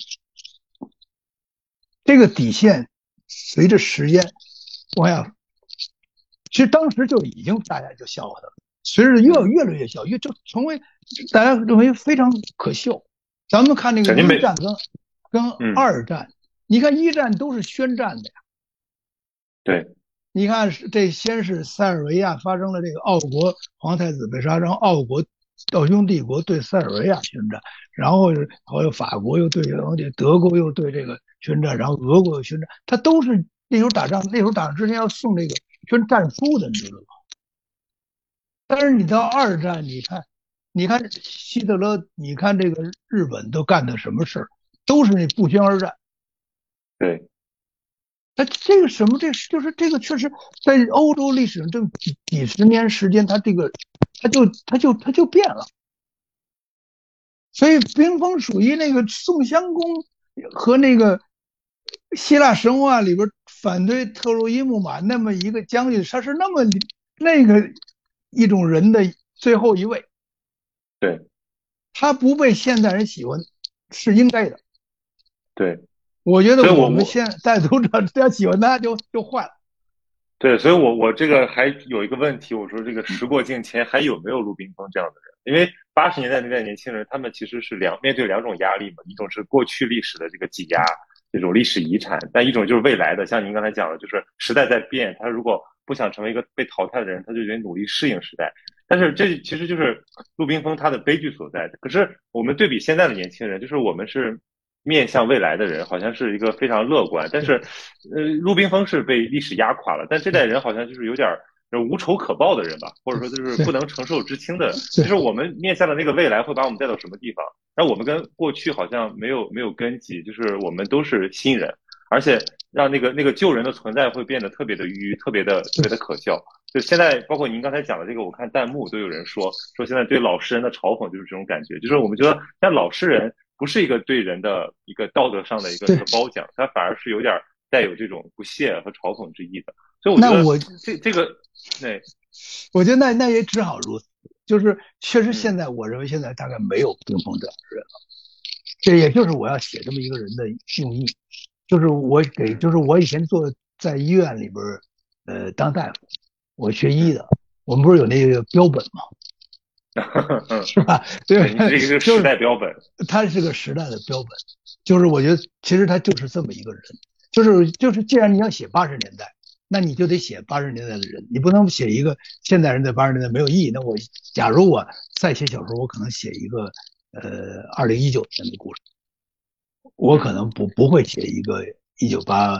这个底线随着时间往下，其实当时就已经大家就笑话他了，随着越越来越笑，越就成为大家认为非常可笑。咱们看那个一战跟跟二战，嗯，你看一战都是宣战的呀。 对， 你看这先是塞尔维亚发生了这个奥国皇太子被杀，然后奥国奥匈帝国对塞尔维亚宣战，然后还有法国又对德国又对这个宣战，然后俄国又宣战，他都是那时候打仗，那时候打仗之前要送这个宣战书的，你知道吗？但是你到二战，你看。你看希特勒，你看这个日本都干的什么事儿，都是那不宣而战。 对， 那这个什么，这就是这个确实在欧洲历史上这几几十年时间，它这个它就它就它就变了。所以冰封属于那个宋襄公和那个希腊神话里边反对特洛伊木马那么一个将军，他是那么那个一种人的最后一位。 对， 他不被现代人喜欢是应该的。 对， 我觉得我们现在读者只要喜欢他就就坏了。 对，所以我我这个还有一个问题，我说这个时过境迁还有没有陆冰峰这样的人？因为八十年代那代年轻人，他们其实是两面对两种压力嘛，一种是过去历史的这个挤压，这种历史遗产，但一种就是未来的，像您刚才讲的，就是时代在变，他如果不想成为一个被淘汰的人，他就得努力适应时代。但是这其实就是陆冰峰他的悲剧所在。可是我们对比现在的年轻人，就是我们是面向未来的人，好像是一个非常乐观。但是，呃，陆冰峰是被历史压垮了，但这代人好像就是有点无仇可报的人吧，或者说就是不能承受之轻的。就是我们面向的那个未来会把我们带到什么地方？然后我们跟过去好像没有没有根基，就是我们都是新人，而且让那个那个旧人的存在会变得特别的愚，特别的特别的可笑。就现在，包括您刚才讲的这个，我看弹幕都有人说说现在对老实人的嘲讽就是这种感觉，就是我们觉得像老实人不是一个对人的一个道德上的一个褒奖，他反而是有点带有这种不屑和嘲讽之意的。所以我觉得我这这个，对， 我觉得那那也只好如此。就是确实现在我认为现在大概没有冰峰这样的人了，这也就是我要写这么一个人的用意。就是我给，就是我以前做在医院里边呃当大夫。我学医的，我们不是有那个标本吗？是吧？对， 这个是时代标本， 他是个时代的标本。就是我觉得，其实他就是这么一个人，就是就是，既然你要写八十年代，那你就得写八十年代的人，你不能写一个现代人在八十年代没有意义。那我假如我再写小说，我可能写一个呃二零一九年的故事，我可能不不会写一个一九八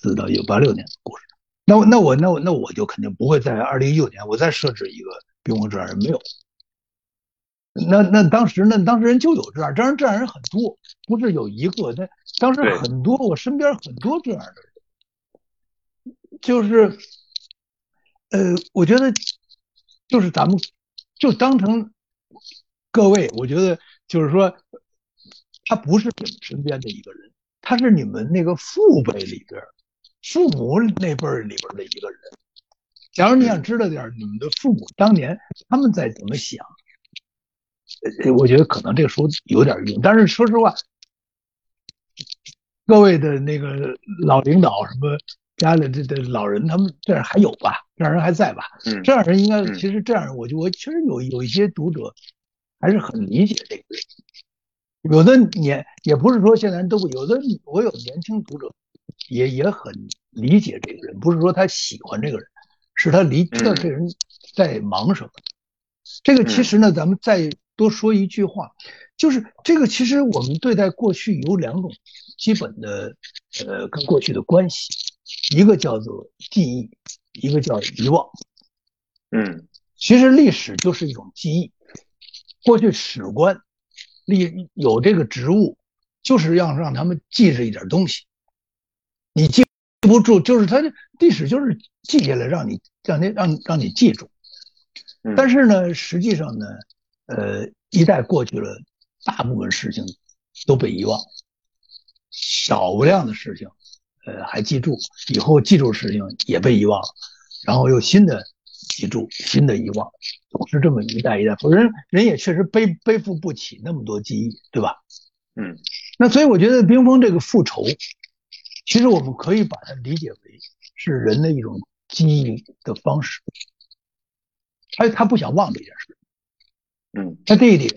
四到一九八六年的故事。那我那我那我那我就肯定不会在二零一九年我再设置一个冰封这样人，没有。那那当时那当时人就有这样，这样这样人很多，不是有一个，那当时很多，我身边很多这样的人，就是呃，我觉得就是咱们就当成各位，我觉得就是说，他不是你们身边的一个人，他是你们那个父辈里边、父母那辈里边的一个人。假如你想知道点你们的父母当年他们在怎么想，呃，我觉得可能这个书有点用。但是说实话，各位的那个老领导什么家里的的老人，他们这样还有吧？这样人还在吧？ 嗯， 这样人应该，其实这样人，我就我确实有有一些读者还是很理解这个人。有的年也不是说现在人都不，有的我有年轻读者也也很理解这个人，不是说他喜欢这个人，是他理知道这个人在忙什么。这个其实呢，咱们再多说一句话，就是这个其实我们对待过去有两种基本的呃跟过去的关系，一个叫做记忆，一个叫遗忘。 嗯， 其实历史就是一种记忆，过去史官历有这个职务，就是要让他们记着一点东西，你记不住，就是他历史就是记下来，让你让你让让你记住。但是呢，实际上呢，呃，一代过去了，大部分事情都被遗忘，少量的事情，呃，还记住，以后记住的事情也被遗忘了，然后又新的记住，新的遗忘，总是这么一代一代，否则人人也确实背背负不起那么多记忆，对吧？ 嗯， 那所以我觉得冰封这个复仇，其实我们可以把它理解为是人的一种记忆的方式。他他不想忘这件事， 嗯， 他弟弟、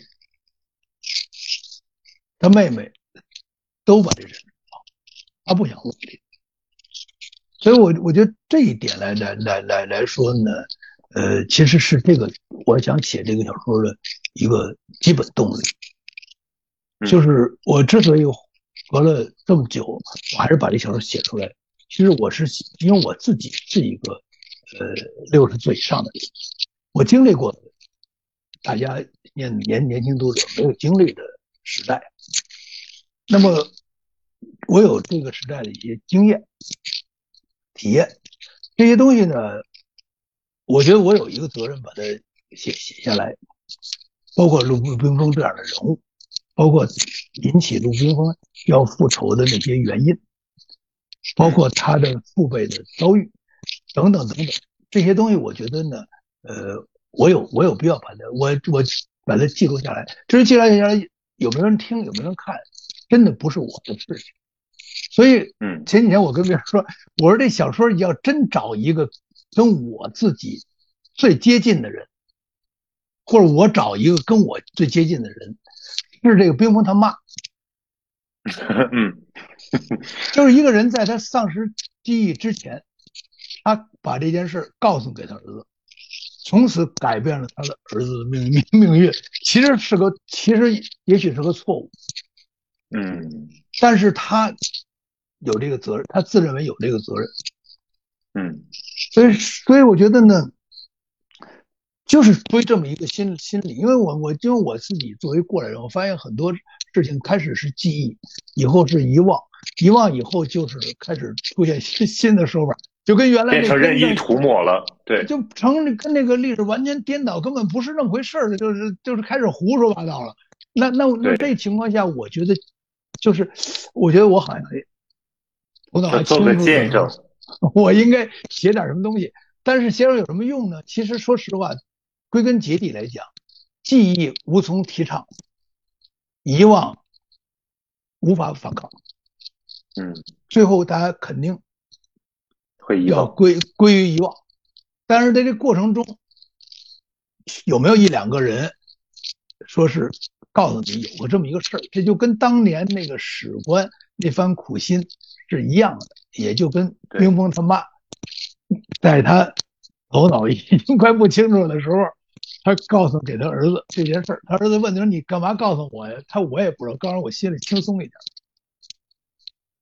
他妹妹都把这件事忘，他不想忘这个。所以我我觉得这一点来来来来来说呢，呃，其实是这个我想写这个小说的一个基本动力。就是我之所以隔了这么久，我还是把这小说写出来，其实我是因为我自己是一个呃六十岁以上的人。我经历过大家年年年轻读者没有经历的时代，那么我有这个时代的一些经验、体验，这些东西呢，我觉得我有一个责任把它写写下来，包括陆冰峰这样的人物，包括引起陆冰峰要复仇的那些原因，包括他的父辈的遭遇，等等等等，这些东西我觉得呢。呃，我有我有必要把它我我把它记录下来。至于记录下来有没有人听，有没有人看，真的不是我的事情。所以，嗯，前几天我跟别人说，我说这小说要真找一个跟我自己最接近的人，或者我找一个跟我最接近的人，是这个冰峰他妈。 嗯， 就是一个人在他丧失记忆之前，他把这件事告诉给他儿子。从此改变了他的儿子的命命命运，其实是个，其实也许是个错误， 嗯， 但是他有这个责任，他自认为有这个责任， 嗯， 所以，所以我觉得呢，就是出于这么一个心心理，因为我我因为我自己作为过来人，我发现很多事情开始是记忆，以后是遗忘，遗忘以后就是开始出现新新的说法。就跟原来变成任意涂抹了，对， 就成跟那个历史完全颠倒，根本不是那么回事了，就是就是开始胡说八道了。那那那这情况下，我觉得就是我觉得我好像头脑还清楚的时候，我应该写点什么东西。但是写点有什么用呢？其实说实话，归根结底来讲，记忆无从提倡，遗忘无法反抗。 嗯， 最后大家肯定。要归归于遗忘，但是在这过程中，有没有一两个人说是告诉你有过这么一个事儿？这就跟当年那个史官那番苦心是一样的，也就跟冰峰他妈在他头脑已经快不清楚的时候，他告诉给他儿子这件事儿。他儿子问他说：“你干嘛告诉我呀？”他我也不知道，告诉我心里轻松一点。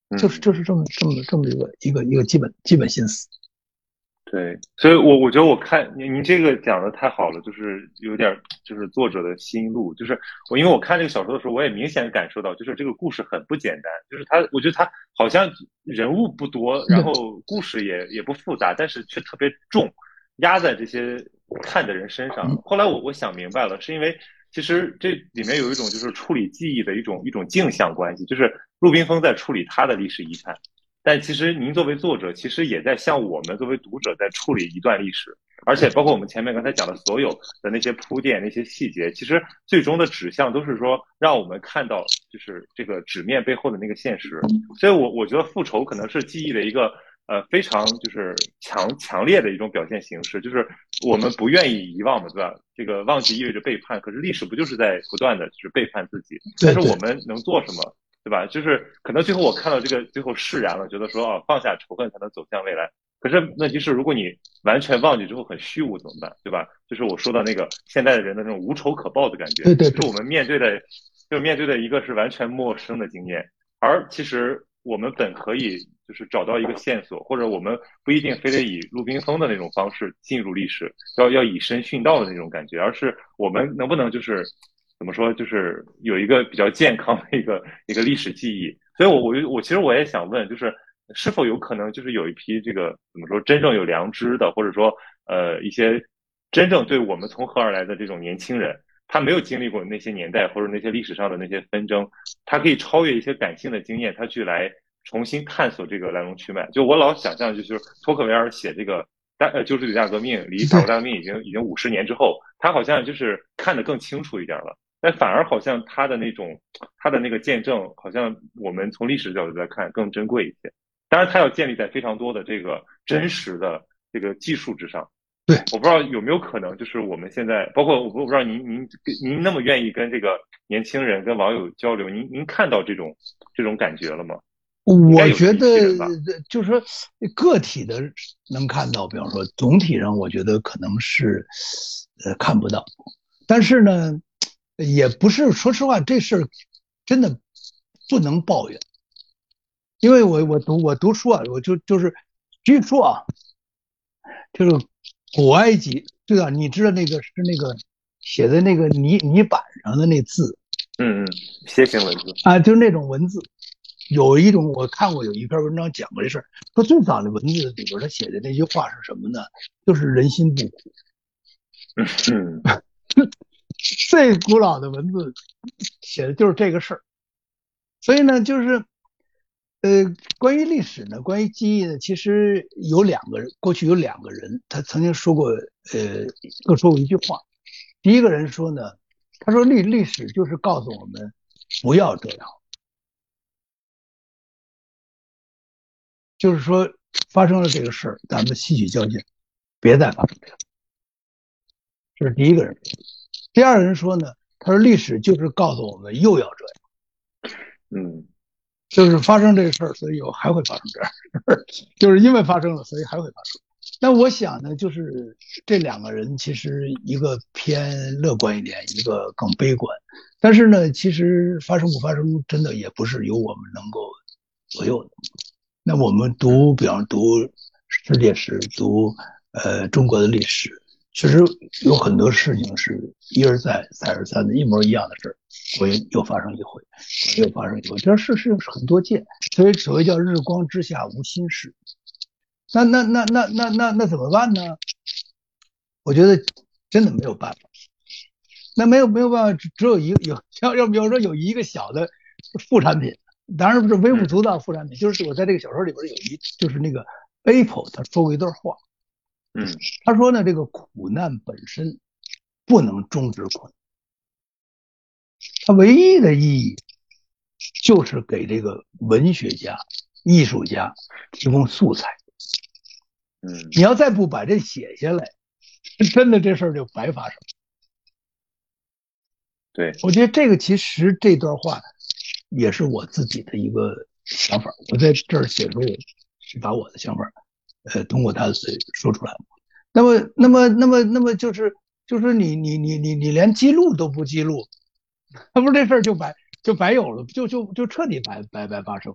就是就是这么这么这么一个一个一个基本基本心思。 对，所以我我觉得我看您您这个讲的太好了，就是有点就是作者的心路，就是我因为我看这个小说的时候，我也明显感受到，就是这个故事很不简单，就是他我觉得他好像人物不多，然后故事也也不复杂，但是却特别重，压在这些看的人身上。后来我我想明白了，是因为其实这里面有一种就是处理记忆的一种一种镜像关系，就是陆冰峰在处理他的历史遗产。但其实您作为作者，其实也在向我们作为读者在处理一段历史，而且包括我们前面刚才讲的所有的那些铺垫、那些细节，其实最终的指向都是说让我们看到就是这个纸面背后的那个现实。所以我我觉得复仇可能是记忆的一个呃非常就是强强烈的一种表现形式，就是我们不愿意遗忘嘛，对吧？这个忘记意味着背叛，可是历史不就是在不断的就是背叛自己？但是我们能做什么？对吧？就是可能最后我看到这个最后释然了，觉得说啊，放下仇恨才能走向未来。可是问题是，如果你完全忘记之后很虚无怎么办？对吧？就是我说到那个现代的人的那种无仇可报的感觉。 对对， 就是我们面对的，就面对的一个是完全陌生的经验，而其实我们本可以就是找到一个线索，或者我们不一定非得以陆冰峰的那种方式进入历史，要要以身殉道的那种感觉，而是我们能不能就是怎么说，就是有一个比较健康的一个一个历史记忆。所以我我我其实我也想问，就是是否有可能就是有一批这个怎么说真正有良知的，或者说呃一些真正对我们从何而来的这种年轻人，他没有经历过那些年代或者那些历史上的那些纷争，他可以超越一些感性的经验，他去来重新探索这个来龙去脉。就我老想象，就是托克维尔写这个大呃救世主大革命，离法国大革命已经已经五十年之后，他好像就是看得更清楚一点了。但反而好像他的那种他的那个见证，好像我们从历史角度来看更珍贵一些。当然，他要建立在非常多的这个真实的这个技术之上。 对， 我不知道有没有可能，就是我们现在，包括我不知道您您您那么愿意跟这个年轻人、跟网友交流，您您看到这种这种感觉了吗？ 我觉得就是说个体的能看到，比方说总体上，我觉得可能是呃看不到。但是呢，也不是，说实话，这事儿真的不能抱怨，因为我我读我读书啊，我就就是据说啊，就是古埃及，对吧？你知道那个是那个写在那个泥泥板上的那字， 嗯嗯，楔形文字啊，就是那种文字。有一种我看过有一篇文章讲过这事儿，说最早的文字里边他写的那句话是什么呢？就是人心不古。 嗯。 最古老的文字写的就是这个事儿，所以呢，就是呃，关于历史呢，关于记忆呢，其实有两个人，过去有两个人，他曾经说过，呃，各说过一句话。第一个人说呢，他说历历史就是告诉我们不要这样，就是说发生了这个事儿，咱们吸取教训，别再发生这个。这是第一个人。第二个人说呢，他说历史就是告诉我们又要这样， 嗯， 就是发生这个事儿，所以有还会发生这样的事儿，就是因为发生了，所以还会发生。那我想呢，就是这两个人其实一个偏乐观一点，一个更悲观。但是呢，其实发生不发生，真的也不是由我们能够左右的。那我们读，比方读世界史，读呃中国的历史。其实有很多事情是一而再再而三的一模一样的事儿，我又发生一回，又发生一回，这事实是很多见，所以所谓叫日光之下无新事。那那那那那那那怎么办呢？我觉得真的没有办法。那没有没有办法，只有一个有要要比如说有一个小的副产品，当然不是微不足道副产品，就是我在这个小说里边有一就是那个 Apple 他说过一段话。 嗯， 他说呢，这个苦难本身不能终止苦难，它唯一的意义就是给这个文学家、艺术家提供素材。 嗯， 你要再不把这写下来，真的这事儿就白发生。 对， 我觉得这个其实这段话也是我自己的一个想法，我在这儿写的时候也是把我的想法。呃，通过他的嘴说出来。那么，那么，那么，那么就是就是你你你你你连记录都不记录，那不是这事儿就白就白有了，就就就彻底白白白发生了。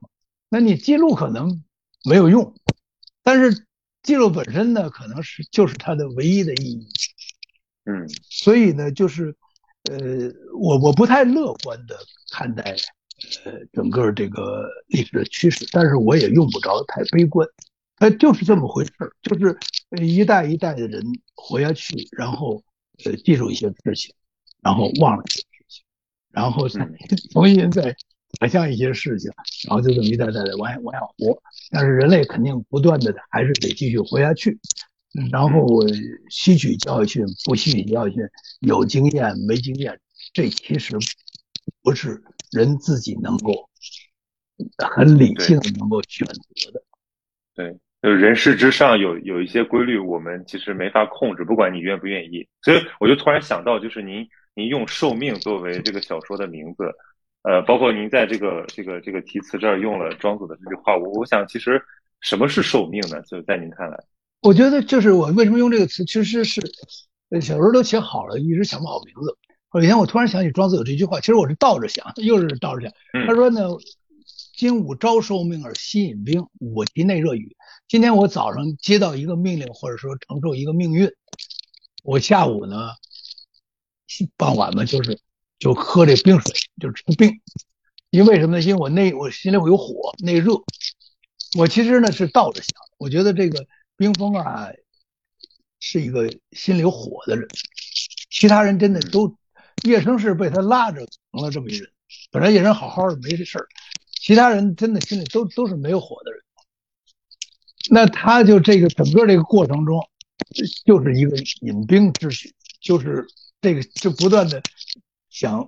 那你记录可能没有用，但是记录本身呢，可能是就是它的唯一的意义。 嗯， 所以呢，就是呃，我我不太乐观的看待呃整个这个历史的趋势，但是我也用不着太悲观，它就是这么回事儿，就是一代一代的人活下去，然后呃记住一些事情，然后忘了一些事情，然后再重新再想象一些事情，然后就这么一代代的往下往下活。但是人类肯定不断的还是得继续活下去，然后吸取教训，不吸取教训，有经验没经验，这其实不是人自己能够很理性的能够选择的。 对，就是人世之上有有一些规律，我们其实没法控制，不管你愿不愿意。所以我就突然想到，就是您您用寿命作为这个小说的名字，呃，包括您在这个这个这个题词这儿用了庄子的这句话，我我想其实什么是寿命呢？就在您看来， 我觉得就是我为什么用这个词，其实是呃小时候都写好了，一直想不好名字。有一天我突然想起庄子有这句话，其实我是倒着想，又是倒着想。他说呢，今吾朝受命而夕引兵，我其内热与。今天我早上接到一个命令，或者说承受一个命运，我下午呢，傍晚嘛，就是就喝这冰水，就是吃冰。因为什么呢？因为我内我心里会有火，内热。我其实呢是倒着想，我觉得这个冰封啊是一个心里有火的人，其他人真的都叶生是被他拉着成了这么一人，本来叶生好好的没这事儿，其他人真的心里都都是没有火的人。那他就这个整个这个过程中，就是一个引兵之举，就是这个就不断的想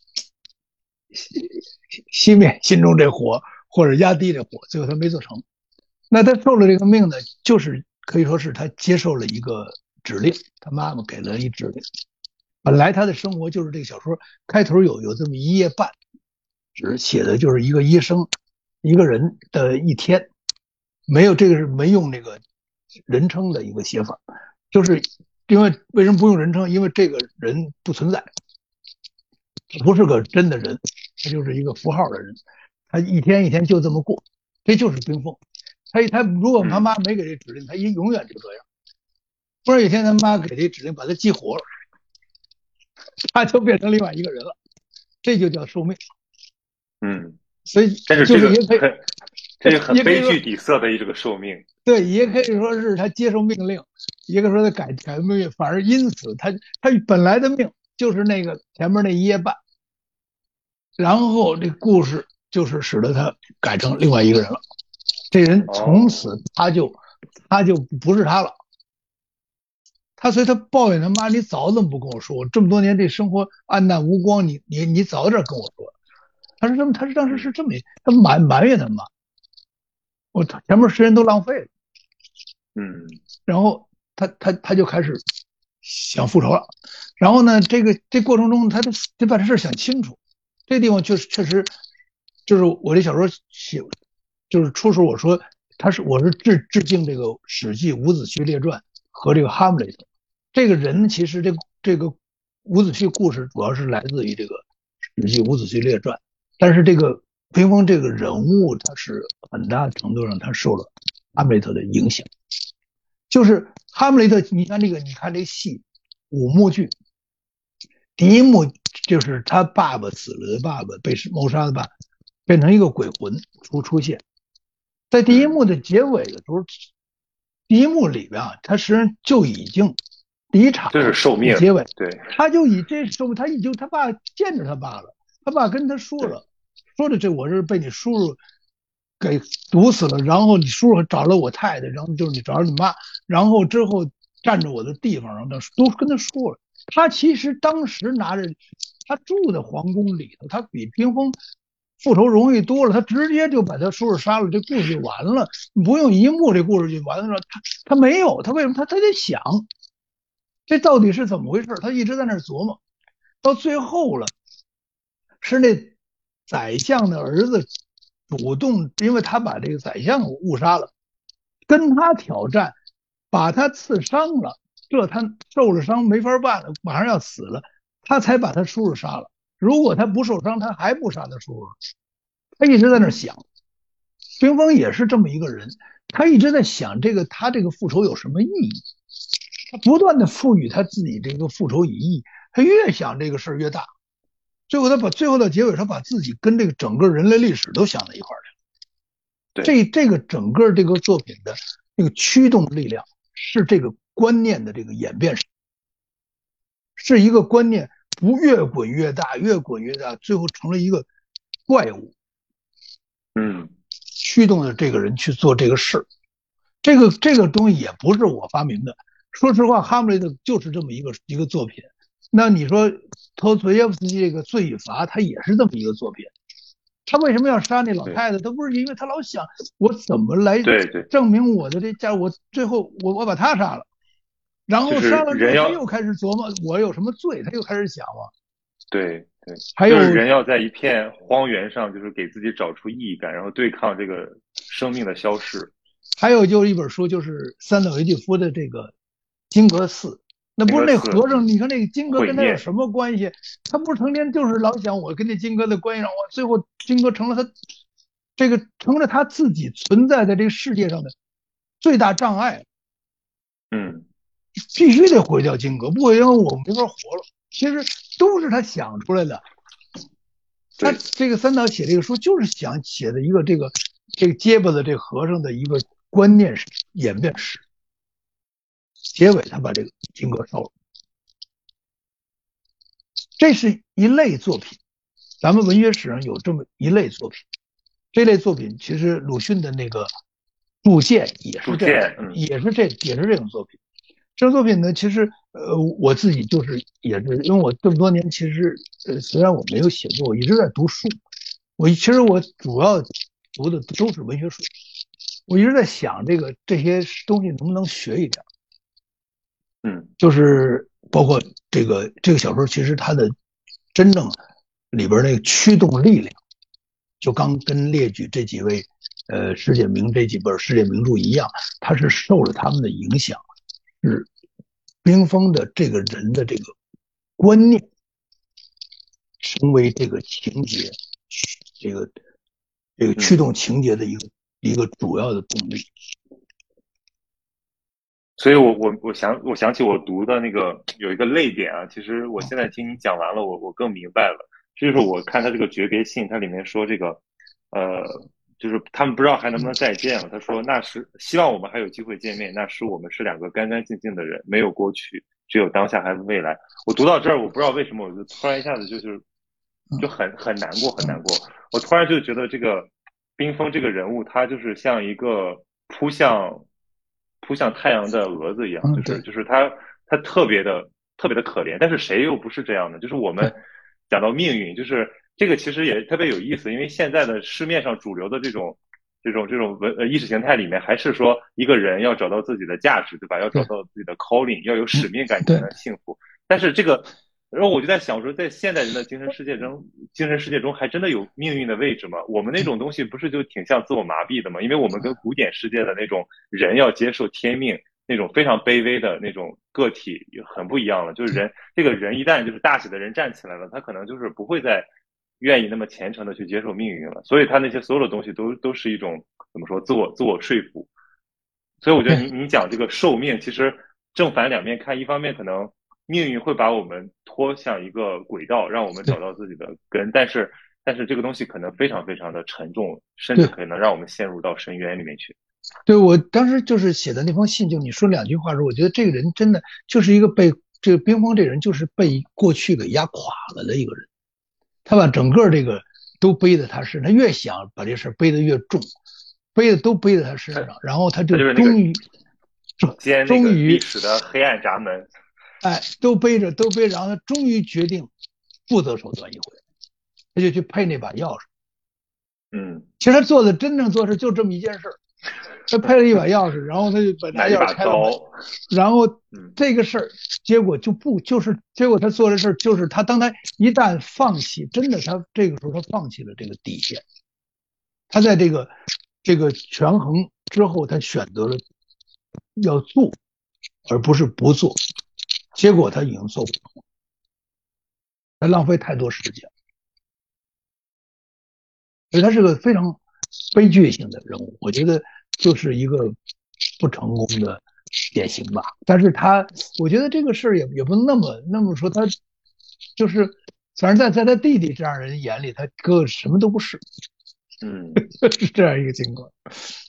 熄灭心中这火，或者压低这火，最后他没做成。那他受了这个命呢，就是可以说是他接受了一个指令，他妈妈给了一指令。本来他的生活就是这个小说开头有有这么一页半，只写的就是一个医生一个人的一天，没有这个是没用那个人称的一个写法，就是因为为什么不用人称？因为这个人不存在，他不是个真的人，他就是一个符号的人，他一天一天就这么过，这就是冰封。他他如果他妈没给这指令，他也永远就这样。忽然有一天他妈给这指令，把他激活了，他就变成另外一个人了，这就叫寿命。 嗯， 所以但是这个也可以， 这是很悲剧底色的一个寿命。 对，也可以说是他接受命令，也可以说他改改命运，反而因此他他本来的命就是那个前面那一页半，然后这故事就是使得他改成另外一个人了。这人从此他就、哦、他就不是他了，他所以他抱怨他妈，你早怎么不跟我说？我这么多年这生活暗淡无光，你你你早点跟我说。他是这么，他是当时是这么，他埋埋怨他妈，我前面时间都浪费了。 嗯， 然后他他他就开始想复仇了。然后呢，这个这过程中他得把这事想清楚。这地方确实确实就是我这小说写。就是初时我说他是我是致致敬这个《史记·伍子胥列传》和这个哈姆雷特。这个人其实这个这个伍子胥故事主要是来自于这个《史记·伍子胥列传》，但是这个冰封这个人物他是很大程度上他受了哈姆雷特的影响。就是哈姆雷特，你看这个你看这戏五幕剧，第一幕就是他爸爸死了的爸爸被谋杀的爸爸变成一个鬼魂出出现。在第一幕的结尾的时候，第一幕里边啊，他实际上就已经第一场这是寿命结尾， 对， 他就以这寿命，他已经他爸见着他爸了，他爸跟他说了，说的这我是被你叔叔给毒死了，然后你叔叔找了我太太，然后就是你找了你妈，然后之后占着我的地方，然后都跟他说了。他其实当时拿着他住的皇宫里头，他比冰封复仇容易多了，他直接就把他叔叔杀了，这故事就完了，不用一幕这故事就完了。他他没有，他为什么他他得想，这到底是怎么回事？他一直在那儿琢磨，到最后了，是那宰相的儿子主动，因为他把这个宰相误杀了，跟他挑战，把他刺伤了，这他受了伤没法办了，马上要死了，他才把他叔叔杀了。如果他不受伤，他还不杀他叔叔。他一直在那想， 冰封也是这么一个人，他一直在想这个他这个复仇有什么意义，他不断的赋予他自己这个复仇意义，他越想这个事儿越大，最后他把最后的结尾，他把自己跟这个整个人类历史都想在一块儿去了。这这个整个这个作品的这个驱动力量是这个观念的这个演变史，是一个观念不越滚越大，越滚越大，最后成了一个怪物。 嗯， 驱动了这个人去做这个事。这个这个东西也不是我发明的。说实话，哈姆雷特就是这么一个一个作品。那你说托斯托耶夫斯基这个《罪与罚》，他也是这么一个作品。他为什么要杀那老太太？他不是因为他老想我怎么来证明我的这家，我最后我我把他杀了，然后杀了之后他又开始琢磨我有什么罪，他又开始想嘛。 对对， 还有就是人要在一片荒原上，就是给自己找出意义感，然后对抗这个生命的消逝。 还有就是一本书，就是三岛由纪夫的这个金阁寺。那不是那和尚，你看那个金阁跟他有什么关系？他不是成天就是老想我跟那金阁的关系上，我最后金阁成了他这个成了他自己存在在这个世界上的最大障碍。 嗯， 必须得毁掉金阁，不毁掉我们没法活了。其实都是他想出来的。他这个三岛写这个书就是想写的一个这个这个结巴的这和尚的一个观念史演变史。结尾他把这个金阁烧了。这是一类作品，咱们文学史上有这么一类作品。这类作品其实鲁迅的那个铸剑也是这样， 嗯、 也是这也是这种作品。这种作品呢，其实呃我自己就是也是因为我这么多年，其实呃虽然我没有写作，我一直在读书。我其实我主要读的都是文学书，我一直在想这个这些东西能不能学一点。 嗯， 就是包括这个这个小说，其实它的真正里边那个驱动力量，就刚跟列举这几位呃世界名这几本世界名著一样，它是受了他们的影响，是冰封的这个人的这个观念成为这个情节，这个这个驱动情节的一个、嗯、一个主要的动力。 所以我我我想我想起我读的那个有一个泪点啊，其实我现在听你讲完了，我我更明白了。就是我看他这个诀别信，它里面说这个，呃，就是他们不知道还能不能再见了。他说那是希望我们还有机会见面，那时我们是两个干干净净的人，没有过去，只有当下还有未来。我读到这儿，我不知道为什么，我就突然一下子就是就很很难过，很难过。我突然就觉得这个冰封这个人物，他就是像一个扑向。扑向太阳的蛾子一样，就是就是他他特别的特别的可怜，但是谁又不是这样的？就是我们讲到命运，就是这个其实也特别有意思，因为现在的市面上主流的这种这种这种文呃意识形态里面，还是说一个人要找到自己的价值，对吧？要找到自己的 calling， 要有使命感才能幸福。但是这个。然后我就在想说，在现代人的精神世界中，精神世界中还真的有命运的位置吗？我们那种东西不是就挺像自我麻痹的吗？因为我们跟古典世界的那种人要接受天命，那种非常卑微的那种个体很不一样了。就是人，这个人一旦就是大写的人站起来了，他可能就是不会再愿意那么虔诚的去接受命运了。所以他那些所有的东西都都是一种怎么说，自我自我说服。所以我觉得你你讲这个寿命，其实正反两面看，一方面可能。命运会把我们拖向一个轨道，让我们找到自己的根，但是但是这个东西可能非常非常的沉重，甚至可能让我们陷入到深渊里面去。 对，我当时就是写的那封信，就你说两句话的时候，我觉得这个人真的就是一个被这个冰封这个人就是被过去给压垮了的一个人，他把整个这个都背在他身上，他越想把这事背得越重，背的都背在他身上，然后他就终于终于历史的黑暗闸门。 哎，都背着，都背着，然后他终于决定不择手段一回，他就去配那把钥匙。 嗯， 其实他做的真正做事就这么一件事儿，他配了一把钥匙，然后他就把那钥匙开了门，然后这个事儿结果就不就是结果他做的事儿就是他当他一旦放弃，真的他这个时候他放弃了这个底线，他在这个这个权衡之后，他选择了要做，而不是不做。结果他已经做不成了，他浪费太多时间，所以他是个非常悲剧性的人物，我觉得就是一个不成功的典型吧。但是他，我觉得这个事儿也也不能那么那么说，他就是，反正在在他弟弟这样人眼里，他哥哥什么都不是， 嗯， 是这样一个情况。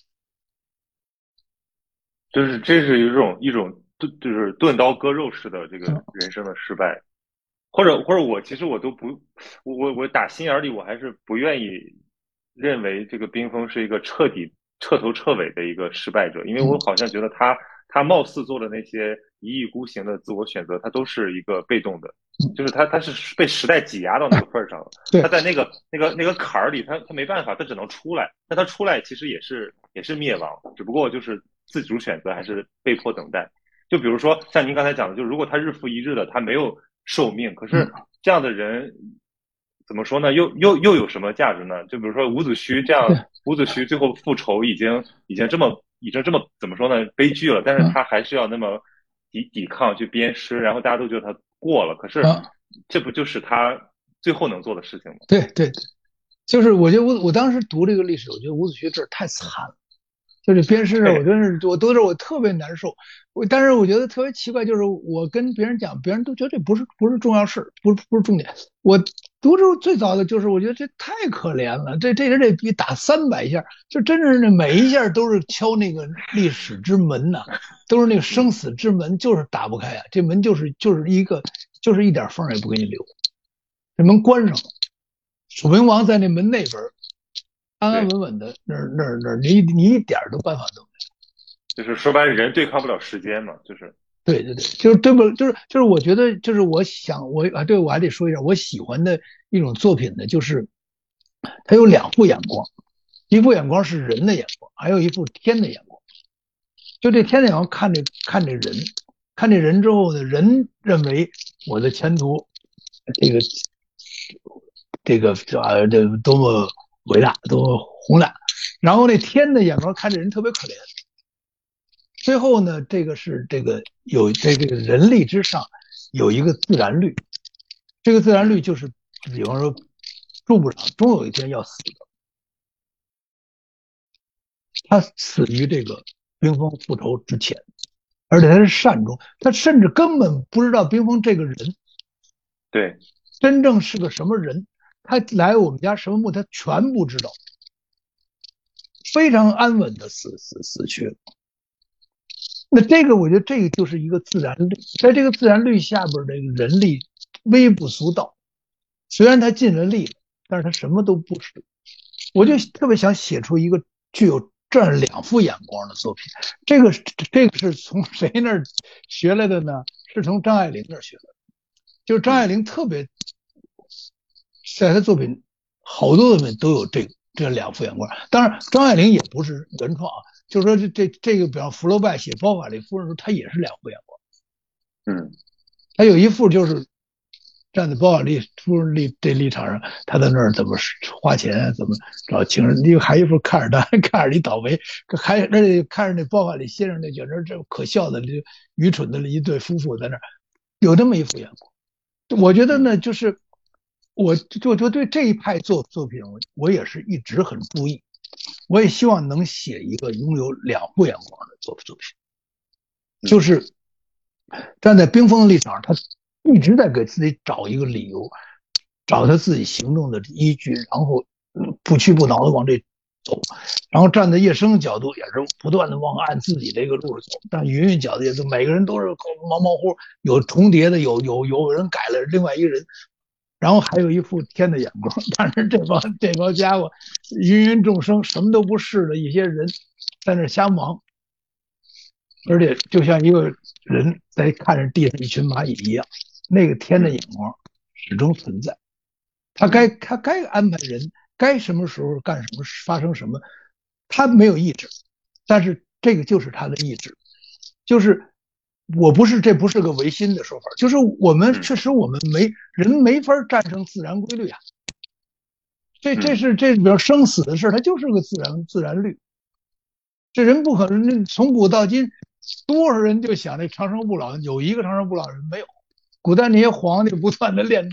就是这是一种一种钝就是钝刀割肉式的这个人生的失败，或者或者我其实我都不，我我我打心眼里我还是不愿意认为这个冰封是一个彻底彻头彻尾的一个失败者，因为我好像觉得他他貌似做的那些一意孤行的自我选择，他都是一个被动的，就是他他是被时代挤压到那个份儿上了，他在那个那个那个坎儿里，他他没办法，他只能出来，但他出来其实也是也是灭亡，只不过就是自主选择还是被迫等待。就比如说像您刚才讲的，就如果他日复一日的他没有寿命，可是这样的人怎么说呢？又又又有什么价值呢？就比如说伍子胥这样，伍子胥最后复仇已经已经这么已经这么怎么说呢？悲剧了，但是他还是要那么抵抵抗去鞭尸，然后大家都觉得他过了，可是这不就是他最后能做的事情吗？ 对对对，就是我觉得我我当时读这个历史，我觉得伍子胥这太惨了。就这鞭尸，我真是我读着我特别难受。我但是我觉得特别奇怪，就是我跟别人讲，别人都觉得这不是不是重要事，不是不是重点。我读着最早的就是，我觉得这太可怜了，这这人这比打三百下，就真是那每一下都是敲那个历史之门呐、啊，都是那个生死之门，就是打不开啊。这门就是就是一个就是一点缝也不给你留，这门关上了。楚平王在那门那边。安安稳稳的，那儿那儿那儿，你你一点都办法都没有。就是说白了，人对抗不了时间嘛，就是。 对对对，就是对不，就是就是我觉得，就是我想我啊，对我还得说一下，我喜欢的一种作品呢，就是它有两副眼光，一副眼光是人的眼光，还有一副天的眼光。就这天的眼光看这看这人，看这人之后呢，人认为我的前途，这个这个啊，这多么伟大，多宏大，然后那天的眼光看这人特别可怜。最后呢，这个是这个有这个人力之上有一个自然律，这个自然律就是，比方说祝部长终有一天要死的，他死于这个冰封复仇之前，而且他是善终，他甚至根本不知道冰封这个人， 对， 真正是个什么人。他来我们家什么墓，他全不知道，非常安稳的死死死去了。那这个我觉得这个就是一个自然律，在这个自然律下边，这个人力微不足道，虽然他尽了力了，但是他什么都不是。我就特别想写出一个具有这样两副眼光的作品。这个这个是从谁那儿学来的呢？是从张爱玲那儿学的。就是张爱玲特别在她作品好多作品都有这个这两副眼光。当然，张爱玲也不是原创啊，就是说这这这个，比方福楼拜写《包法利夫人》的时候，他也是两副眼光。 嗯， 他有一副就是站在包法利夫人立这立场上，他在那儿怎么花钱，怎么找情人。另外还一副看着他，看着你倒霉，还而且看着那包法利先生那简直这可笑的、愚蠢的一对夫妇在那儿，有这么一副眼光。我觉得呢，就是我就就对这一派作作品，我也是一直很注意。我也希望能写一个拥有两副眼光的作作品，就是站在冰封的立场上，他一直在给自己找一个理由，找他自己行动的依据，然后不屈不挠的往这走，然后站在叶生的角度也是不断的往按自己这个路走，但云云角度也是每个人都是毛毛乎，有重叠的，有有有人改了另外一个人。然后还有一副天的眼光，但是这帮这帮家伙芸芸众生什么都不是的一些人在那瞎忙，而且就像一个人在看着地上一群蚂蚁一样，那个天的眼光始终存在。他该他该安排人，该什么时候干什么，发生什么，他没有意志，但是这个就是他的意志，就是。我不是，这不是个唯心的说法，就是我们确实我们没人没法战胜自然规律啊。这这是这比如生死的事，它就是个自然自然律。这人不可能从古到今，多少人就想这长生不老，有一个长生不老人没有。古代那些皇帝不断的炼丹，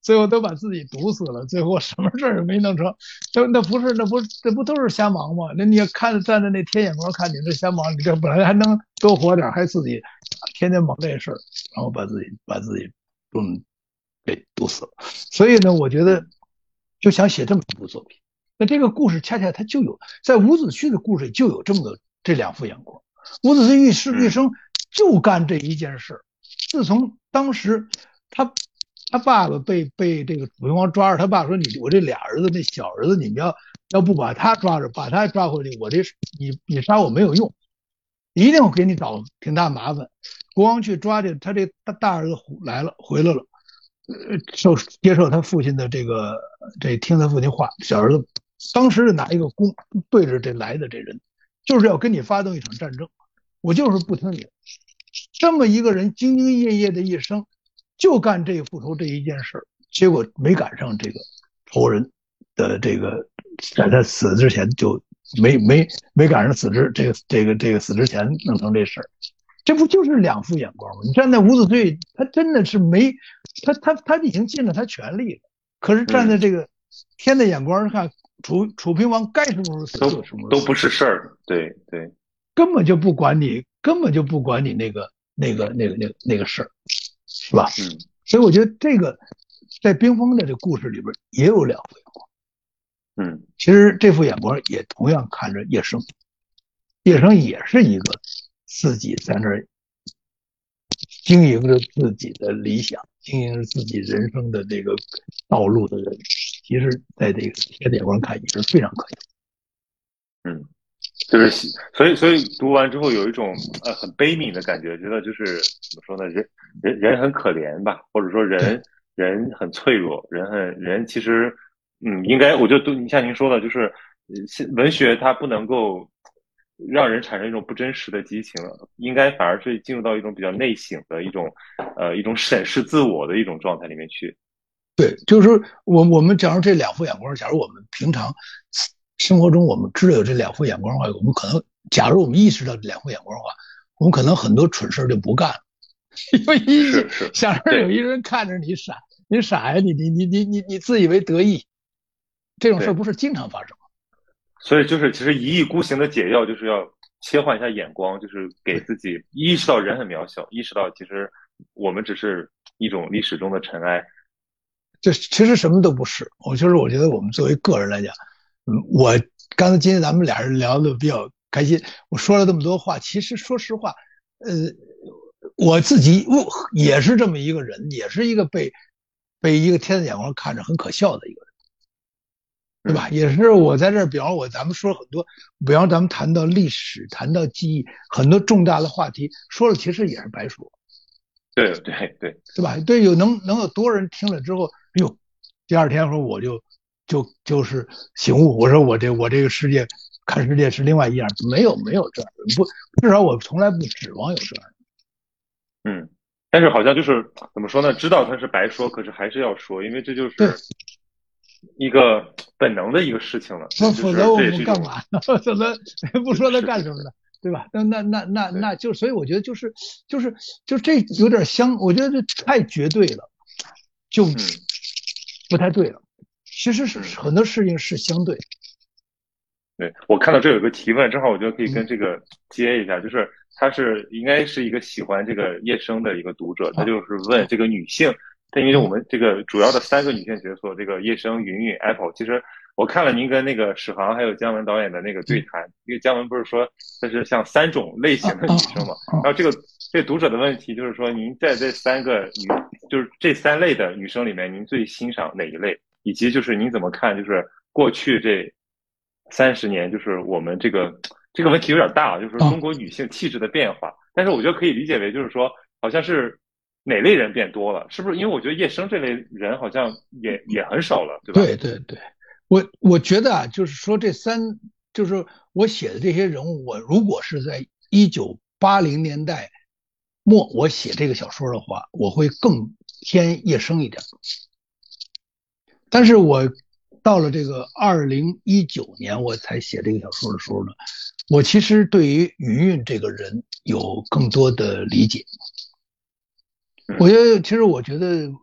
最后都把自己毒死了，最后什么事儿也没弄成。那那不是那不这不都是瞎忙吗？那你也看站在那天眼光看你这瞎忙，你这本来还能多活点，还自己天天忙这事儿，然后把自己把自己嗯给毒死了。所以呢，我觉得就想写这么一部作品。那这个故事恰恰它就有在伍子胥的故事里就有这么个这两副眼光。伍子胥一生一生就干这一件事。自从当时他他爸爸被被这个楚平王抓着，他爸说：“你我这俩儿子，那小儿子你们要要不把他抓着，把他抓回去，我这你你杀我没有用，一定会给你找挺大麻烦。”国王去抓这他这大大儿子来了，回来了，呃，受接受他父亲的这个这听他父亲话，小儿子当时拿一个弓对着这来的这人，就是要跟你发动一场战争，我就是不听你的。这么一个人兢兢业业的一生，就干这复仇这一件事，结果没赶上这个仇人的这个，在他死之前就没没没赶上死之这个这个这个死之前弄成这事儿，这不就是两副眼光吗？你站在伍子胥，他真的是没他他他已经尽了他全力了，可是站在这个天的眼光上看，楚楚平王该什么时候死都什么时候都不是事儿，对对， 根本就不管你，根本就不管你那个那个那个那个那个事儿，是吧？ 嗯， 所以我觉得这个在冰封的这故事里边也有两副眼光。 嗯， 其实这副眼光也同样看着叶生，叶生也是一个自己在那儿经营着自己的理想，经营着自己人生的这个道路的人，其实在这个天的眼光看也是非常可惜。嗯。就是所以所以读完之后有一种呃很悲悯的感觉，觉得就是怎么说呢，人人人很可怜吧，或者说人人很脆弱，人很人其实嗯应该，我觉得都像您说的，就是文学它不能够让人产生一种不真实的激情了，应该反而是进入到一种比较内省的一种呃一种审视自我的一种状态里面去。 对，就是我我们假如这两副眼光，假如我们平常生活中我们知道有这两副眼光的话，我们可能，假如我们意识到这两副眼光的话，我们可能很多蠢事就不干了。因为一想着有一人看着你傻，你傻呀，你你你你你你自以为得意，这种事不是经常发生吗？ 所以就是其实一意孤行的解药就是要切换一下眼光，就是给自己意识到人很渺小，意识到其实我们只是一种历史中的尘埃。 这其实什么都不是。我就是我觉得我们作为个人来讲，嗯，我刚才今天咱们俩人聊的比较开心，我说了这么多话，其实说实话，呃，我自己也是这么一个人，也是一个被被一个天的眼光看着很可笑的一个人，对吧？也是我在这儿，比方我咱们说很多，比方咱们谈到历史，谈到记忆，很多重大的话题，说了其实也是白说。 对对对， 对吧？对，有能能有多人听了之后，哎呦，第二天说我就就就是醒悟，我说我这我这个世界看世界是另外一样，没有没有这样的，不，至少我从来不指望有这样的。 嗯，但是好像就是怎么说呢？知道它是白说，可是还是要说，因为这就是一个本能的一个事情了。 否否则我们干嘛呢？否则不说它干什么呢？对吧？那那那那那就所以我觉得就是就是就这有点相，我觉得这太绝对了，就不太对了。其实是很多事情是相对。 对，我看到这有个提问，正好我觉得可以跟这个接一下，就是他是应该是一个喜欢这个叶生的一个读者，他就是问这个女性，他因为我们这个主要的三个女性角色，这个叶生、云云、Apple， 其实。我看了您跟那个史航还有姜文导演的那个对谈，因为姜文不是说这是像三种类型的女生嘛，然后这个这个读者的问题就是说，您在这三个女，就是这三类的女生里面，您最欣赏哪一类？以及就是您怎么看，就是过去这三十年，就是我们这个这个问题有点大，就是说中国女性气质的变化，但是我觉得可以理解为就是说，好像是。哪类人变多了？是不是？因为我觉得叶生这类人好像也也很少了，对吧？ 对对对。我我觉得啊，就是说这三，就是我写的这些人物，我如果是在一九八零年代末我写这个小说的话，我会更偏叶生一点。但是我到了这个二零一九年我才写这个小说的时候呢，我其实对于云云这个人有更多的理解。我觉得，其实我觉得。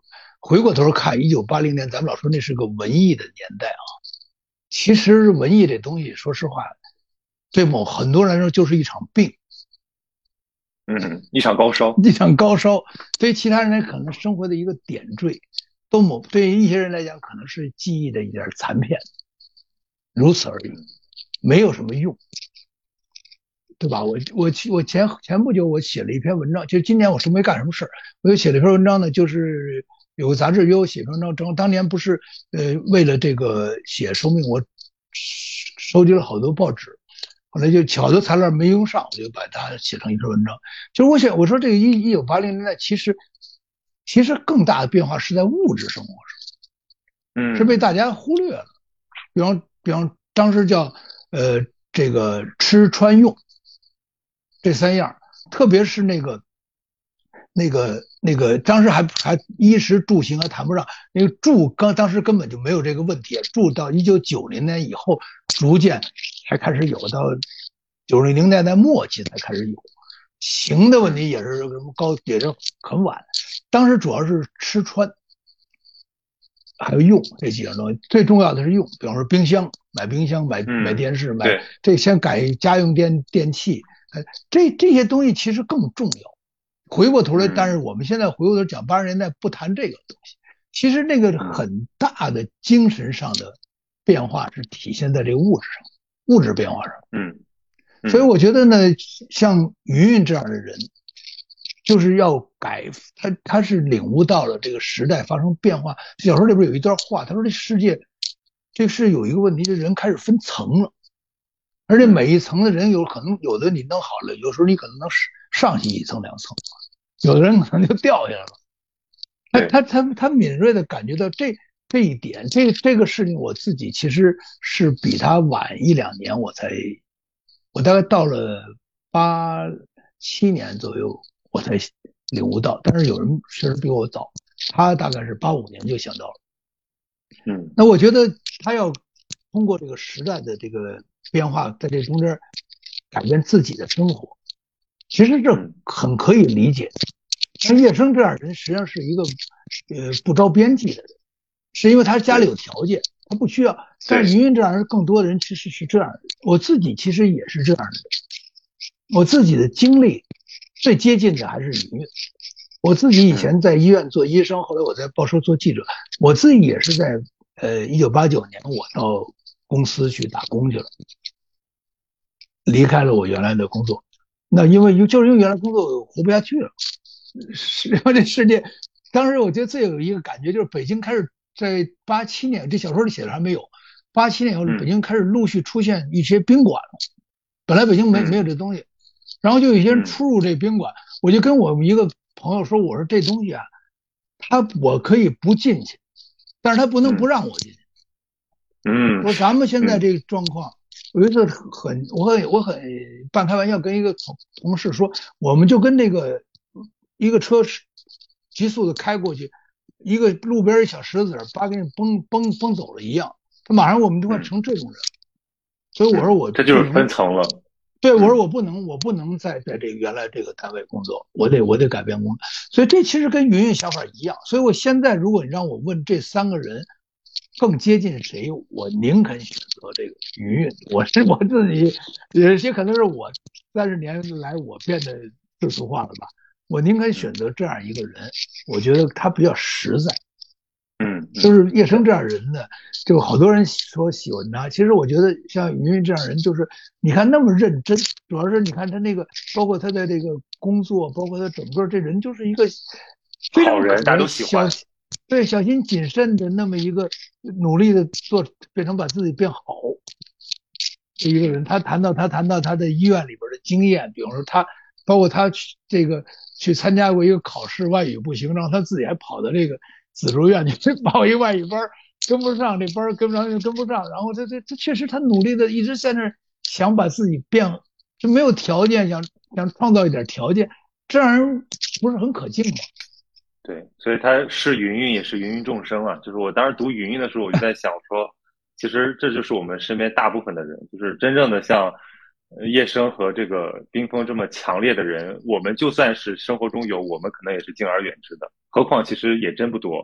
回过头看一九八零年，咱们老说那是个文艺的年代啊，其实文艺这东西，说实话，对某很多人来说就是一场病， 嗯，一场高烧， 一场高烧，对于其他人来可能生活的一个点缀，都某对于一些人来讲可能是记忆的一点残片，如此而已，没有什么用。对吧？我我我前前不久我写了一篇文章，其实今年我是没干什么事儿，我就写了一篇文章呢，就是有个杂志约我写篇文章，正当年不是呃为了这个写寿命，我收集了好多报纸，后来就好多材料没用上，我就把它写成一篇文章。就是我想我说这个一一九八零年代其实其实更大的变化是在物质生活上， 嗯， 是被大家忽略了。比方比方当时叫呃这个吃穿用。这三样，特别是那个、那个、那个，当时还还衣食住行还谈不上，那个住刚当时根本就没有这个问题，住到一九九零年以后，逐渐才开始有，到九零年代末期才开始有。行的问题也是什么高，也是很晚。当时主要是吃穿，还有用这几样东西，最重要的是用，比方说冰箱，买冰箱、买买电视、买这先改家用电电器。这这些东西其实更重要。回过头来，但是我们现在回过头讲八十年代不谈这个东西，其实那个很大的精神上的变化是体现在这个物质上，物质变化上。 嗯， 嗯所以我觉得呢，像云云这样的人，就是要改，他他是领悟到了这个时代发生变化。小说里边有一段话，他说这世界，这是有一个问题，这人开始分层了。而且每一层的人有可能，有的你弄好了，有时候你可能能上去一层两层，有的人可能就掉下来了。他他他他敏锐的感觉到这这一点，这这个事情我自己其实是比他晚一两年，我才我大概到了八七年左右我才领悟到，但是有人确实比我早，他大概是八五年就想到了。 嗯， 那我觉得他要通过这个时代的这个变化，在这中间改变自己的生活，其实这很可以理解。像叶生这样人，实际上是一个呃不着边际的人，是因为他家里有条件，他不需要。但是云云这样人，更多的人其实是这样的。我自己其实也是这样的人，我自己的经历最接近的还是云云。我自己以前在医院做医生，后来我在报社做记者，我自己也是在呃一九八九年我到公司去打工去了，离开了我原来的工作。那因为就是因为原来工作活不下去了，是因为这世界，当时我觉得最有一个感觉就是北京开始在八七年，这小说里写的还没有，八七年以后北京开始陆续出现一些宾馆了，本来北京没没有这东西，然后就有些人出入这宾馆，我就跟我们一个朋友说，我说这东西啊，他我可以不进去，但是他不能不让我进去。 嗯， 说咱们现在这个状况，有一次很我很我很半开玩笑跟一个同同事说，我们就跟那个一个车急速的开过去，一个路边一小石子把给你崩崩崩走了一样，他马上我们就会成这种人。所以我说我这就是分层了。 对，我说我不能，我不能再在这个原来这个单位工作，我得我得改变工作。所以这其实跟云云想法一样。所以我现在如果你让我问这三个人更接近谁，我宁肯选择这个云云。我是我自己，有些可能是我三十年来我变得世俗化了吧。我宁肯选择这样一个人，我觉得他比较实在。 嗯， 就是叶生这样人呢，就好多人说喜欢他。其实我觉得像云云这样人，就是你看那么认真，主要是你看他那个，包括他的这个工作，包括他整个这人就是一个非常好人，大家都喜欢。 对，小心谨慎的那么一个努力的做，变成把自己变好一个人。他谈到他谈到他在医院里边的经验，比方说他，包括他去这个去参加过一个考试，外语不行，然后他自己还跑到这个紫竹院去报一个外语班，跟不上这班，跟不上就跟不上。然后他这这确实他努力的一直在那儿想把自己变，就没有条件，想想创造一点条件，这样人不是很可敬吗？ 对，所以他是芸芸，也是芸芸众生啊。就是我当时读芸芸的时候，我就在想说，其实这就是我们身边大部分的人，就是真正的像叶生和这个冰封这么强烈的人，我们就算是生活中有，我们可能也是敬而远之的。何况其实也真不多。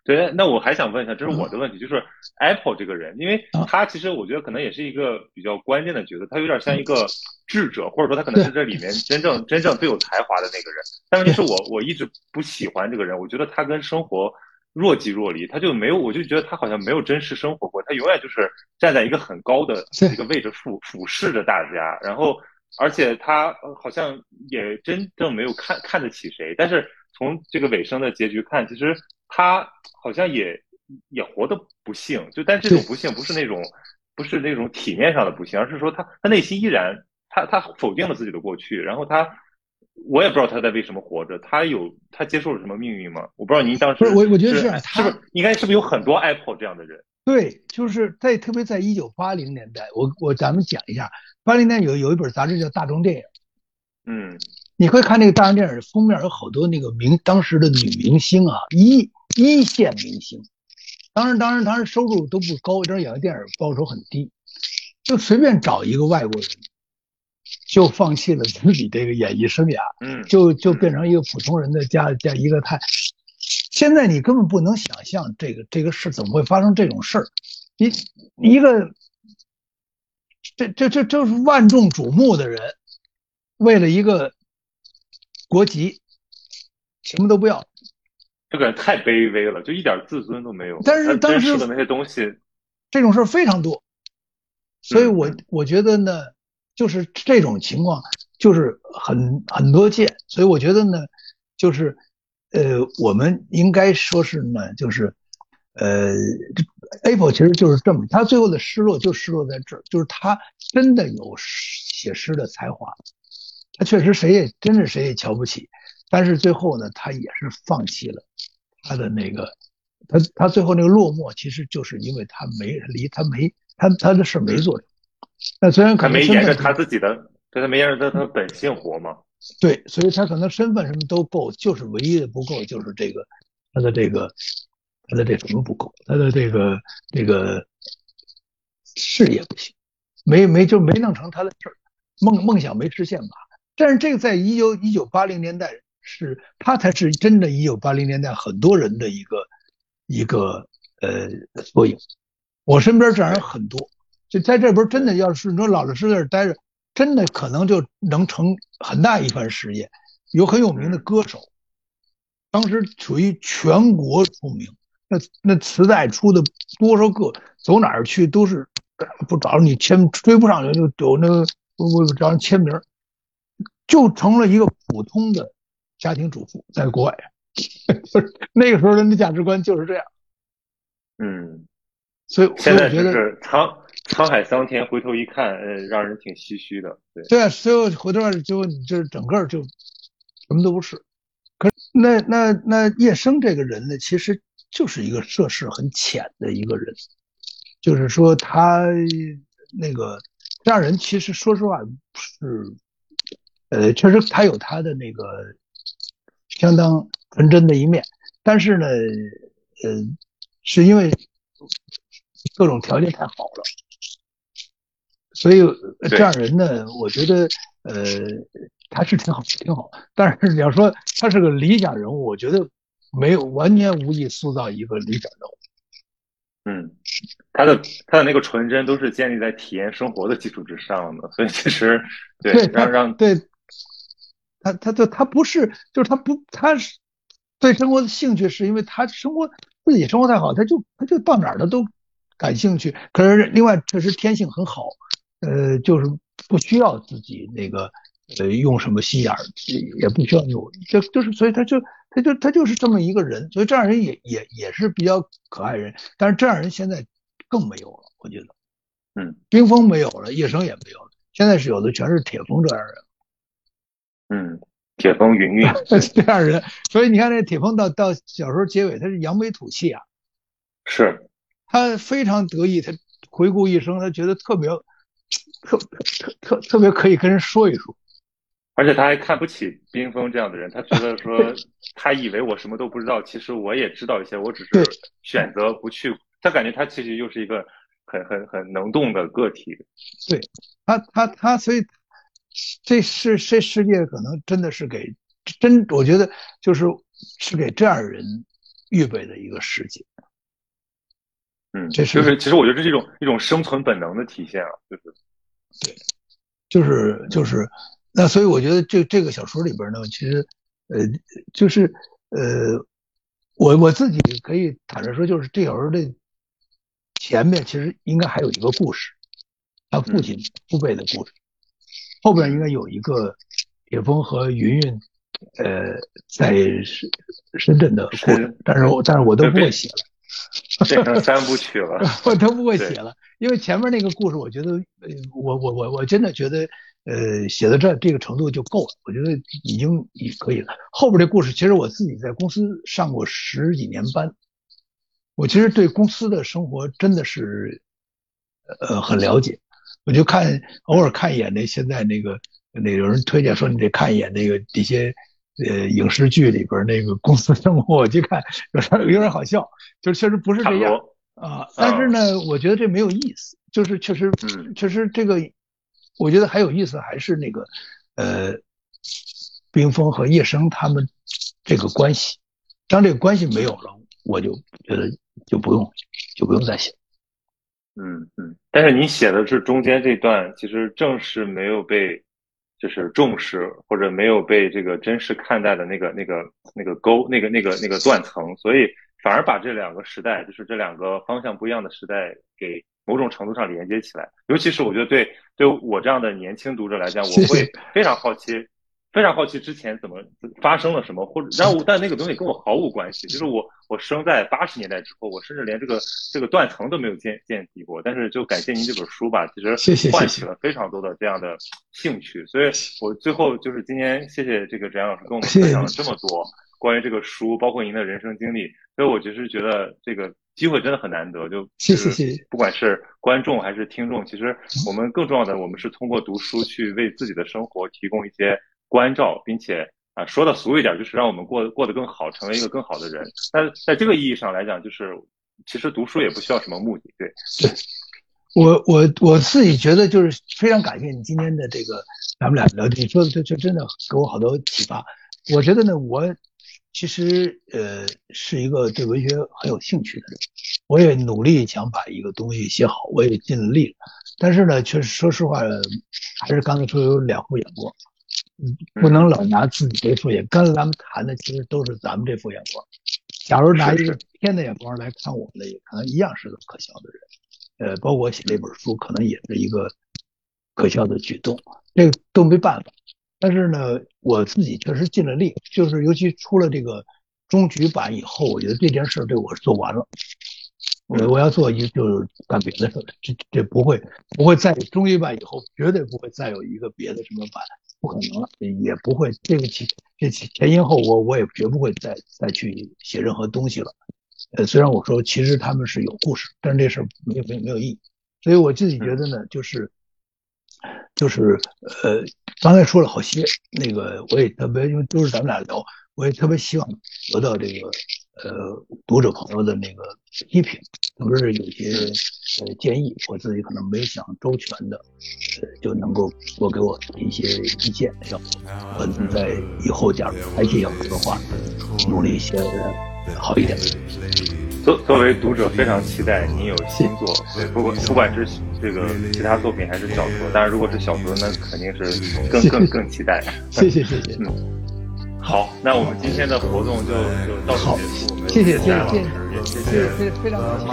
对，那我还想问一下，这是我的问题，就是 Apple 这个人，因为他其实我觉得可能也是一个比较关键的角色，他有点像一个智者，或者说他可能是这里面真正真正最有才华的那个人。但问题是我我一直不喜欢这个人，我觉得他跟生活若即若离，他就没有，我就觉得他好像没有真实生活过，他永远就是站在一个很高的一个位置俯俯视着大家，然后而且他好像也真正没有看看得起谁，但是从这个尾声的结局看，其实他好像也也活得不幸，就但这种不幸不是那种不是那种体面上的不幸，而是说他他内心依然他他否定了自己的过去，然后他我也不知道他在为什么活着，他有他接受了什么命运吗？我不知道您当时不是我我觉得是是不是应该是不是有很多 Apple 这样的人？ 对，就是在特别在一九八零年代，我我咱们讲一下，八零年有有一本杂志叫《大众电影》， 嗯， 你会看那个大众电影封面有好多那个明当时的女明星啊，一一线明星，当然当然当然收入都不高，这演个电影报酬很低，就随便找一个外国人，就放弃了自己这个演艺生涯， 嗯， 就就变成一个普通人的家家一个太。现在你根本不能想象这个这个事怎么会发生这种事儿，一一个这这这这是万众瞩目的人，为了一个国籍，什么都不要， 这个人太卑微了，就一点自尊都没有。 但是当时的那些东西， 这种事儿非常多，所以我我觉得呢，就是这种情况就是很很多见，所以我觉得呢，就是。呃，我们应该说是呢，就是，呃 ，Apple 其实就是这么，他最后的失落就失落在这儿，就是他真的有写诗的才华，他确实谁也真是谁也瞧不起，但是最后呢，他也是放弃了他的那个，他他最后那个落寞，其实就是因为他没离他没他他的事没做成，那虽然可能他没沿着他自己的，对他没沿着他他的本性活嘛。 对，所以他可能身份什么都够，就是唯一的不够就是这个他的这个他的这什么不够，他的这个这个事业不行，没没就没弄成他的事儿，梦梦想没实现吧。但是这个在一九一九八零年代是他才是真的，一九八零年代很多人的一个一个呃缩影。我身边这样人很多，就在这边真的要是说老老实实在这待着。真的可能就能成很大一番事业，有很有名的歌手，当时处于全国出名，那那磁带出的多少个，走哪儿去都是不找你签，追不上去就有那个我找人签名，就成了一个普通的家庭主妇，在国外，那个时候人的价值观就是这样。 嗯， 所以现在就是苍沧海桑田，回头一看，呃，让人挺唏嘘的。对， 对啊，所以回头就你这整个就什么都不是。可是那那那叶生这个人呢，其实就是一个涉世很浅的一个人，就是说他那个这样人，其实说实话是，呃，确实他有他的那个相当纯真的一面，但是呢，呃，是因为各种条件太好了。所以这样人呢，我觉得呃他是挺好，挺好。但是你要说他是个理想人物，我觉得没有完全无意塑造一个理想人物。 嗯，他的他的那个纯真都是建立在体验生活的基础之上的，所以其实对对让让对，他他他他不是，就是他不他是对生活的兴趣，是因为他生活自己生活太好，他就他就到哪儿他都感兴趣。可是另外确实天性很好。呃，就是不需要自己那个呃用什么心眼儿，也不需要用，就就是所以他就他就他就是这么一个人，所以这样人也也也是比较可爱人，但是这样人现在更没有了，我觉得， 嗯， 冰封没有了，叶生也没有了，现在是有的全是铁峰这样人， 嗯，铁峰云云这样人，所以你看这铁峰到到小说结尾，他是扬眉吐气啊， 是， 他非常得意，他回顾一生，他觉得特别。特特特特别可以跟人说一说， 而且他还看不起冰封这样的人，他觉得说他以为我什么都不知道，其实我也知道一些，我只是选择不去。他感觉他其实又是一个很很很能动的个体。 对他他他，所以这是这世界可能真的是给真，我觉得就是是给这样的人预备的一个世界。 嗯， 这是就是其实我觉得这是一种一种生存本能的体现啊，就是对，就是就是那所以我觉得这这个小说里边呢，其实呃就是呃我我自己可以坦率说，就是这小说的前面其实应该还有一个故事，他父亲父辈的故事，后边应该有一个铁峰和云云呃在深圳的故事，但是我但是我都不会写了。 变成三部曲了， 我都不会写了，因为前面那个故事，我觉得，呃，我我我我真的觉得，呃，写到这这个程度就够了，我觉得已经已可以了。后边这故事，其实我自己在公司上过十几年班，我其实对公司的生活真的是，呃，很了解。我就看偶尔看一眼那现在那个那个有人推荐说你得看一眼那个一些。呃，影视剧里边那个公司生活，我去看有点有点好笑，就确实不是这样啊、呃。但是呢，我觉得这没有意思，就是确实，确实这个，我觉得还有意思，还是那个呃，冰封和叶生他们这个关系。当这个关系没有了，我就觉得就不用就不用再写。 嗯嗯，但是你写的是中间这段，其实正是没有被。就是重视或者没有被这个真实看待的那个那个那个沟那个那个那个断层，所以反而把这两个时代，就是这两个方向不一样的时代，给某种程度上连接起来。尤其是我觉得对对我这样的年轻读者来讲，我会非常好奇，非常好奇之前怎么发生了什么，或者然后但那个东西跟我毫无关系，就是我我生在八十年代之后，我甚至连这个这个断层都没有见见底过。但是就感谢您这本书吧，其实唤起了非常多的这样的兴趣。所以我最后就是今天谢谢这个翟老师跟我们分享了这么多关于这个书，包括您的人生经历。所以我就是觉得这个机会真的很难得，就谢谢谢谢， 不管是观众还是听众，其实我们更重要的，我们是通过读书去为自己的生活提供一些关照，并且啊，说的俗一点，就是让我们过过得更好，成为一个更好的人。但在这个意义上来讲，就是其实读书也不需要什么目的，对。 对，我我我自己觉得就是非常感谢你今天的这个咱们俩聊天，你说的这这真的给我好多启发。我觉得呢，我其实呃是一个对文学很有兴趣的人，我也努力想把一个东西写好，我也尽了力了。但是呢，确实说实话，还是刚才说有两副眼光。不能老拿自己这副眼光，刚才咱们谈的其实都是咱们这副眼光。假如拿一个天的眼光来看我们的，也可能一样是个可笑的人。呃，包括我写这本书，可能也是一个可笑的举动，这个都没办法。但是呢，我自己确实尽了力，就是尤其出了这个终局版以后，我觉得这件事对我做完了。我我要做一就是干别的事，这这不会不会再终局版以后，绝对不会再有一个别的什么版。不可能了，也不会这个前这前因后我我也绝不会再再去写任何东西了。呃，虽然我说其实他们是有故事，但是这事没有没有没有意义。所以我自己觉得呢，就是就是呃，刚才说了好些，那个我也特别因为都是咱们俩聊，我也特别希望得到这个呃读者朋友的那个批评，同时有些呃建议，我自己可能没想周全的，呃就能够多给我一些意见，要我能在以后假如还是要说的话，努力写好一点。 作作为读者，非常期待您有新作，对，不管不管是这个其他作品还是小说，当然如果是小说，那肯定是更更更期待。 谢谢谢谢。 嗯，好，那我们今天的活动就就到此结束。 谢谢谢谢谢谢谢谢谢非常感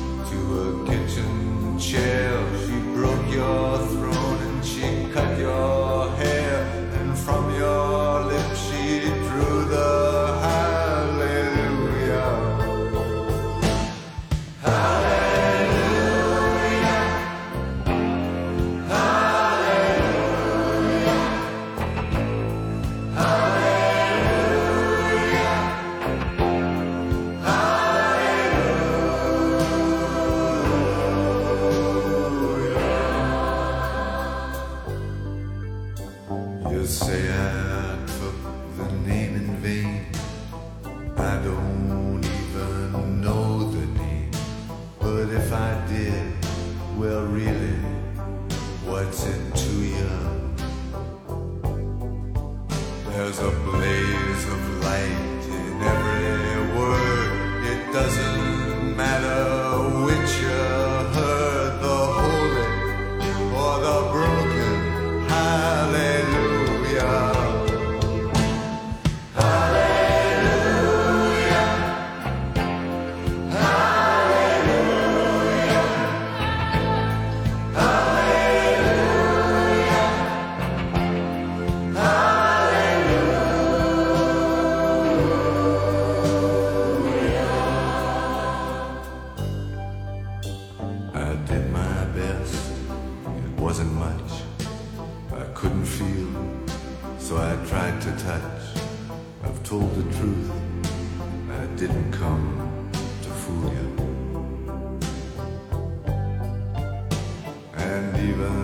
chair, she broke your throne and she cut your say I took the name in vain. I don't even know the name, but if I did, well really, what's it to you? There's a blaze of light in every word. It doesn't matter which you heard, the holy or the broken. Hallelujah. Hallelujah. Hallelujah. Hallelujah. Hallelujah. I did my best. It wasn't much. I couldn't feel, so I tried to touch. I've told the truth. I didn't come to fool you. And even